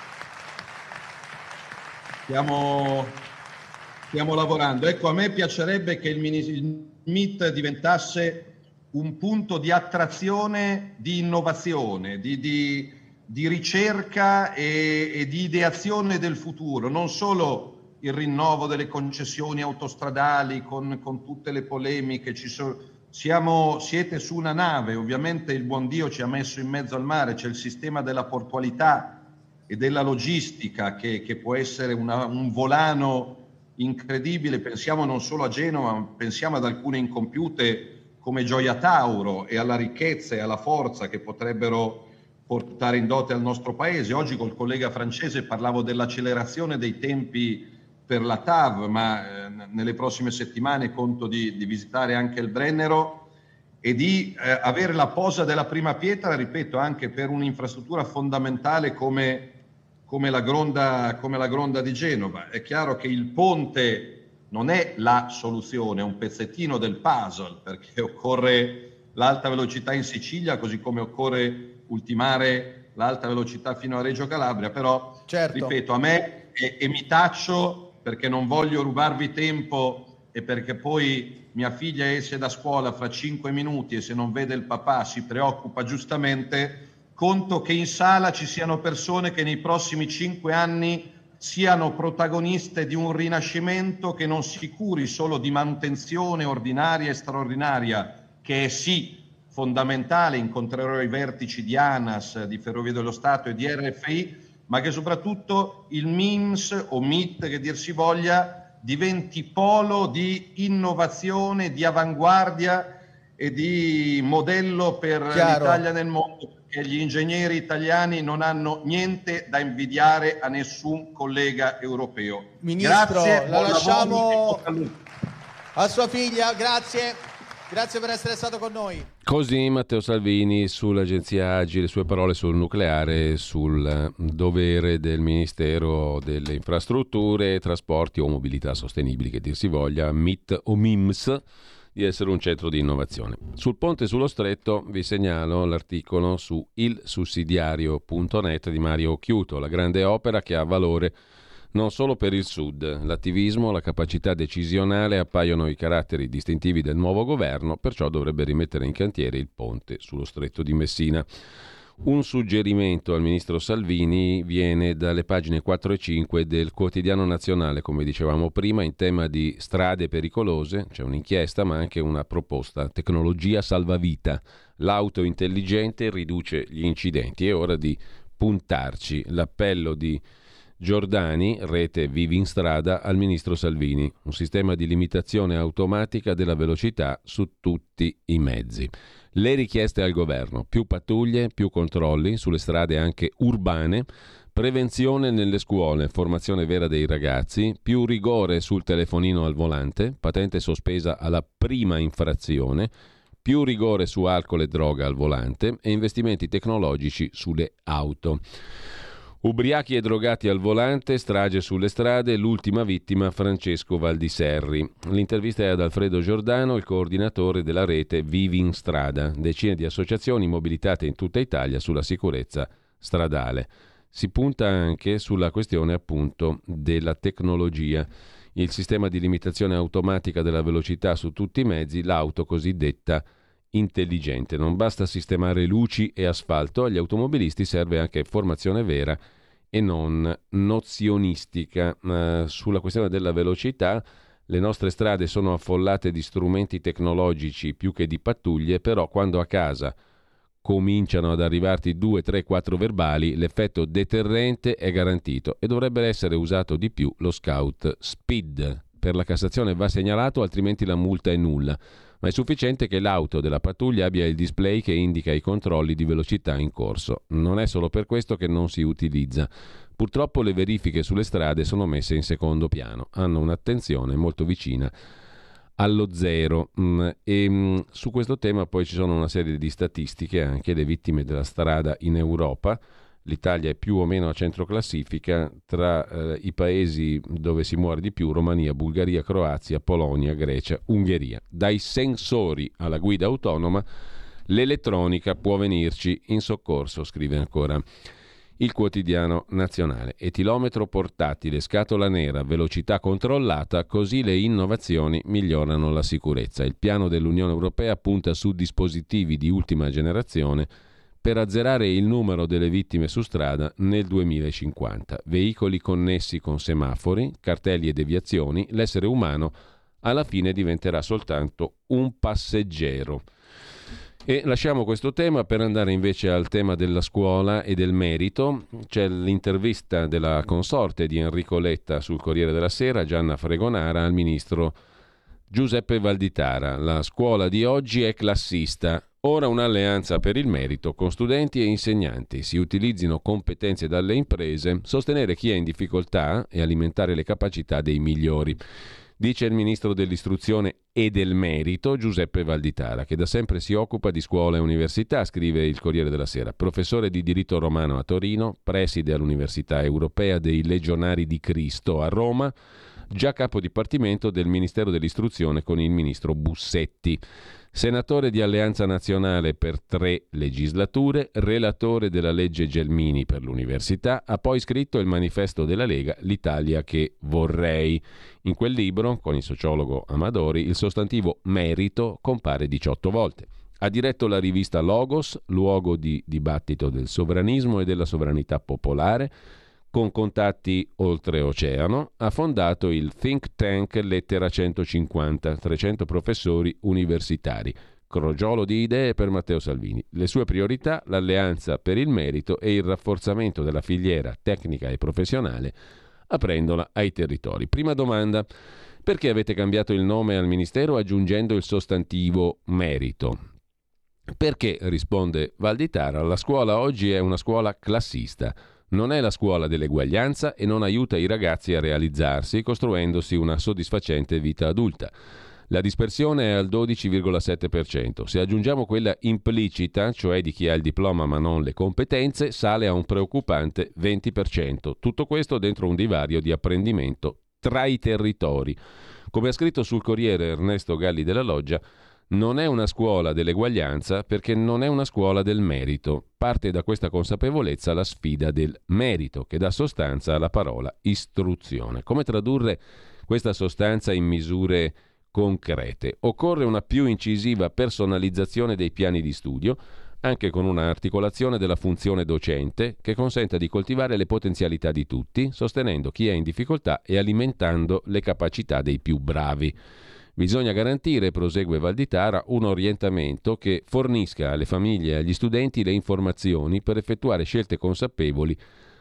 lavorando. Ecco, a me piacerebbe che il MIT diventasse un punto di attrazione, di innovazione, di ricerca e di ideazione del futuro, non solo il rinnovo delle concessioni autostradali con tutte le polemiche. Siete su una nave, ovviamente il buon Dio ci ha messo in mezzo al mare, c'è il sistema della portualità e della logistica che può essere un volano incredibile. Pensiamo non solo a Genova, ma pensiamo ad alcune incompiute come Gioia Tauro e alla ricchezza e alla forza che potrebbero portare in dote al nostro paese. Oggi col collega francese parlavo dell'accelerazione dei tempi per la TAV, ma nelle prossime settimane conto di visitare anche il Brennero e di avere la posa della prima pietra, ripeto, anche per un'infrastruttura fondamentale come la Gronda di Genova. È chiaro che il ponte non è la soluzione, è un pezzettino del puzzle, perché occorre l'alta velocità in Sicilia, così come occorre ultimare l'alta velocità fino a Reggio Calabria. Però, certo, ripeto, a me e mi taccio perché non voglio rubarvi tempo e perché poi mia figlia esce da scuola fra 5 minuti e se non vede il papà si preoccupa giustamente. Conto che in sala ci siano persone che nei prossimi 5 anni siano protagoniste di un rinascimento che non si curi solo di manutenzione ordinaria e straordinaria, che è sì fondamentale. Incontrerò i vertici di ANAS, di Ferrovie dello Stato e di RFI, ma che soprattutto il MIMS o MIT, che dir si voglia, diventi polo di innovazione, di avanguardia e di modello per l'Italia nel mondo, perché gli ingegneri italiani non hanno niente da invidiare a nessun collega europeo. Ministro, grazie, la lasciamo a sua figlia, grazie per essere stato con noi. Così Matteo Salvini sull'agenzia Agi, le sue parole sul nucleare, sul dovere del Ministero delle Infrastrutture e Trasporti o Mobilità Sostenibili, che dir si voglia, MIT o MIMS, di essere un centro di innovazione. Sul ponte sullo stretto vi segnalo l'articolo su ilsussidiario.net di Mario Occhiuto, la grande opera che ha valore non solo per il Sud. L'attivismo, la capacità decisionale appaiono i caratteri distintivi del nuovo governo, perciò dovrebbe rimettere in cantiere il ponte sullo stretto di Messina. Un suggerimento al ministro Salvini viene dalle pagine 4 e 5 del Quotidiano Nazionale, come dicevamo prima, in tema di strade pericolose. C'è un'inchiesta ma anche una proposta: tecnologia salvavita, l'auto intelligente riduce gli incidenti. È ora di puntarci. L'appello di Giordani, rete Vivi in strada, al ministro Salvini. Un sistema di limitazione automatica della velocità su tutti i mezzi. Le richieste al governo: più pattuglie, più controlli sulle strade anche urbane, prevenzione nelle scuole, formazione vera dei ragazzi, più rigore sul telefonino al volante, patente sospesa alla prima infrazione, più rigore su alcol e droga al volante e investimenti tecnologici sulle auto. Ubriachi e drogati al volante, strage sulle strade, l'ultima vittima Francesco Valdiserri. L'intervista è ad Alfredo Giordano, il coordinatore della rete Vivi in strada, decine di associazioni mobilitate in tutta Italia sulla sicurezza stradale. Si punta anche sulla questione appunto della tecnologia, il sistema di limitazione automatica della velocità su tutti i mezzi, l'auto cosiddetta intelligente. Non basta sistemare luci e asfalto, agli automobilisti serve anche formazione vera e non nozionistica. Sulla questione della velocità, le nostre strade sono affollate di strumenti tecnologici più che di pattuglie, però quando a casa cominciano ad arrivarti 2, 3, 4 verbali, l'effetto deterrente è garantito e dovrebbe essere usato di più lo scout speed. Per la Cassazione va segnalato, altrimenti la multa è nulla. Ma è sufficiente che l'auto della pattuglia abbia il display che indica i controlli di velocità in corso. Non è solo per questo che non si utilizza. Purtroppo le verifiche sulle strade sono messe in secondo piano, hanno un'attenzione molto vicina allo zero. Su questo tema poi ci sono una serie di statistiche, anche le vittime della strada in Europa. L'Italia è più o meno a centro classifica tra i paesi dove si muore di più: Romania, Bulgaria, Croazia, Polonia, Grecia, Ungheria. Dai sensori alla guida autonoma, l'elettronica può venirci in soccorso, scrive ancora il Quotidiano Nazionale. Etilometro portatile, scatola nera, velocità controllata, così le innovazioni migliorano la sicurezza. Il piano dell'Unione Europea punta su dispositivi di ultima generazione per azzerare il numero delle vittime su strada nel 2050. Veicoli connessi con semafori, cartelli e deviazioni, l'essere umano alla fine diventerà soltanto un passeggero. E lasciamo questo tema per andare invece al tema della scuola e del merito. C'è l'intervista della consorte di Enrico Letta sul Corriere della Sera, Gianna Fregonara, al ministro Giuseppe Valditara. La scuola di oggi è classista. Ora un'alleanza per il merito con studenti e insegnanti. Si utilizzino competenze dalle imprese, sostenere chi è in difficoltà e alimentare le capacità dei migliori. Dice il ministro dell'istruzione e del merito Giuseppe Valditara, che da sempre si occupa di scuola e università, scrive il Corriere della Sera. Professore di diritto romano a Torino, preside all'Università Europea dei Legionari di Cristo a Roma, già capo dipartimento del Ministero dell'istruzione con il ministro Bussetti. Senatore di Alleanza Nazionale per 3 legislature, relatore della legge Gelmini per l'università, ha poi scritto il manifesto della Lega, L'Italia che vorrei. In quel libro, con il sociologo Amadori, il sostantivo merito compare 18 volte. Ha diretto la rivista Logos, luogo di dibattito del sovranismo e della sovranità popolare, con contatti oltreoceano. Ha fondato il think tank Lettera 150, 300 professori universitari, crogiolo di idee per Matteo Salvini. Le sue priorità: l'alleanza per il merito e il rafforzamento della filiera tecnica e professionale, aprendola ai territori. Prima domanda: perché avete cambiato il nome al Ministero aggiungendo il sostantivo merito? Perché, risponde Valditara, la scuola oggi è una scuola classista. Non è la scuola dell'eguaglianza e non aiuta i ragazzi a realizzarsi, costruendosi una soddisfacente vita adulta. La dispersione è al 12,7%. Se aggiungiamo quella implicita, cioè di chi ha il diploma ma non le competenze, sale a un preoccupante 20%. Tutto questo dentro un divario di apprendimento tra i territori. Come ha scritto sul Corriere Ernesto Galli della Loggia, non è una scuola dell'eguaglianza perché non è una scuola del merito. Parte da questa consapevolezza la sfida del merito, che dà sostanza alla parola istruzione. Come tradurre questa sostanza in misure concrete? Occorre una più incisiva personalizzazione dei piani di studio, anche con una articolazione della funzione docente che consenta di coltivare le potenzialità di tutti, sostenendo chi è in difficoltà e alimentando le capacità dei più bravi. Bisogna garantire, prosegue Valditara, un orientamento che fornisca alle famiglie e agli studenti le informazioni per effettuare scelte consapevoli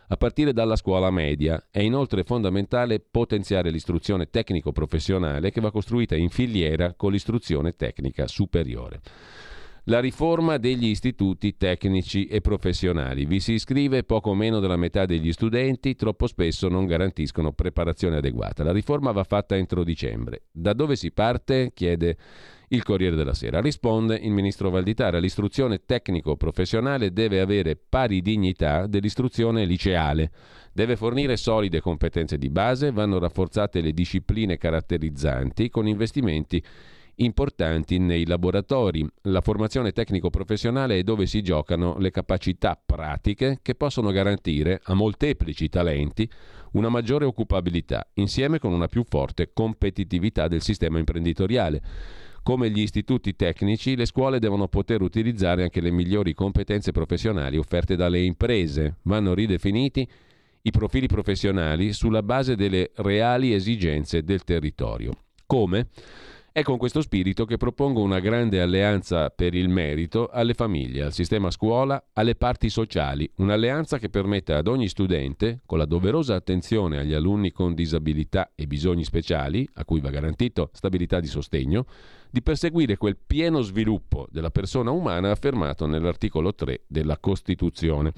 a partire dalla scuola media. È inoltre fondamentale potenziare l'istruzione tecnico-professionale che va costruita in filiera con l'istruzione tecnica superiore. La riforma degli istituti tecnici e professionali. Vi si iscrive poco meno della metà degli studenti, troppo spesso non garantiscono preparazione adeguata. La riforma va fatta entro dicembre. Da dove si parte? Chiede il Corriere della Sera. Risponde il ministro Valditara: l'istruzione tecnico-professionale deve avere pari dignità dell'istruzione liceale, deve fornire solide competenze di base, vanno rafforzate le discipline caratterizzanti con investimenti importanti nei laboratori. La formazione tecnico-professionale è dove si giocano le capacità pratiche che possono garantire a molteplici talenti una maggiore occupabilità, insieme con una più forte competitività del sistema imprenditoriale. Come gli istituti tecnici, le scuole devono poter utilizzare anche le migliori competenze professionali offerte dalle imprese. Vanno ridefiniti i profili professionali sulla base delle reali esigenze del territorio. Come? È con questo spirito che propongo una grande alleanza per il merito alle famiglie, al sistema scuola, alle parti sociali, un'alleanza che permetta ad ogni studente, con la doverosa attenzione agli alunni con disabilità e bisogni speciali, a cui va garantito stabilità di sostegno, di perseguire quel pieno sviluppo della persona umana affermato nell'articolo 3 della Costituzione.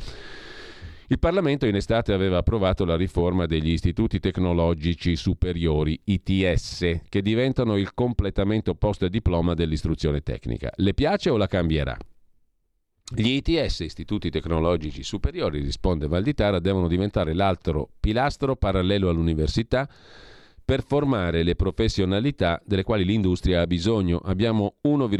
Il Parlamento in estate aveva approvato la riforma degli istituti tecnologici superiori, ITS, che diventano il completamento post-diploma dell'istruzione tecnica. Le piace o la cambierà? Gli ITS, istituti tecnologici superiori, risponde Valditara, devono diventare l'altro pilastro parallelo all'università per formare le professionalità delle quali l'industria ha bisogno. Abbiamo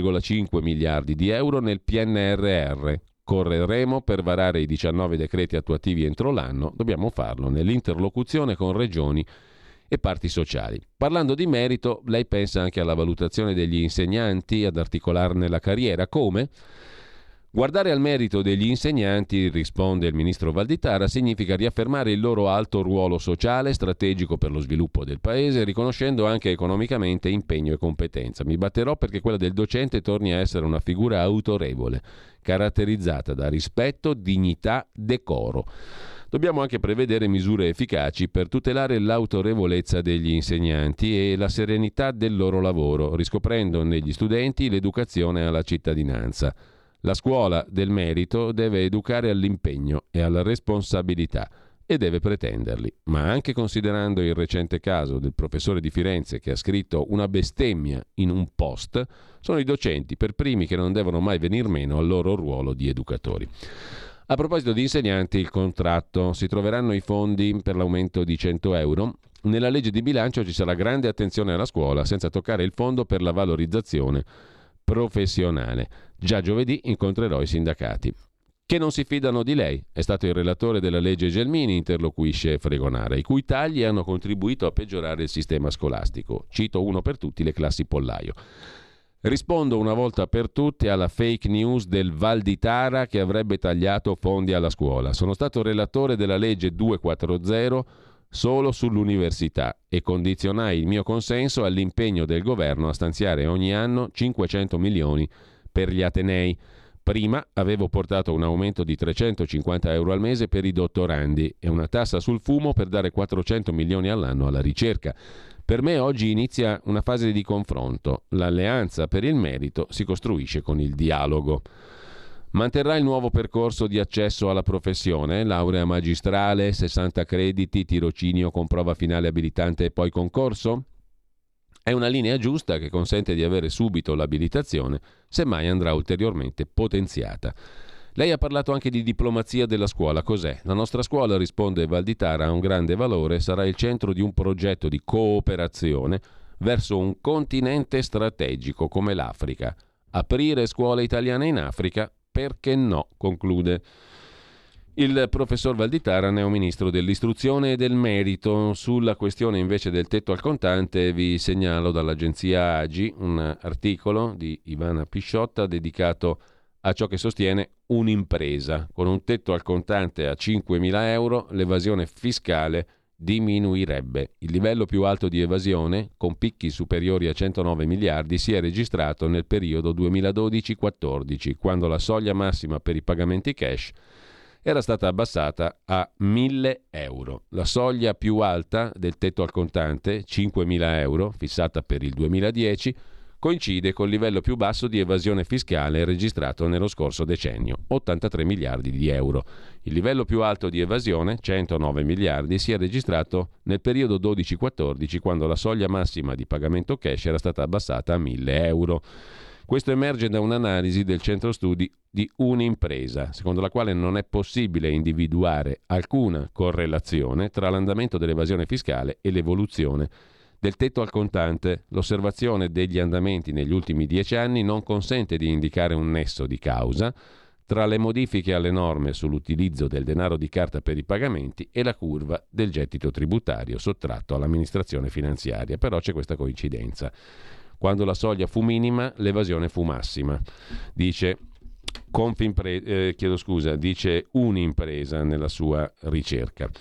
1,5 miliardi di euro nel PNRR. Correremo per varare i 19 decreti attuativi entro l'anno, dobbiamo farlo nell'interlocuzione con regioni e parti sociali. Parlando di merito, lei pensa anche alla valutazione degli insegnanti, ad articolarne la carriera. Come? Guardare al merito degli insegnanti, risponde il ministro Valditara, significa riaffermare il loro alto ruolo sociale, strategico per lo sviluppo del paese, riconoscendo anche economicamente impegno e competenza. Mi batterò perché quella del docente torni a essere una figura autorevole, caratterizzata da rispetto, dignità, decoro. Dobbiamo anche prevedere misure efficaci per tutelare l'autorevolezza degli insegnanti e la serenità del loro lavoro, riscoprendo negli studenti l'educazione alla cittadinanza. La scuola del merito deve educare all'impegno e alla responsabilità e deve pretenderli, ma anche considerando il recente caso del professore di Firenze che ha scritto una bestemmia in un post, sono i docenti per primi che non devono mai venir meno al loro ruolo di educatori. A proposito di insegnanti, il contratto: si troveranno i fondi per l'aumento di 100 euro. Nella legge di bilancio ci sarà grande attenzione alla scuola, senza toccare il fondo per la valorizzazione professionale. Già giovedì incontrerò i sindacati, che non si fidano di lei. È stato il relatore della legge Gelmini, interloquisce Fregonara, i cui tagli hanno contribuito a peggiorare il sistema scolastico. Cito uno per tutti: le classi pollaio. Rispondo una volta per tutte alla fake news del Valditara che avrebbe tagliato fondi alla scuola. Sono stato relatore della legge 240 solo sull'università e condizionai il mio consenso all'impegno del governo a stanziare ogni anno 500 milioni per gli atenei. Prima avevo portato un aumento di 350 euro al mese per i dottorandi e una tassa sul fumo per dare 400 milioni all'anno alla ricerca. Per me oggi inizia una fase di confronto. L'alleanza per il merito si costruisce con il dialogo. Manterrà il nuovo percorso di accesso alla professione, laurea magistrale, 60 crediti, tirocinio con prova finale abilitante e poi concorso? È una linea giusta che consente di avere subito l'abilitazione, semmai andrà ulteriormente potenziata. Lei ha parlato anche di diplomazia della scuola. Cos'è? La nostra scuola, risponde Valditara, ha un grande valore, sarà il centro di un progetto di cooperazione verso un continente strategico come l'Africa. Aprire scuole italiane in Africa? Perché no? Conclude il professor Valditara, neoministro dell'istruzione e del merito. Sulla questione invece del tetto al contante vi segnalo dall'agenzia AGI un articolo di Ivana Pisciotta dedicato a ciò che sostiene un'impresa. Con un tetto al contante a 5.000 euro l'evasione fiscale diminuirebbe. Il livello più alto di evasione, con picchi superiori a 109 miliardi, si è registrato nel periodo 2012-14, quando la soglia massima per i pagamenti cash era stata abbassata a 1.000 euro. La soglia più alta del tetto al contante, 5.000 euro, fissata per il 2010, coincide col livello più basso di evasione fiscale registrato nello scorso decennio, 83 miliardi di euro. Il livello più alto di evasione, 109 miliardi, si è registrato nel periodo 12-14, quando la soglia massima di pagamento cash era stata abbassata a 1.000 euro. Questo emerge da un'analisi del centro studi di Unimpresa, secondo la quale non è possibile individuare alcuna correlazione tra l'andamento dell'evasione fiscale e l'evoluzione del tetto al contante. L'osservazione degli andamenti negli ultimi 10 anni non consente di indicare un nesso di causa tra le modifiche alle norme sull'utilizzo del denaro di carta per i pagamenti e la curva del gettito tributario sottratto all'amministrazione finanziaria. Però c'è questa coincidenza. Quando la soglia fu minima, l'evasione fu massima, dice dice Unimpresa nella sua ricerca,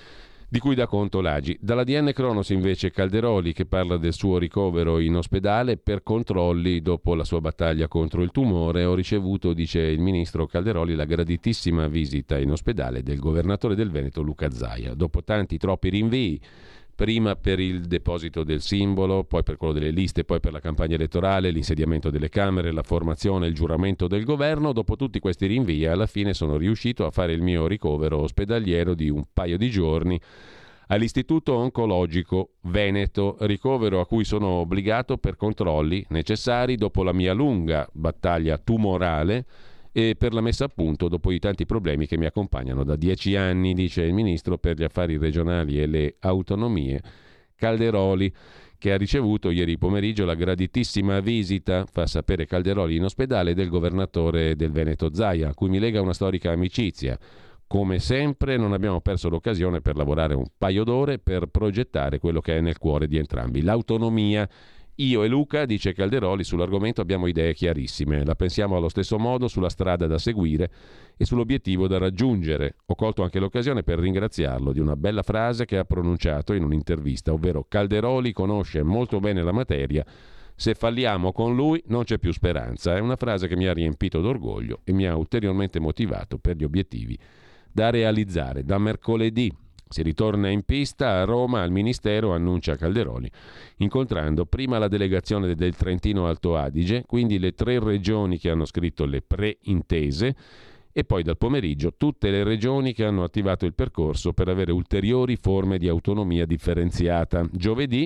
di cui dà conto l'AGI. Dall'ADN Cronos invece Calderoli, che parla del suo ricovero in ospedale per controlli dopo la sua battaglia contro il tumore. Ho ricevuto, dice il ministro Calderoli, la graditissima visita in ospedale del governatore del Veneto Luca Zaia. Dopo tanti troppi rinvii, prima per il deposito del simbolo, poi per quello delle liste, poi per la campagna elettorale, l'insediamento delle Camere, la formazione e il giuramento del governo, dopo tutti questi rinvii alla fine sono riuscito a fare il mio ricovero ospedaliero di un paio di giorni all'Istituto Oncologico Veneto, ricovero a cui sono obbligato per controlli necessari dopo la mia lunga battaglia tumorale e per la messa a punto dopo i tanti problemi che mi accompagnano da 10 anni, dice il ministro per gli affari regionali e le autonomie Calderoli, che ha ricevuto ieri pomeriggio la graditissima visita, fa sapere Calderoli, in ospedale del governatore del Veneto Zaia, a cui mi lega una storica amicizia. Come sempre non abbiamo perso l'occasione per lavorare un paio d'ore per progettare quello che è nel cuore di entrambi, l'autonomia. Io e Luca, dice Calderoli, sull'argomento abbiamo idee chiarissime, la pensiamo allo stesso modo sulla strada da seguire e sull'obiettivo da raggiungere. Ho colto anche l'occasione per ringraziarlo di una bella frase che ha pronunciato in un'intervista, ovvero: Calderoli conosce molto bene la materia, se falliamo con lui non c'è più speranza. È una frase che mi ha riempito d'orgoglio e mi ha ulteriormente motivato per gli obiettivi da realizzare. Da mercoledì si ritorna in pista a Roma al Ministero, annuncia Calderoli, incontrando prima la delegazione del Trentino Alto Adige, quindi le 3 regioni che hanno scritto le preintese, e poi dal pomeriggio tutte le regioni che hanno attivato il percorso per avere ulteriori forme di autonomia differenziata. Giovedì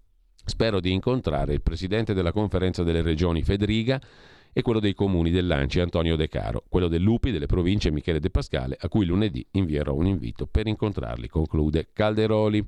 spero di incontrare il presidente della Conferenza delle Regioni Fedriga e quello dei comuni dell'Anci Antonio De Caro, quello dell'UPI delle province Michele De Pascale, a cui lunedì invierò un invito per incontrarli, conclude Calderoli.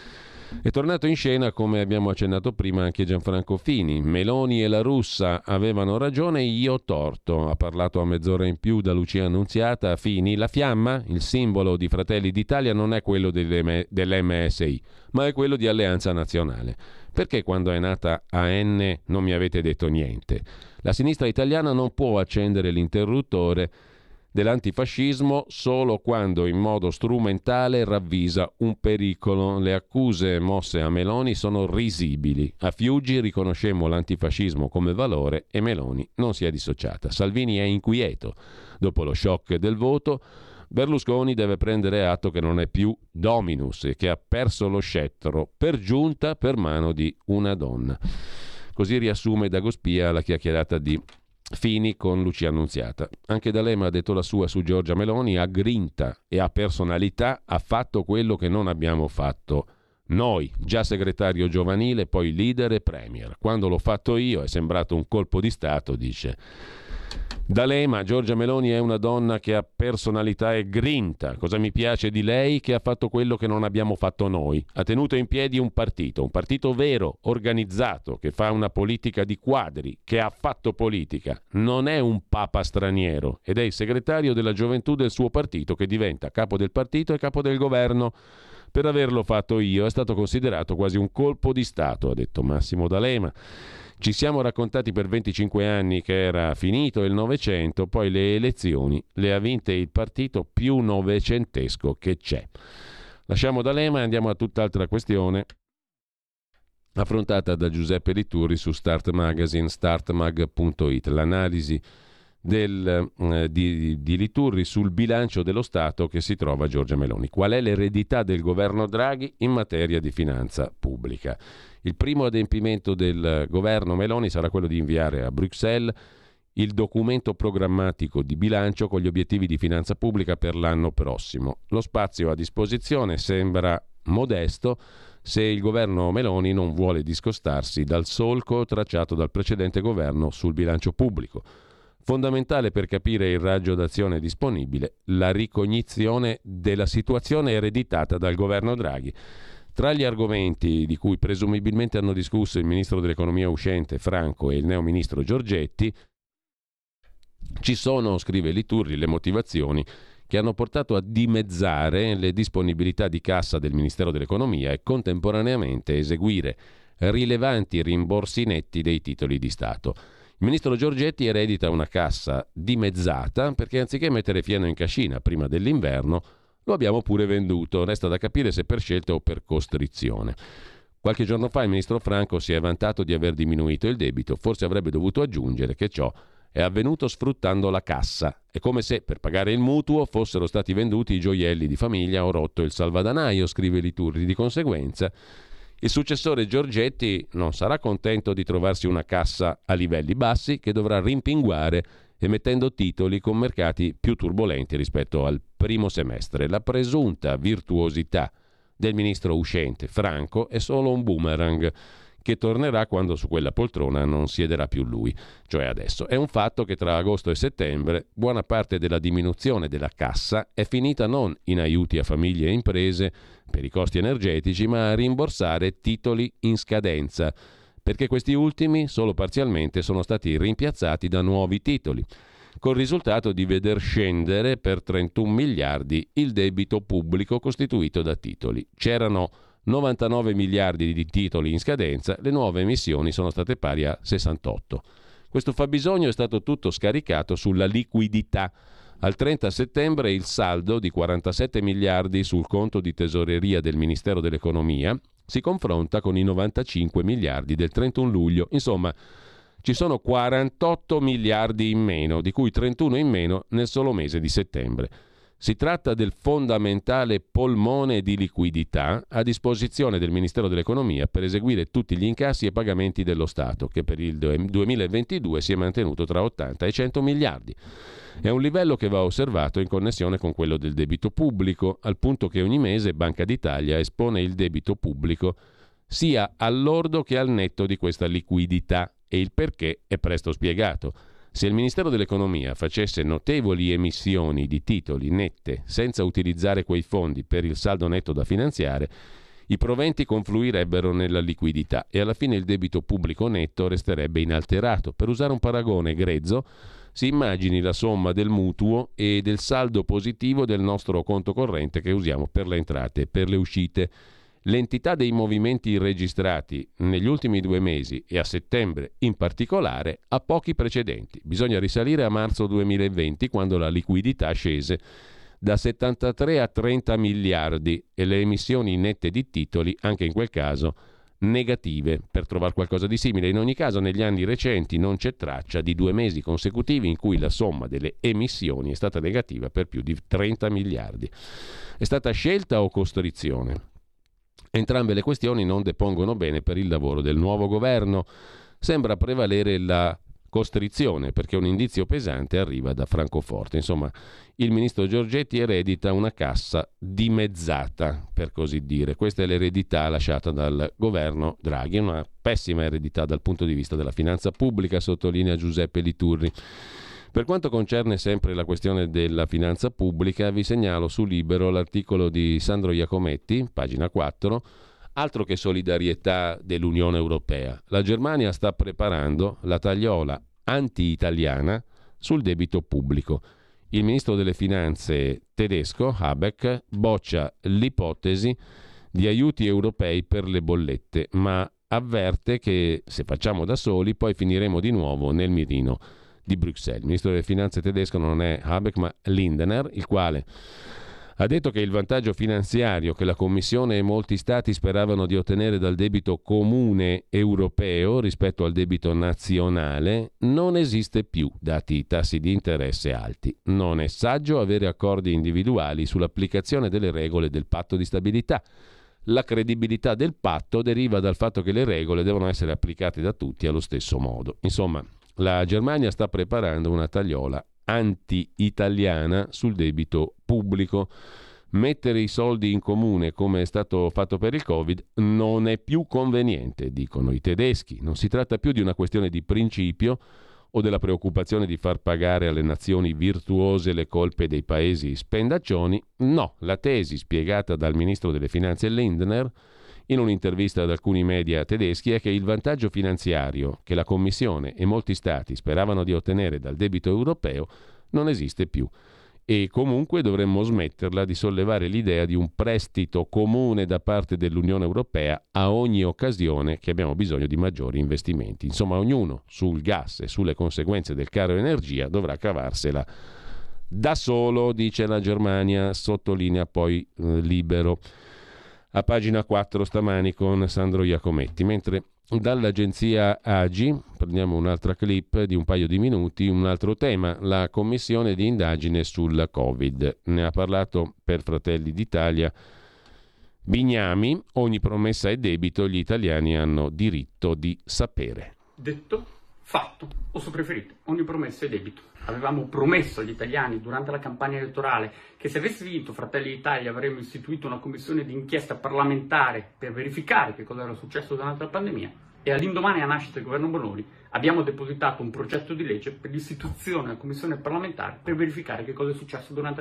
È tornato in scena, come abbiamo accennato prima, anche Gianfranco Fini. Meloni e la Russa avevano ragione, io ho torto. Ha parlato a mezz'ora in più da Lucia Annunziata a Fini. La fiamma, il simbolo di Fratelli d'Italia, non è quello dell'MSI, ma è quello di Alleanza Nazionale. Perché quando è nata AN non mi avete detto niente? La sinistra italiana non può accendere l'interruttore dell'antifascismo solo quando in modo strumentale ravvisa un pericolo. Le accuse mosse a Meloni sono risibili. A Fiuggi riconoscemmo l'antifascismo come valore e Meloni non si è dissociata. Salvini è inquieto. Dopo lo shock del voto, Berlusconi deve prendere atto che non è più dominus e che ha perso lo scettro, per giunta per mano di una donna. Così riassume Dagospia la chiacchierata di Fini con Lucia Annunziata. Anche D'Alema ha detto la sua su Giorgia Meloni, ha grinta e ha personalità, ha fatto quello che non abbiamo fatto noi, già segretario giovanile, poi leader e premier. Quando l'ho fatto io è sembrato un colpo di stato, dice D'Alema. Giorgia Meloni è una donna che ha personalità e grinta. Cosa mi piace di lei? Che ha fatto quello che non abbiamo fatto noi. Ha tenuto in piedi un partito vero, organizzato, che fa una politica di quadri, che ha fatto politica. Non è un papa straniero ed è il segretario della gioventù del suo partito che diventa capo del partito e capo del governo. Per averlo fatto io è stato considerato quasi un colpo di stato, ha detto Massimo D'Alema. Ci siamo raccontati per 25 anni che era finito il Novecento, poi le elezioni le ha vinte il partito più novecentesco che c'è. Lasciamo D'Alema e andiamo a tutt'altra questione affrontata da Giuseppe Liturri su Start Magazine, startmag.it. L'analisi di Liturri sul bilancio dello Stato che si trova Giorgia Meloni. Qual è l'eredità del governo Draghi in materia di finanza pubblica? Il primo adempimento del governo Meloni sarà quello di inviare a Bruxelles il documento programmatico di bilancio con gli obiettivi di finanza pubblica per l'anno prossimo. Lo spazio a disposizione sembra modesto se il governo Meloni non vuole discostarsi dal solco tracciato dal precedente governo sul bilancio pubblico. Fondamentale per capire il raggio d'azione disponibile, la ricognizione della situazione ereditata dal governo Draghi. Tra gli argomenti di cui presumibilmente hanno discusso il ministro dell'economia uscente Franco e il neoministro Giorgetti, ci sono, scrive Liturri, le motivazioni che hanno portato a dimezzare le disponibilità di cassa del Ministero dell'Economia e contemporaneamente eseguire rilevanti rimborsi netti dei titoli di Stato. Il ministro Giorgetti eredita una cassa dimezzata perché anziché mettere fieno in cascina prima dell'inverno lo abbiamo pure venduto, resta da capire se per scelta o per costrizione. Qualche giorno fa il ministro Franco si è vantato di aver diminuito il debito, forse avrebbe dovuto aggiungere che ciò è avvenuto sfruttando la cassa. È come se per pagare il mutuo fossero stati venduti i gioielli di famiglia o rotto il salvadanaio, scrive Liturri. Di conseguenza il successore Giorgetti non sarà contento di trovarsi una cassa a livelli bassi che dovrà rimpinguare emettendo titoli con mercati più turbolenti rispetto al primo semestre. La presunta virtuosità del ministro uscente Franco è solo un boomerang che tornerà quando su quella poltrona non siederà più lui, cioè adesso. È un fatto che tra agosto e settembre buona parte della diminuzione della cassa è finita non in aiuti a famiglie e imprese per i costi energetici, ma a rimborsare titoli in scadenza, perché questi ultimi solo parzialmente sono stati rimpiazzati da nuovi titoli, col risultato di veder scendere per 31 miliardi il debito pubblico costituito da titoli. C'erano 99 miliardi di titoli in scadenza, le nuove emissioni sono state pari a 68. Questo fabbisogno è stato tutto scaricato sulla liquidità. Al 30 settembre il saldo di 47 miliardi sul conto di tesoreria del Ministero dell'Economia si confronta con i 95 miliardi del 31 luglio. Insomma, ci sono 48 miliardi in meno, di cui 31 in meno nel solo mese di settembre. Si tratta del fondamentale polmone di liquidità a disposizione del Ministero dell'Economia per eseguire tutti gli incassi e pagamenti dello Stato, che per il 2022 si è mantenuto tra 80 e 100 miliardi. È un livello che va osservato in connessione con quello del debito pubblico, al punto che ogni mese Banca d'Italia espone il debito pubblico sia al lordo che al netto di questa liquidità, e il perché è presto spiegato. Se il Ministero dell'Economia facesse notevoli emissioni di titoli nette senza utilizzare quei fondi per il saldo netto da finanziare, i proventi confluirebbero nella liquidità e alla fine il debito pubblico netto resterebbe inalterato. Per usare un paragone grezzo, si immagini la somma del mutuo e del saldo positivo del nostro conto corrente che usiamo per le entrate e per le uscite. L'entità dei movimenti registrati negli ultimi 2 mesi e a settembre in particolare ha pochi precedenti. Bisogna risalire a marzo 2020 quando la liquidità scese da 73 a 30 miliardi e le emissioni nette di titoli, anche in quel caso, negative, per trovare qualcosa di simile. In ogni caso negli anni recenti non c'è traccia di 2 mesi consecutivi in cui la somma delle emissioni è stata negativa per più di 30 miliardi. È stata scelta o costrizione? Entrambe le questioni non depongono bene per il lavoro del nuovo governo. Sembra prevalere la costrizione, perché un indizio pesante arriva da Francoforte. Insomma, il ministro Giorgetti eredita una cassa dimezzata, per così dire. Questa è l'eredità lasciata dal governo Draghi, una pessima eredità dal punto di vista della finanza pubblica, sottolinea Giuseppe Liturri. Per quanto concerne sempre la questione della finanza pubblica, vi segnalo su Libero l'articolo di Sandro Iacometti, pagina 4, altro che solidarietà dell'Unione Europea. La Germania sta preparando la tagliola anti-italiana sul debito pubblico. Il ministro delle finanze tedesco, Habeck, boccia l'ipotesi di aiuti europei per le bollette, ma avverte che se facciamo da soli poi finiremo di nuovo nel mirino di Bruxelles. Il ministro delle finanze tedesco non è Habeck ma Lindner, il quale Ha detto che il vantaggio finanziario che la Commissione e molti Stati speravano di ottenere dal debito comune europeo rispetto al debito nazionale non esiste più, dati i tassi di interesse alti. Non è saggio avere accordi individuali sull'applicazione delle regole del patto di stabilità. La credibilità del patto deriva dal fatto che le regole devono essere applicate da tutti allo stesso modo. Insomma, la Germania sta preparando una tagliola anti-italiana sul debito pubblico. Mettere i soldi in comune, come è stato fatto per il Covid, non è più conveniente, dicono i tedeschi. Non si tratta più di una questione di principio o della preoccupazione di far pagare alle nazioni virtuose le colpe dei paesi spendaccioni. No, la tesi spiegata dal ministro delle finanze Lindner in un'intervista ad alcuni media tedeschi è che il vantaggio finanziario che la Commissione e molti Stati speravano di ottenere dal debito europeo non esiste più e comunque dovremmo smetterla di sollevare l'idea di un prestito comune da parte dell'Unione Europea a ogni occasione che abbiamo bisogno di maggiori investimenti. Insomma, ognuno sul gas e sulle conseguenze del caro energia dovrà cavarsela da solo, dice la Germania, sottolinea poi Libero. A pagina 4 stamani con Sandro Iacometti, mentre dall'agenzia AGI prendiamo un'altra clip di un paio di minuti, un altro tema, la commissione di indagine sul Covid. Ne ha parlato per Fratelli d'Italia Bignami. Ogni promessa è debito, gli italiani hanno diritto di sapere. Detto, fatto, o se preferite, ogni promessa è debito. Avevamo promesso agli italiani durante la campagna elettorale che se avesse vinto Fratelli d'Italia avremmo istituito una commissione d'inchiesta parlamentare per verificare che cosa era successo durante la pandemia e all'indomani a nascita del governo Bonoli abbiamo depositato un progetto di legge per l'istituzione di una commissione parlamentare per verificare che cosa è successo durante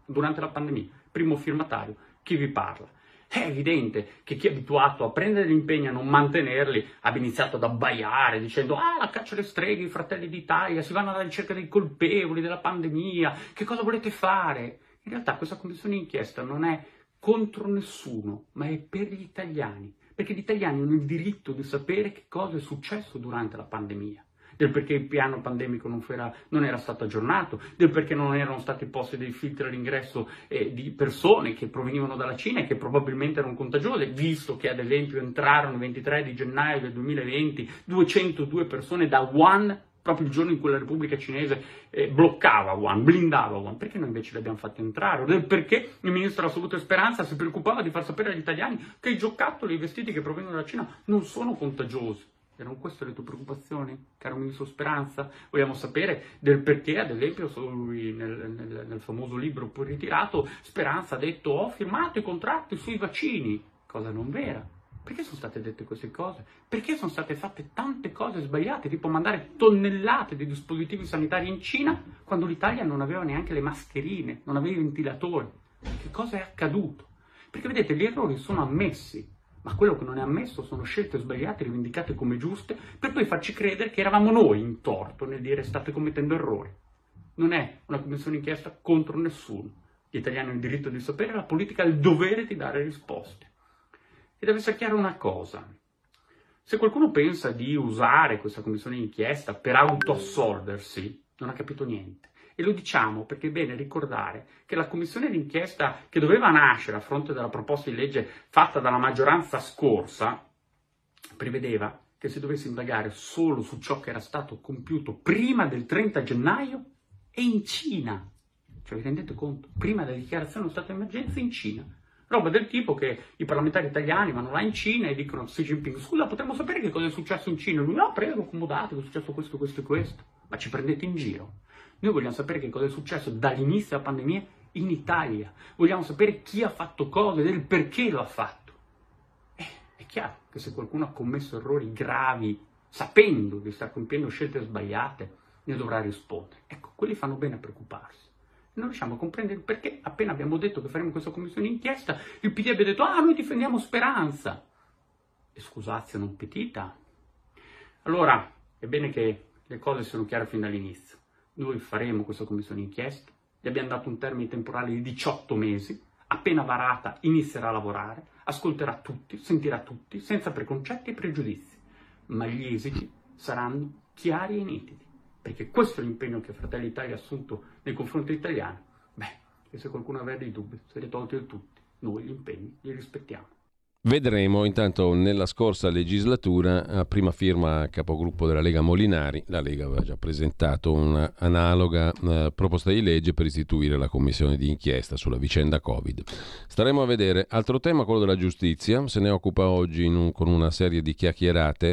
la pandemia. Primo firmatario, chi vi parla. È evidente che chi è abituato a prendere gli impegni e a non mantenerli abbia iniziato ad abbaiare dicendo la caccia alle streghe, i Fratelli d'Italia, si vanno alla ricerca dei colpevoli della pandemia, che cosa volete fare? In realtà questa commissione d'inchiesta non è contro nessuno, ma è per gli italiani, perché gli italiani hanno il diritto di sapere che cosa è successo durante la pandemia. Del perché il piano pandemico non era stato aggiornato, del perché non erano stati posti dei filtri all'ingresso di persone che provenivano dalla Cina e che probabilmente erano contagiose, visto che ad esempio entrarono il 23 di gennaio del 2020 202 persone da Wuhan, proprio il giorno in cui la Repubblica Cinese bloccava Wuhan, blindava Wuhan. Perché noi invece li abbiamo fatti entrare? O del perché il ministro della Salute Speranza si preoccupava di far sapere agli italiani che i giocattoli, i vestiti che provengono dalla Cina non sono contagiosi. Erano queste le tue preoccupazioni, caro ministro Speranza? Vogliamo sapere del perché, ad esempio, lui nel famoso libro poi ritirato, Speranza ha detto ho firmato i contratti sui vaccini, cosa non vera. Perché sono state dette queste cose? Perché sono state fatte tante cose sbagliate, tipo mandare tonnellate di dispositivi sanitari in Cina quando l'Italia non aveva neanche le mascherine, non aveva i ventilatori? Che cosa è accaduto? Perché vedete, gli errori sono ammessi. Ma quello che non è ammesso sono scelte sbagliate rivendicate come giuste per poi farci credere che eravamo noi in torto nel dire state commettendo errori. Non è una commissione d'inchiesta contro nessuno. Gli italiani hanno il diritto di sapere, la politica ha il dovere di dare risposte. E deve essere chiara una cosa. Se qualcuno pensa di usare questa commissione d'inchiesta per autoassolversi, non ha capito niente. E lo diciamo perché è bene ricordare che la commissione d'inchiesta che doveva nascere a fronte della proposta di legge fatta dalla maggioranza scorsa prevedeva che si dovesse indagare solo su ciò che era stato compiuto prima del 30 gennaio e in Cina. Cioè, vi rendete conto? Prima della dichiarazione dello stato di emergenza in Cina. Roba del tipo che i parlamentari italiani vanno là in Cina e dicono a Xi Jinping scusa, potremmo sapere che cosa è successo in Cina? E lui, no, prego, accomodatevi, è successo questo, questo e questo. Ma ci prendete in giro? Noi vogliamo sapere che cosa è successo dall'inizio della pandemia in Italia. Vogliamo sapere chi ha fatto cosa e del perché lo ha fatto. È chiaro che se qualcuno ha commesso errori gravi, sapendo che sta compiendo scelte sbagliate, ne dovrà rispondere. Ecco, quelli fanno bene a preoccuparsi. Non riusciamo a comprendere perché appena abbiamo detto che faremo questa commissione d'inchiesta, il PD abbia detto noi difendiamo Speranza. E scusazio non petita. Allora, è bene che le cose siano chiare fin dall'inizio. Noi faremo questa commissione d'inchiesta, gli abbiamo dato un termine temporale di 18 mesi, appena varata inizierà a lavorare, ascolterà tutti, sentirà tutti, senza preconcetti e pregiudizi, ma gli esiti saranno chiari e nitidi, perché questo è l'impegno che Fratelli d'Italia ha assunto nei confronti degli italiani. E se qualcuno aveva dei dubbi, se li ha tolti tutti. Noi gli impegni li rispettiamo. Vedremo. Intanto nella scorsa legislatura, a prima firma capogruppo della Lega Molinari, la Lega aveva già presentato una analoga proposta di legge per istituire la commissione di inchiesta sulla vicenda Covid. Staremo a vedere. Altro tema, quello della giustizia, se ne occupa oggi con una serie di chiacchierate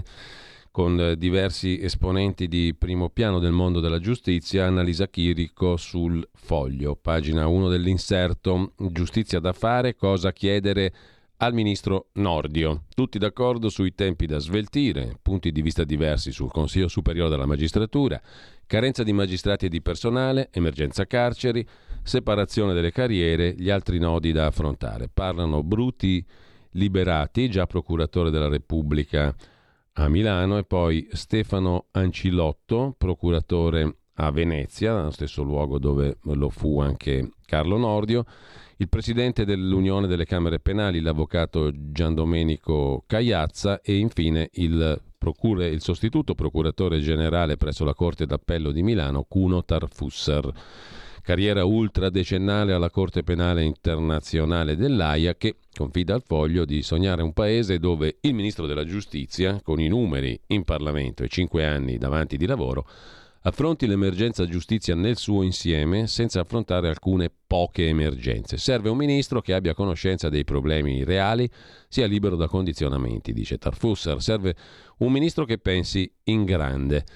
con diversi esponenti di primo piano del mondo della giustizia. Annalisa Chirico sul Foglio, pagina 1 dell'inserto. Giustizia da fare, cosa chiedere al ministro Nordio. Tutti d'accordo sui tempi da sveltire, punti di vista diversi sul Consiglio Superiore della Magistratura, carenza di magistrati e di personale, emergenza carceri, separazione delle carriere, gli altri nodi da affrontare. Parlano Bruti Liberati, già procuratore della Repubblica a Milano, e poi Stefano Ancilotto, procuratore a Venezia, nello stesso luogo dove lo fu anche Carlo Nordio, il presidente dell'Unione delle Camere Penali, l'avvocato Giandomenico Cagliazza, e infine il sostituto procuratore generale presso la Corte d'Appello di Milano, Cuno Tarfusser. Carriera ultradecennale alla Corte Penale Internazionale dell'Aia, che confida al Foglio di sognare un paese dove il ministro della Giustizia, con i numeri in Parlamento e 5 anni davanti di lavoro, affronti l'emergenza giustizia nel suo insieme senza affrontare alcune poche emergenze. Serve un ministro che abbia conoscenza dei problemi reali, sia libero da condizionamenti, dice Tarfusser. Serve un ministro che pensi in grande.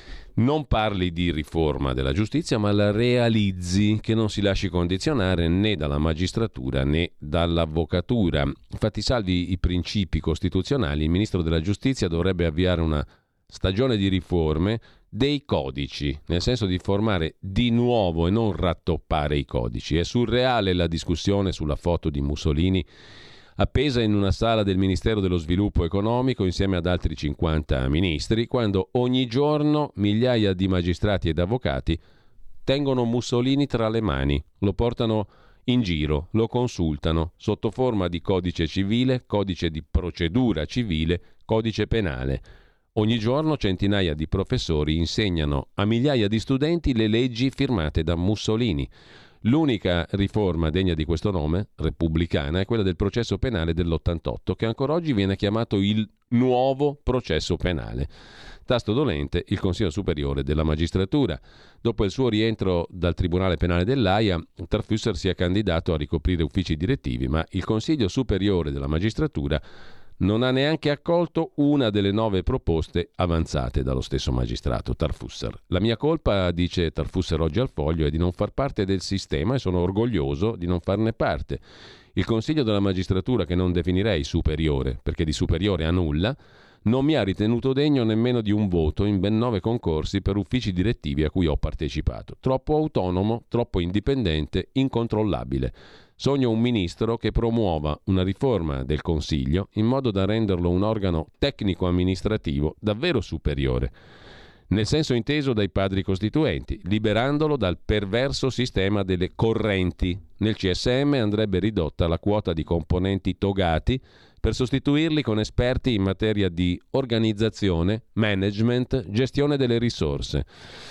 Non parli di riforma della giustizia, ma la realizzi, che non si lasci condizionare né dalla magistratura né dall'avvocatura. Fatti salvi i principi costituzionali, il ministro della giustizia dovrebbe avviare una stagione di riforme dei codici, nel senso di formare di nuovo e non rattoppare i codici. È surreale la discussione sulla foto di Mussolini appesa in una sala del Ministero dello Sviluppo Economico insieme ad altri 50 ministri, quando ogni giorno migliaia di magistrati ed avvocati tengono Mussolini tra le mani, lo portano in giro, lo consultano sotto forma di codice civile, codice di procedura civile, codice penale. Ogni giorno centinaia di professori insegnano a migliaia di studenti le leggi firmate da Mussolini. L'unica riforma degna di questo nome, repubblicana, è quella del processo penale dell'88, che ancora oggi viene chiamato il nuovo processo penale. Tasto dolente il Consiglio Superiore della Magistratura. Dopo il suo rientro dal Tribunale Penale dell'Aia, Tarfusser si è candidato a ricoprire uffici direttivi, ma il Consiglio Superiore della Magistratura non ha neanche accolto una delle 9 proposte avanzate dallo stesso magistrato Tarfusser. La mia colpa, dice Tarfusser oggi al Foglio, è di non far parte del sistema e sono orgoglioso di non farne parte. Il Consiglio della Magistratura, che non definirei superiore, perché di superiore ha nulla, non mi ha ritenuto degno nemmeno di un voto in ben 9 concorsi per uffici direttivi a cui ho partecipato. Troppo autonomo, troppo indipendente, incontrollabile. Sogno un ministro che promuova una riforma del Consiglio in modo da renderlo un organo tecnico-amministrativo davvero superiore, nel senso inteso dai padri costituenti, liberandolo dal perverso sistema delle correnti. Nel CSM andrebbe ridotta la quota di componenti togati per sostituirli con esperti in materia di organizzazione, management, gestione delle risorse.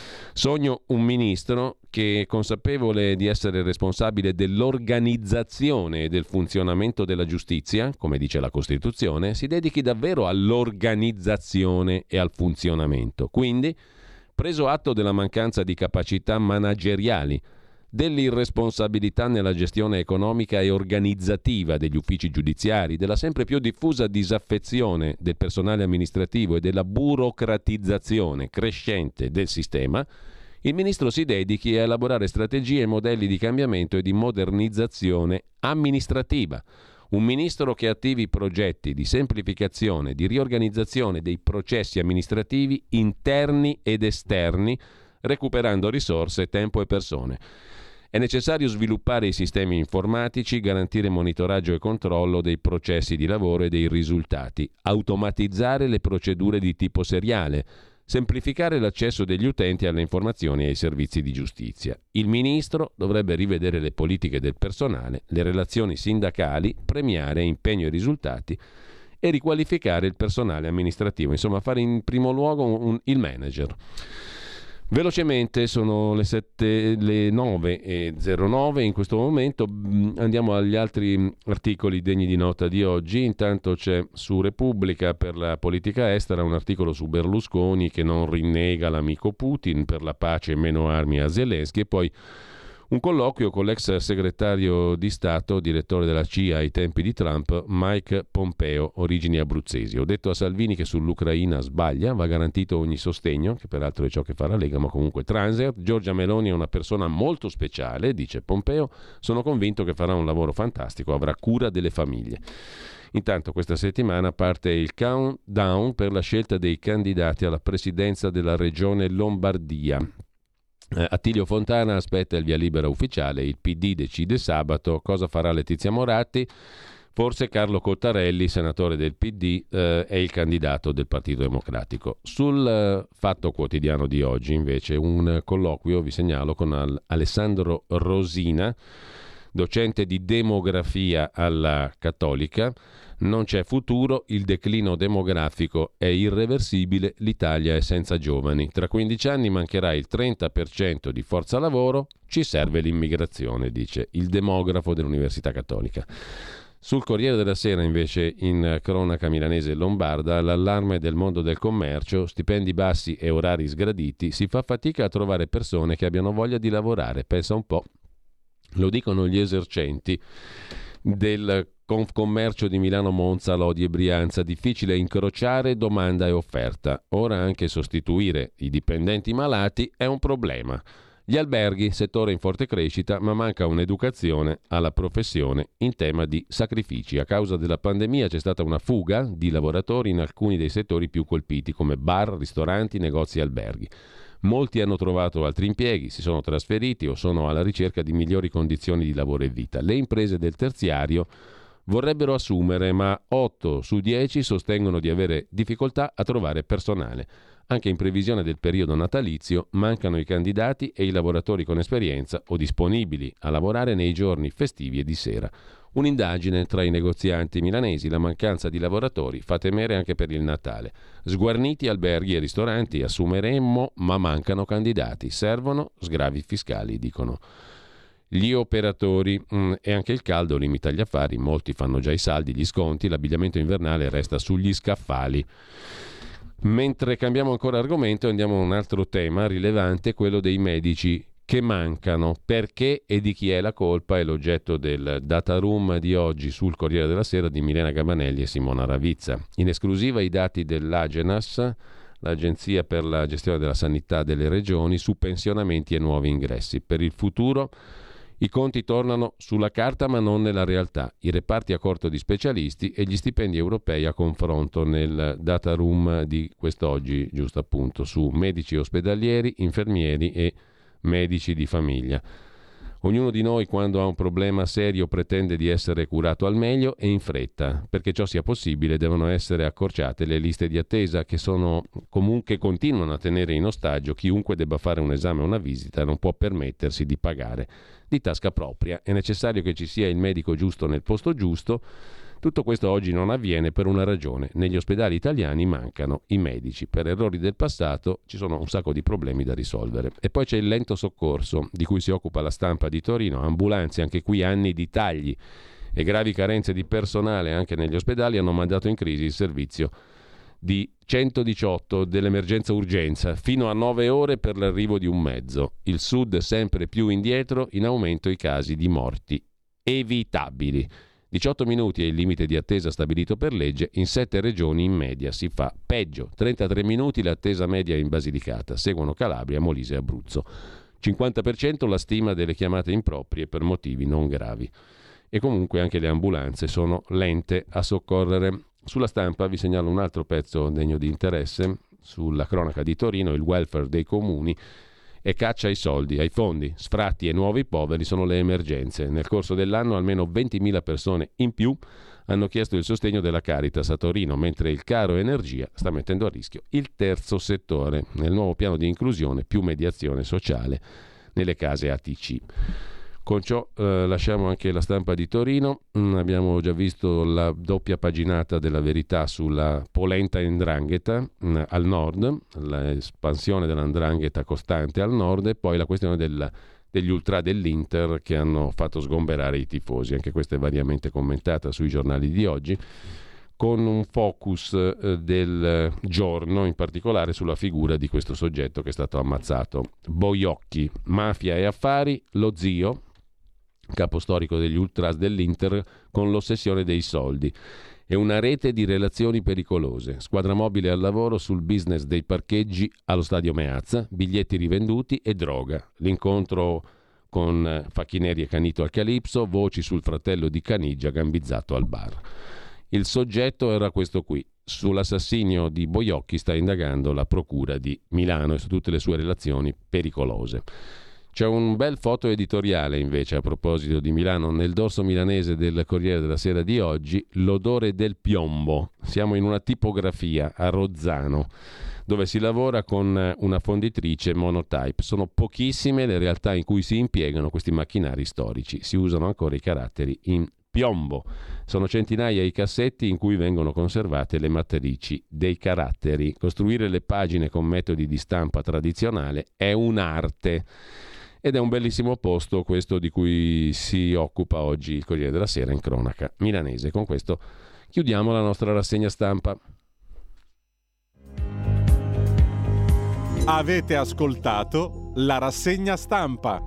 Sogno un ministro che, consapevole di essere responsabile dell'organizzazione e del funzionamento della giustizia, come dice la Costituzione, si dedichi davvero all'organizzazione e al funzionamento. Quindi, preso atto della mancanza di capacità manageriali, dell'irresponsabilità nella gestione economica e organizzativa degli uffici giudiziari, della sempre più diffusa disaffezione del personale amministrativo e della burocratizzazione crescente del sistema, il ministro si dedichi a elaborare strategie e modelli di cambiamento e di modernizzazione amministrativa. Un ministro che attivi progetti di semplificazione, di riorganizzazione dei processi amministrativi interni ed esterni, recuperando risorse, tempo e persone. È necessario sviluppare i sistemi informatici, garantire monitoraggio e controllo dei processi di lavoro e dei risultati, automatizzare le procedure di tipo seriale, semplificare l'accesso degli utenti alle informazioni e ai servizi di giustizia. Il ministro dovrebbe rivedere le politiche del personale, le relazioni sindacali, premiare impegno e risultati e riqualificare il personale amministrativo, insomma fare in primo luogo il manager. Velocemente sono le 9:09 in questo momento. Andiamo agli altri articoli degni di nota di oggi. Intanto c'è su Repubblica, per la politica estera, un articolo su Berlusconi che non rinnega l'amico Putin, per la pace e meno armi a Zelensky, e poi un colloquio con l'ex segretario di Stato, direttore della CIA ai tempi di Trump, Mike Pompeo, origini abruzzesi. Ho detto a Salvini che sull'Ucraina sbaglia, va garantito ogni sostegno, che peraltro è ciò che fa la Lega, ma comunque transient. Giorgia Meloni è una persona molto speciale, dice Pompeo, sono convinto che farà un lavoro fantastico, avrà cura delle famiglie. Intanto questa settimana parte il countdown per la scelta dei candidati alla presidenza della regione Lombardia. Attilio Fontana aspetta il via libera ufficiale, il PD decide sabato. Cosa farà Letizia Moratti? Forse Carlo Cottarelli, senatore del PD, è il candidato del Partito Democratico. Sul Fatto Quotidiano di oggi, invece, un colloquio, vi segnalo, con Alessandro Rosina, docente di demografia alla Cattolica. Non c'è futuro, il declino demografico è irreversibile, l'Italia è senza giovani. Tra 15 anni mancherà il 30% di forza lavoro, ci serve l'immigrazione, dice il demografo dell'Università Cattolica. Sul Corriere della Sera, invece, in cronaca milanese e lombarda, l'allarme del mondo del commercio, stipendi bassi e orari sgraditi, si fa fatica a trovare persone che abbiano voglia di lavorare. Pensa un po', lo dicono gli esercenti del Confcommercio di Milano, Monza, Lodi e Brianza. Difficile incrociare domanda e offerta. Ora anche sostituire i dipendenti malati è un problema. Gli alberghi, settore in forte crescita, ma manca un'educazione alla professione in tema di sacrifici. A causa della pandemia c'è stata una fuga di lavoratori in alcuni dei settori più colpiti, come bar, ristoranti, negozi e alberghi. Molti hanno trovato altri impieghi, si sono trasferiti o sono alla ricerca di migliori condizioni di lavoro e vita. Le imprese del terziario vorrebbero assumere, ma 8 su 10 sostengono di avere difficoltà a trovare personale. Anche in previsione del periodo natalizio mancano i candidati e i lavoratori con esperienza o disponibili a lavorare nei giorni festivi e di sera. Un'indagine tra i negozianti milanesi, la mancanza di lavoratori fa temere anche per il Natale. Sguarniti alberghi e ristoranti, assumeremmo ma mancano candidati, servono sgravi fiscali, dicono gli operatori. E anche il caldo limita gli affari, molti fanno già i saldi, gli sconti, l'abbigliamento invernale resta sugli scaffali. Mentre cambiamo ancora argomento, andiamo a un altro tema rilevante, quello dei medici che mancano. Perché e di chi è la colpa è l'oggetto del data room di oggi sul Corriere della Sera di Milena Gabanelli e Simona Ravizza. In esclusiva i dati dell'Agenas, l'Agenzia per la gestione della sanità delle regioni, su pensionamenti e nuovi ingressi. Per il futuro i conti tornano sulla carta ma non nella realtà. I reparti a corto di specialisti e gli stipendi europei a confronto nel data room di quest'oggi, giusto appunto, su medici ospedalieri, infermieri e medici di famiglia. Ognuno di noi, quando ha un problema serio, pretende di essere curato al meglio e in fretta. Perché ciò sia possibile devono essere accorciate le liste di attesa, che sono comunque continuano a tenere in ostaggio chiunque debba fare un esame o una visita e non può permettersi di pagare di tasca propria. È necessario che ci sia il medico giusto nel posto giusto. Tutto questo oggi non avviene per una ragione: negli ospedali italiani mancano i medici. Per errori del passato ci sono un sacco di problemi da risolvere. E poi c'è il lento soccorso, di cui si occupa La Stampa di Torino. Ambulanze, anche qui anni di tagli e gravi carenze di personale anche negli ospedali hanno mandato in crisi il servizio di 118 dell'emergenza urgenza, fino a 9 ore per l'arrivo di un mezzo. Il Sud sempre più indietro, in aumento i casi di morti evitabili. 18 minuti è il limite di attesa stabilito per legge, in 7 regioni in media si fa peggio. 33 minuti l'attesa media in Basilicata, seguono Calabria, Molise e Abruzzo. 50% la stima delle chiamate improprie per motivi non gravi. E comunque anche le ambulanze sono lente a soccorrere. Sulla Stampa vi segnalo un altro pezzo degno di interesse, sulla cronaca di Torino. Il welfare dei comuni e caccia ai soldi, ai fondi. Sfratti e nuovi poveri sono le emergenze. Nel corso dell'anno almeno 20.000 persone in più hanno chiesto il sostegno della Caritas a Torino, mentre il caro energia sta mettendo a rischio il terzo settore. Nel nuovo piano di inclusione, più mediazione sociale nelle case ATC. Con ciò lasciamo anche la stampa di Torino. Abbiamo già visto la doppia paginata della Verità sulla polenta 'ndrangheta al nord, l'espansione della 'ndrangheta costante al nord, e poi la questione degli ultra dell'Inter che hanno fatto sgomberare i tifosi. Anche questa è variamente commentata sui giornali di oggi, con un focus del giorno in particolare sulla figura di questo soggetto che è stato ammazzato. Boiocchi, mafia e affari, lo zio, capo storico degli ultras dell'Inter, con l'ossessione dei soldi e una rete di relazioni pericolose. Squadra mobile al lavoro sul business dei parcheggi allo stadio Meazza, biglietti rivenduti e droga. L'incontro con Facchineri e Canito al Calipso, voci sul fratello di Caniggia gambizzato al bar. Il soggetto era questo qui. Sull'assassinio di Boiocchi sta indagando la procura di Milano e su tutte le sue relazioni pericolose. C'è un bel foto editoriale invece a proposito di Milano nel dorso milanese del Corriere della Sera di oggi, l'odore del piombo. Siamo in una tipografia a Rozzano dove si lavora con una fonditrice monotype. Sono pochissime le realtà in cui si impiegano questi macchinari storici. Si usano ancora i caratteri in piombo. Sono centinaia i cassetti in cui vengono conservate le matrici dei caratteri. Costruire le pagine con metodi di stampa tradizionale è un'arte. Ed è un bellissimo posto questo di cui si occupa oggi il Corriere della Sera in cronaca milanese. Con questo chiudiamo la nostra rassegna stampa. Avete ascoltato la rassegna stampa.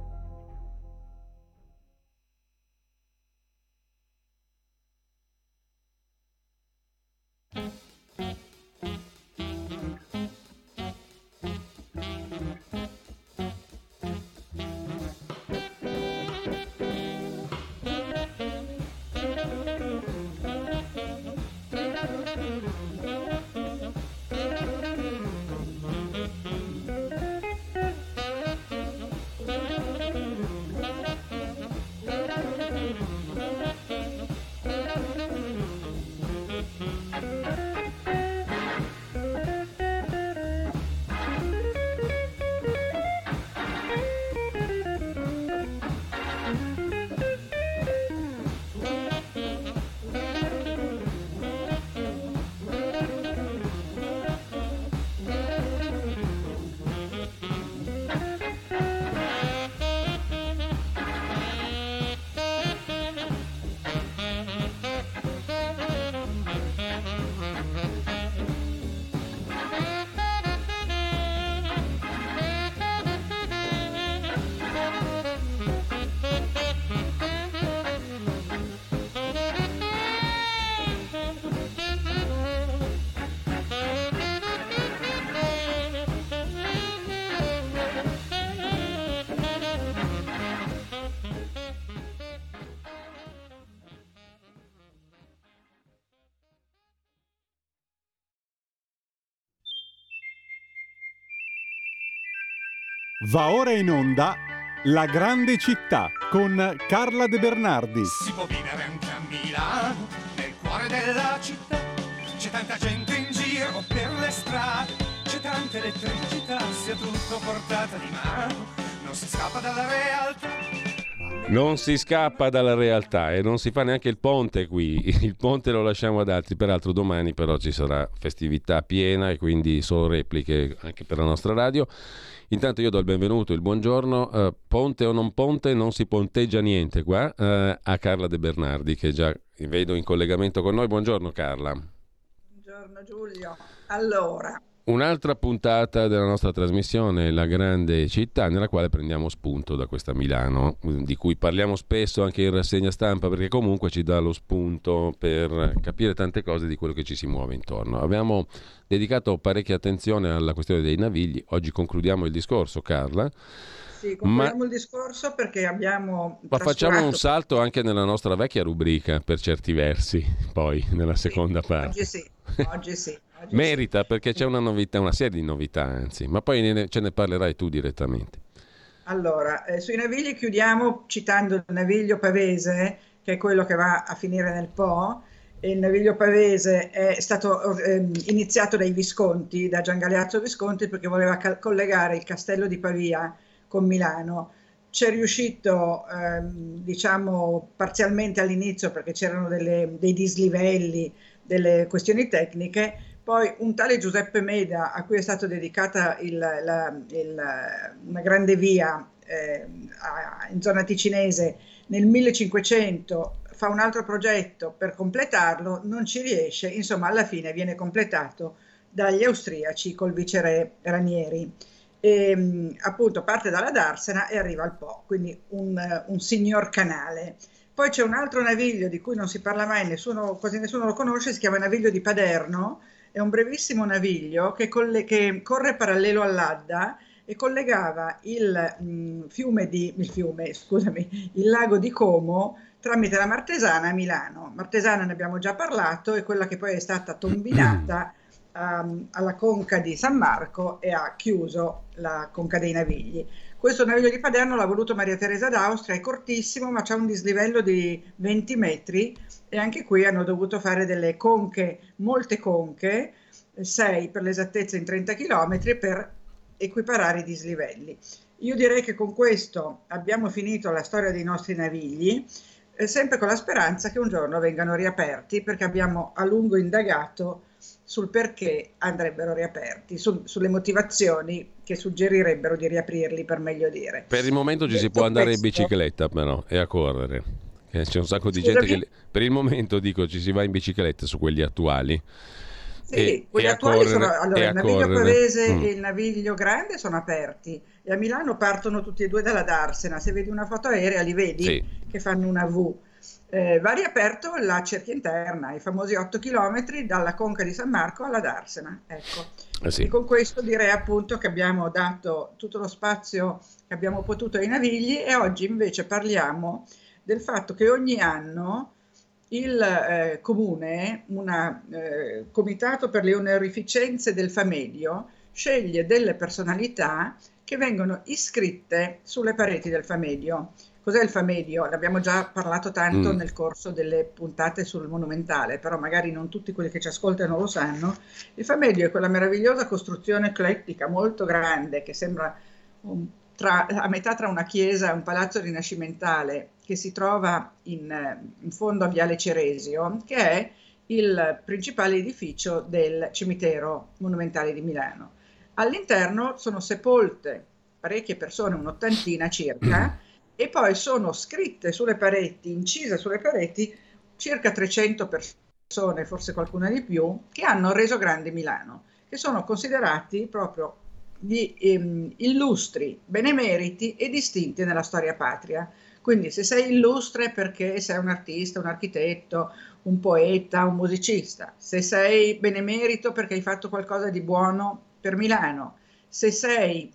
Va ora in onda La Grande Città con Carla De Bernardi. Si può vivere anche a Milano, nel cuore della città. C'è tanta gente in giro per le strade, c'è tanta elettricità, sia tutto a portata di mano. Non si scappa dalla realtà. Non si scappa dalla realtà e non si fa neanche il ponte qui. Il ponte lo lasciamo ad altri. Peraltro domani però ci sarà festività piena e quindi solo repliche anche per la nostra radio. Intanto io do il benvenuto, il buongiorno, ponte o non ponte, non si ponteggia niente qua, a Carla De Bernardi che già vedo in collegamento con noi. Buongiorno Carla. Buongiorno Giulio. Allora, un'altra puntata della nostra trasmissione, La Grande Città, nella quale prendiamo spunto da questa Milano, di cui parliamo spesso anche in rassegna stampa, perché comunque ci dà lo spunto per capire tante cose di quello che ci si muove intorno. Abbiamo dedicato parecchia attenzione alla questione dei Navigli. Oggi concludiamo il discorso, Carla. Sì, concludiamo il discorso perché abbiamo Ma facciamo un salto anche nella nostra vecchia rubrica, per certi versi, poi, nella seconda parte. Oggi sì. Merita, perché c'è una novità, una serie di novità, anzi, ma poi ce ne parlerai tu direttamente. Allora, sui Navigli chiudiamo citando il Naviglio Pavese, che è quello che va a finire nel Po. E il Naviglio Pavese è stato iniziato dai Visconti, da Gian Galeazzo Visconti, perché voleva collegare il castello di Pavia con Milano, C'è riuscito, diciamo, parzialmente all'inizio perché c'erano dei dislivelli, delle questioni tecniche. Poi un tale Giuseppe Meda, a cui è stata dedicata una grande via in zona ticinese nel 1500, fa un altro progetto per completarlo, non ci riesce, insomma alla fine viene completato dagli austriaci col viceré Ranieri. E, appunto parte dalla Darsena e arriva al Po, quindi un signor canale. Poi c'è un altro naviglio di cui non si parla mai, quasi nessuno lo conosce, si chiama Naviglio di Paderno, è un brevissimo naviglio che corre parallelo all'Adda e collegava il lago di Como tramite la Martesana a Milano. Martesana ne abbiamo già parlato, è quella che poi è stata tombinata alla conca di San Marco e ha chiuso la conca dei Navigli. Questo naviglio di Paderno l'ha voluto Maria Teresa d'Austria, è cortissimo ma c'ha un dislivello di 20 metri e anche qui hanno dovuto fare delle conche, molte conche, 6 per l'esattezza in 30 km per equiparare i dislivelli. Io direi che con questo abbiamo finito la storia dei nostri navigli, sempre con la speranza che un giorno vengano riaperti, perché abbiamo a lungo indagato sul perché andrebbero riaperti, sulle motivazioni che suggerirebbero di riaprirli, per meglio dire. Per il momento ci si può andare in bicicletta però e a correre. C'è un sacco di gente che per il momento ci si va in bicicletta su quelli attuali. Sì, quelli attuali sono, allora il Naviglio Pavese e il Naviglio Grande sono aperti e a Milano partono tutti e due dalla Darsena. Se vedi una foto aerea li vedi, sì, che fanno una V. Va riaperto la cerchia interna, i famosi 8 km dalla conca di San Marco alla Darsena, ecco. Sì. E con questo direi appunto che abbiamo dato tutto lo spazio che abbiamo potuto ai navigli e oggi invece parliamo del fatto che ogni anno il comune, un comitato per le onorificenze del Famedio, sceglie delle personalità che vengono iscritte sulle pareti del Famedio. Cos'è il Famedio? L'abbiamo già parlato tanto nel corso delle puntate sul Monumentale, però magari non tutti quelli che ci ascoltano lo sanno. Il Famedio è quella meravigliosa costruzione eclettica molto grande che sembra a metà tra una chiesa e un palazzo rinascimentale, che si trova in fondo a Viale Ceresio, che è il principale edificio del cimitero monumentale di Milano. All'interno sono sepolte parecchie persone, un'ottantina circa, e poi sono scritte sulle pareti, incise sulle pareti, circa 300 persone, forse qualcuna di più, che hanno reso grande Milano, che sono considerati proprio gli illustri, benemeriti e distinti nella storia patria. Quindi se sei illustre perché sei un artista, un architetto, un poeta, un musicista, se sei benemerito perché hai fatto qualcosa di buono per Milano, se sei,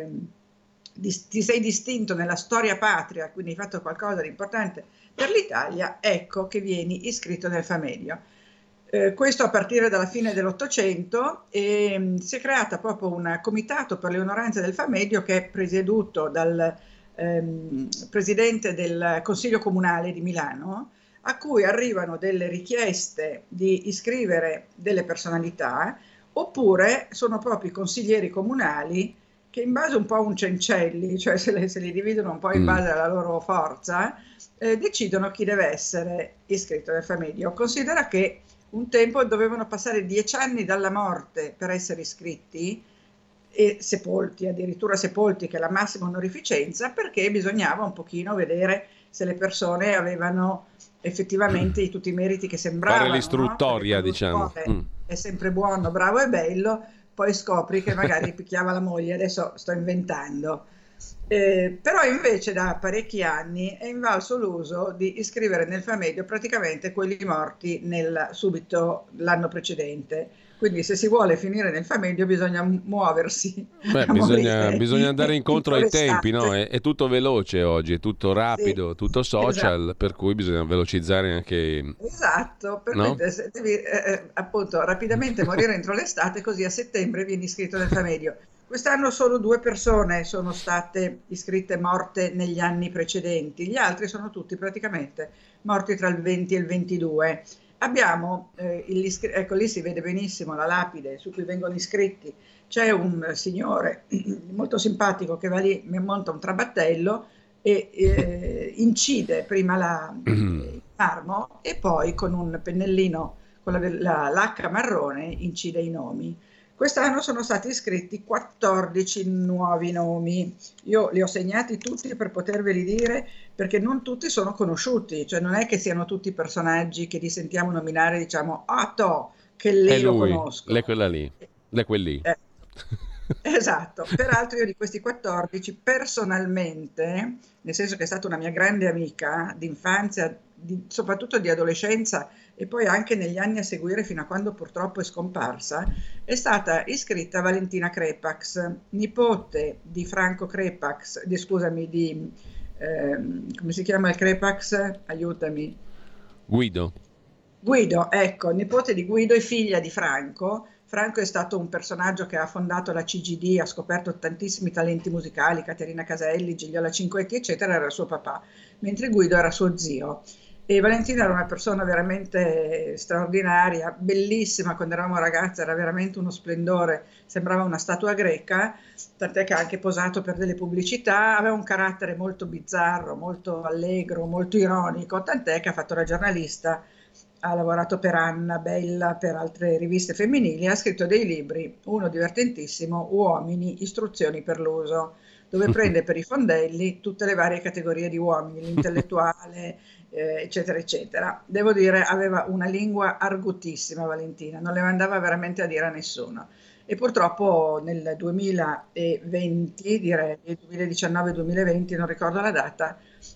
ti sei distinto nella storia patria, quindi hai fatto qualcosa di importante per l'Italia, ecco che vieni iscritto nel Famedio. Questo a partire dalla fine dell'Ottocento e si è creata proprio un comitato per le onoranze del Famedio che è presieduto dal presidente del Consiglio Comunale di Milano, a cui arrivano delle richieste di iscrivere delle personalità, oppure sono proprio i consiglieri comunali che in base un po' a un cencelli, cioè se li dividono un po' in base alla loro forza, decidono chi deve essere iscritto nel Famedio. Considera che un tempo dovevano passare 10 anni dalla morte per essere iscritti e sepolti, addirittura sepolti, che è la massima onorificenza, perché bisognava un pochino vedere se le persone avevano effettivamente tutti i meriti che sembravano. Fare l'istruttoria, no? Diciamo. È sempre buono, bravo e bello, poi scopri che magari picchiava la moglie, adesso sto inventando. Però invece da parecchi anni è invalso l'uso di iscrivere nel Famedio praticamente quelli morti subito l'anno precedente. Quindi se si vuole finire nel Famedio bisogna muoversi. Bisogna andare incontro ai tempi, no? È tutto veloce oggi, è tutto rapido, sì, tutto social, esatto. Per cui bisogna velocizzare anche... Esatto, per no? Devi appunto rapidamente morire entro l'estate, così a settembre vieni iscritto nel Famedio. Quest'anno solo 2 persone sono state iscritte morte negli anni precedenti, gli altri sono tutti praticamente morti tra il 20 e il 22. Abbiamo, ecco lì si vede benissimo la lapide su cui vengono iscritti, c'è un signore molto simpatico che va lì, monta un trabattello, e incide prima il marmo e poi con un pennellino con la lacca marrone incide i nomi. Quest'anno sono stati iscritti 14 nuovi nomi. Io li ho segnati tutti per poterveli dire, perché non tutti sono conosciuti, cioè non è che siano tutti personaggi che li sentiamo nominare e diciamo che lei lo conosco. Lei quella lì, lei quelli. Esatto, peraltro io di questi 14 personalmente, nel senso che è stata una mia grande amica di infanzia, soprattutto di adolescenza e poi anche negli anni a seguire fino a quando purtroppo è scomparsa, è stata iscritta Valentina Crepax, nipote di Franco Crepax, come si chiama il Crepax? Aiutami. Guido, ecco, nipote di Guido e figlia di Franco. Franco è stato un personaggio che ha fondato la CGD, ha scoperto tantissimi talenti musicali, Caterina Caselli, Gigliola Cinquetti, eccetera, era suo papà, mentre Guido era suo zio. E Valentina era una persona veramente straordinaria, bellissima, quando eravamo ragazze era veramente uno splendore, sembrava una statua greca, tant'è che ha anche posato per delle pubblicità, aveva un carattere molto bizzarro, molto allegro, molto ironico, tant'è che ha fatto la giornalista, ha lavorato per Anna, Bella, per altre riviste femminili, ha scritto dei libri, uno divertentissimo, Uomini, istruzioni per l'uso, dove prende per i fondelli tutte le varie categorie di uomini, l'intellettuale, eccetera, eccetera. Devo dire, aveva una lingua argutissima Valentina, non le mandava veramente a dire a nessuno. E purtroppo nel 2020, direi, 2019-2020, non ricordo la data,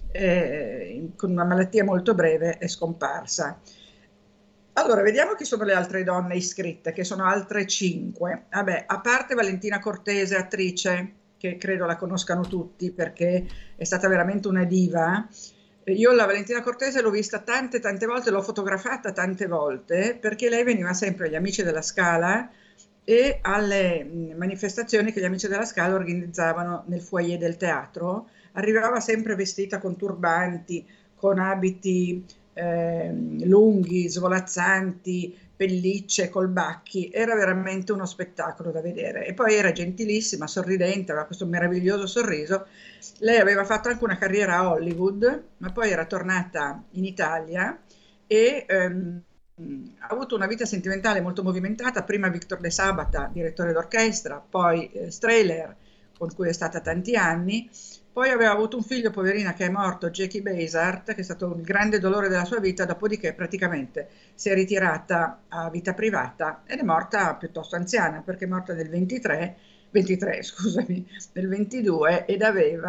con una malattia molto breve è scomparsa. Allora, vediamo chi sono le altre donne iscritte, che sono altre 5. Vabbè, a parte Valentina Cortese, attrice, che credo la conoscano tutti perché è stata veramente una diva. Io la Valentina Cortese l'ho vista tante volte, l'ho fotografata tante volte, perché lei veniva sempre agli Amici della Scala e alle manifestazioni che gli Amici della Scala organizzavano nel foyer del teatro. Arrivava sempre vestita con turbanti, con abiti lunghi, svolazzanti, pellicce, colbacchi, era veramente uno spettacolo da vedere. E poi era gentilissima, sorridente, aveva questo meraviglioso sorriso. Lei aveva fatto anche una carriera a Hollywood, ma poi era tornata in Italia e ha avuto una vita sentimentale molto movimentata, prima Victor De Sabata, direttore d'orchestra, poi Strehler, con cui è stata tanti anni. Poi aveva avuto un figlio, poverina, che è morto, Jackie Basart, che è stato il grande dolore della sua vita, dopodiché praticamente si è ritirata a vita privata ed è morta piuttosto anziana, perché è morta nel 23, nel 22 ed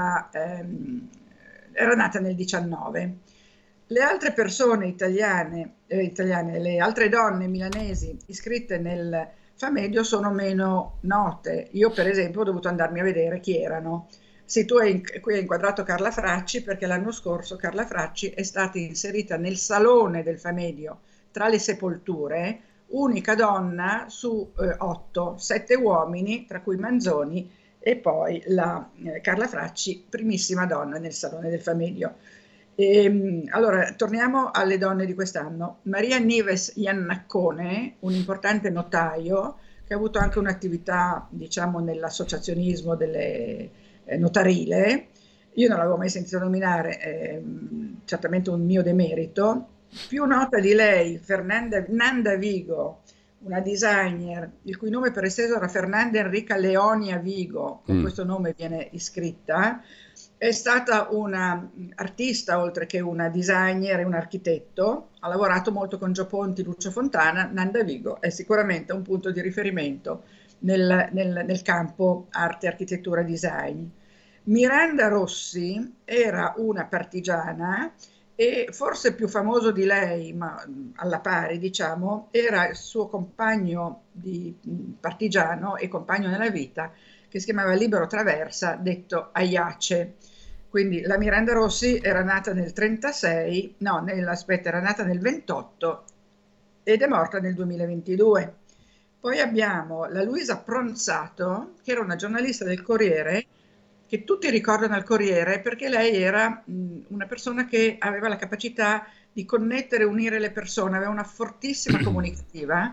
era nata nel 19. Le altre persone italiane, le altre donne milanesi iscritte nel Famedio sono meno note. Io per esempio ho dovuto andarmi a vedere chi erano. Sì, tu qui hai inquadrato Carla Fracci, perché l'anno scorso Carla Fracci è stata inserita nel salone del Famedio tra le sepolture, unica donna su 8, 7 uomini, tra cui Manzoni e poi la Carla Fracci, primissima donna nel salone del Famedio. Allora, torniamo alle donne di quest'anno. Maria Nives Iannaccone, un importante notaio che ha avuto anche un'attività, diciamo, nell'associazionismo notarile. Io non l'avevo mai sentito nominare, certamente un mio demerito. Più nota di lei, Nanda Vigo, una designer, il cui nome per esteso era Fernanda Enrica Leonia Vigo, con questo nome viene iscritta. È stata una artista, oltre che una designer e un architetto, ha lavorato molto con Gio Ponti, Lucio Fontana. Nanda Vigo è sicuramente un punto di riferimento nel campo arte, architettura, design. Miranda Rossi era una partigiana e forse più famoso di lei, ma alla pari diciamo, era il suo compagno di partigiano e compagno nella vita, che si chiamava Libero Traversa, detto Aiace. Quindi la Miranda Rossi era nata nel 36, era nata nel 28 ed è morta nel 2022. Poi abbiamo la Luisa Pronzato, che era una giornalista del Corriere, che tutti ricordano al Corriere perché lei era una persona che aveva la capacità di connettere e unire le persone, aveva una fortissima comunicativa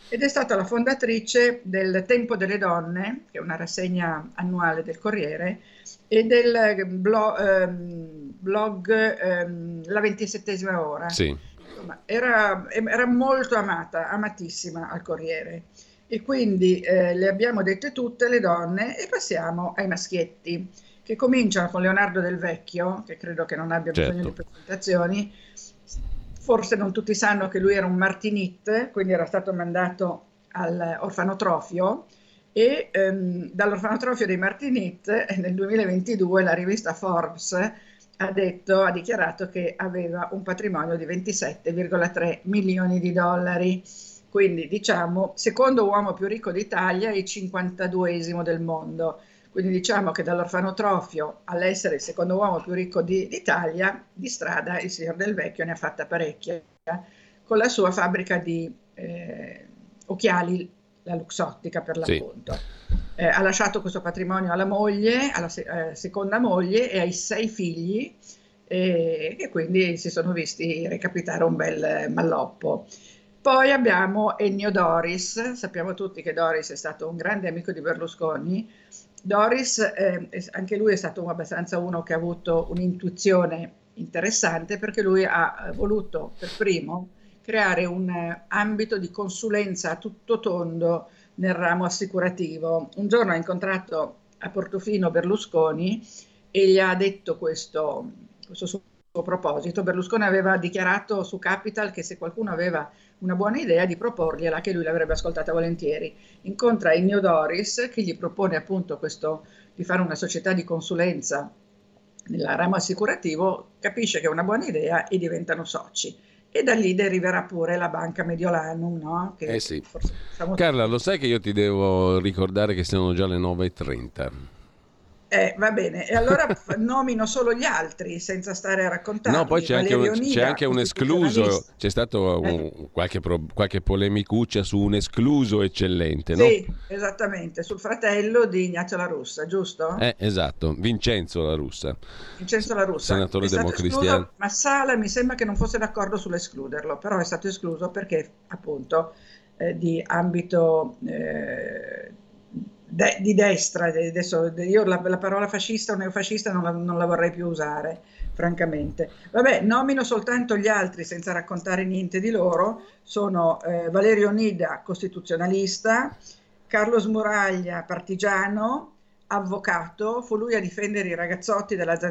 ed è stata la fondatrice del Tempo delle Donne, che è una rassegna annuale del Corriere, e del blog La 27ª Ora. Sì. Insomma, era molto amata, amatissima al Corriere, e quindi le abbiamo dette tutte le donne, e passiamo ai maschietti, che cominciano con Leonardo Del Vecchio, che credo che non abbia bisogno di presentazioni. Forse non tutti sanno che lui era un Martinit, quindi era stato mandato all'orfanotrofio, e dall'orfanotrofio dei Martinit nel 2022 la rivista Forbes ha dichiarato che aveva un patrimonio di 27,3 milioni di dollari, quindi diciamo secondo uomo più ricco d'Italia e 52esimo del mondo. Quindi diciamo che dall'orfanotrofio all'essere il secondo uomo più ricco d'Italia, di strada il signor Del Vecchio ne ha fatta parecchia, con la sua fabbrica di occhiali, la Luxottica per l'appunto. Sì. Ha lasciato questo patrimonio alla moglie, alla seconda moglie e ai 6 figli, che quindi si sono visti recapitare un bel malloppo. Poi abbiamo Ennio Doris. Sappiamo tutti che Doris è stato un grande amico di Berlusconi. Doris, anche lui è stato abbastanza uno che ha avuto un'intuizione interessante, perché lui ha voluto per primo creare un ambito di consulenza a tutto tondo nel ramo assicurativo. Un giorno ha incontrato a Portofino Berlusconi e gli ha detto questo suo proposito. Berlusconi aveva dichiarato su Capital che se qualcuno aveva una buona idea di proporgliela, che lui l'avrebbe ascoltata volentieri. Incontra Ennio Doris, che gli propone appunto di fare una società di consulenza nel ramo assicurativo, capisce che è una buona idea e diventano soci. E da lì deriverà pure la Banca Mediolanum, no? Che sì. Carla, lo sai che io ti devo ricordare che sono già le 9:30. Va bene, e allora nomino solo gli altri senza stare a raccontare. No, poi c'è anche un escluso, c'è stato qualche polemicuccia su un escluso eccellente, no? Sì, esattamente, sul fratello di Ignazio La Russa, giusto? Esatto, Vincenzo La Russa. Vincenzo La Russa, senatore democristiano. Ma Sala mi sembra che non fosse d'accordo sull'escluderlo, però è stato escluso perché appunto di ambito di destra. Adesso io la parola fascista o neofascista non la vorrei più usare, francamente. Vabbè, nomino soltanto gli altri senza raccontare niente di loro. Sono Valerio Nida, costituzionalista, Carlo Smuraglia, partigiano, avvocato, fu lui a difendere i ragazzotti della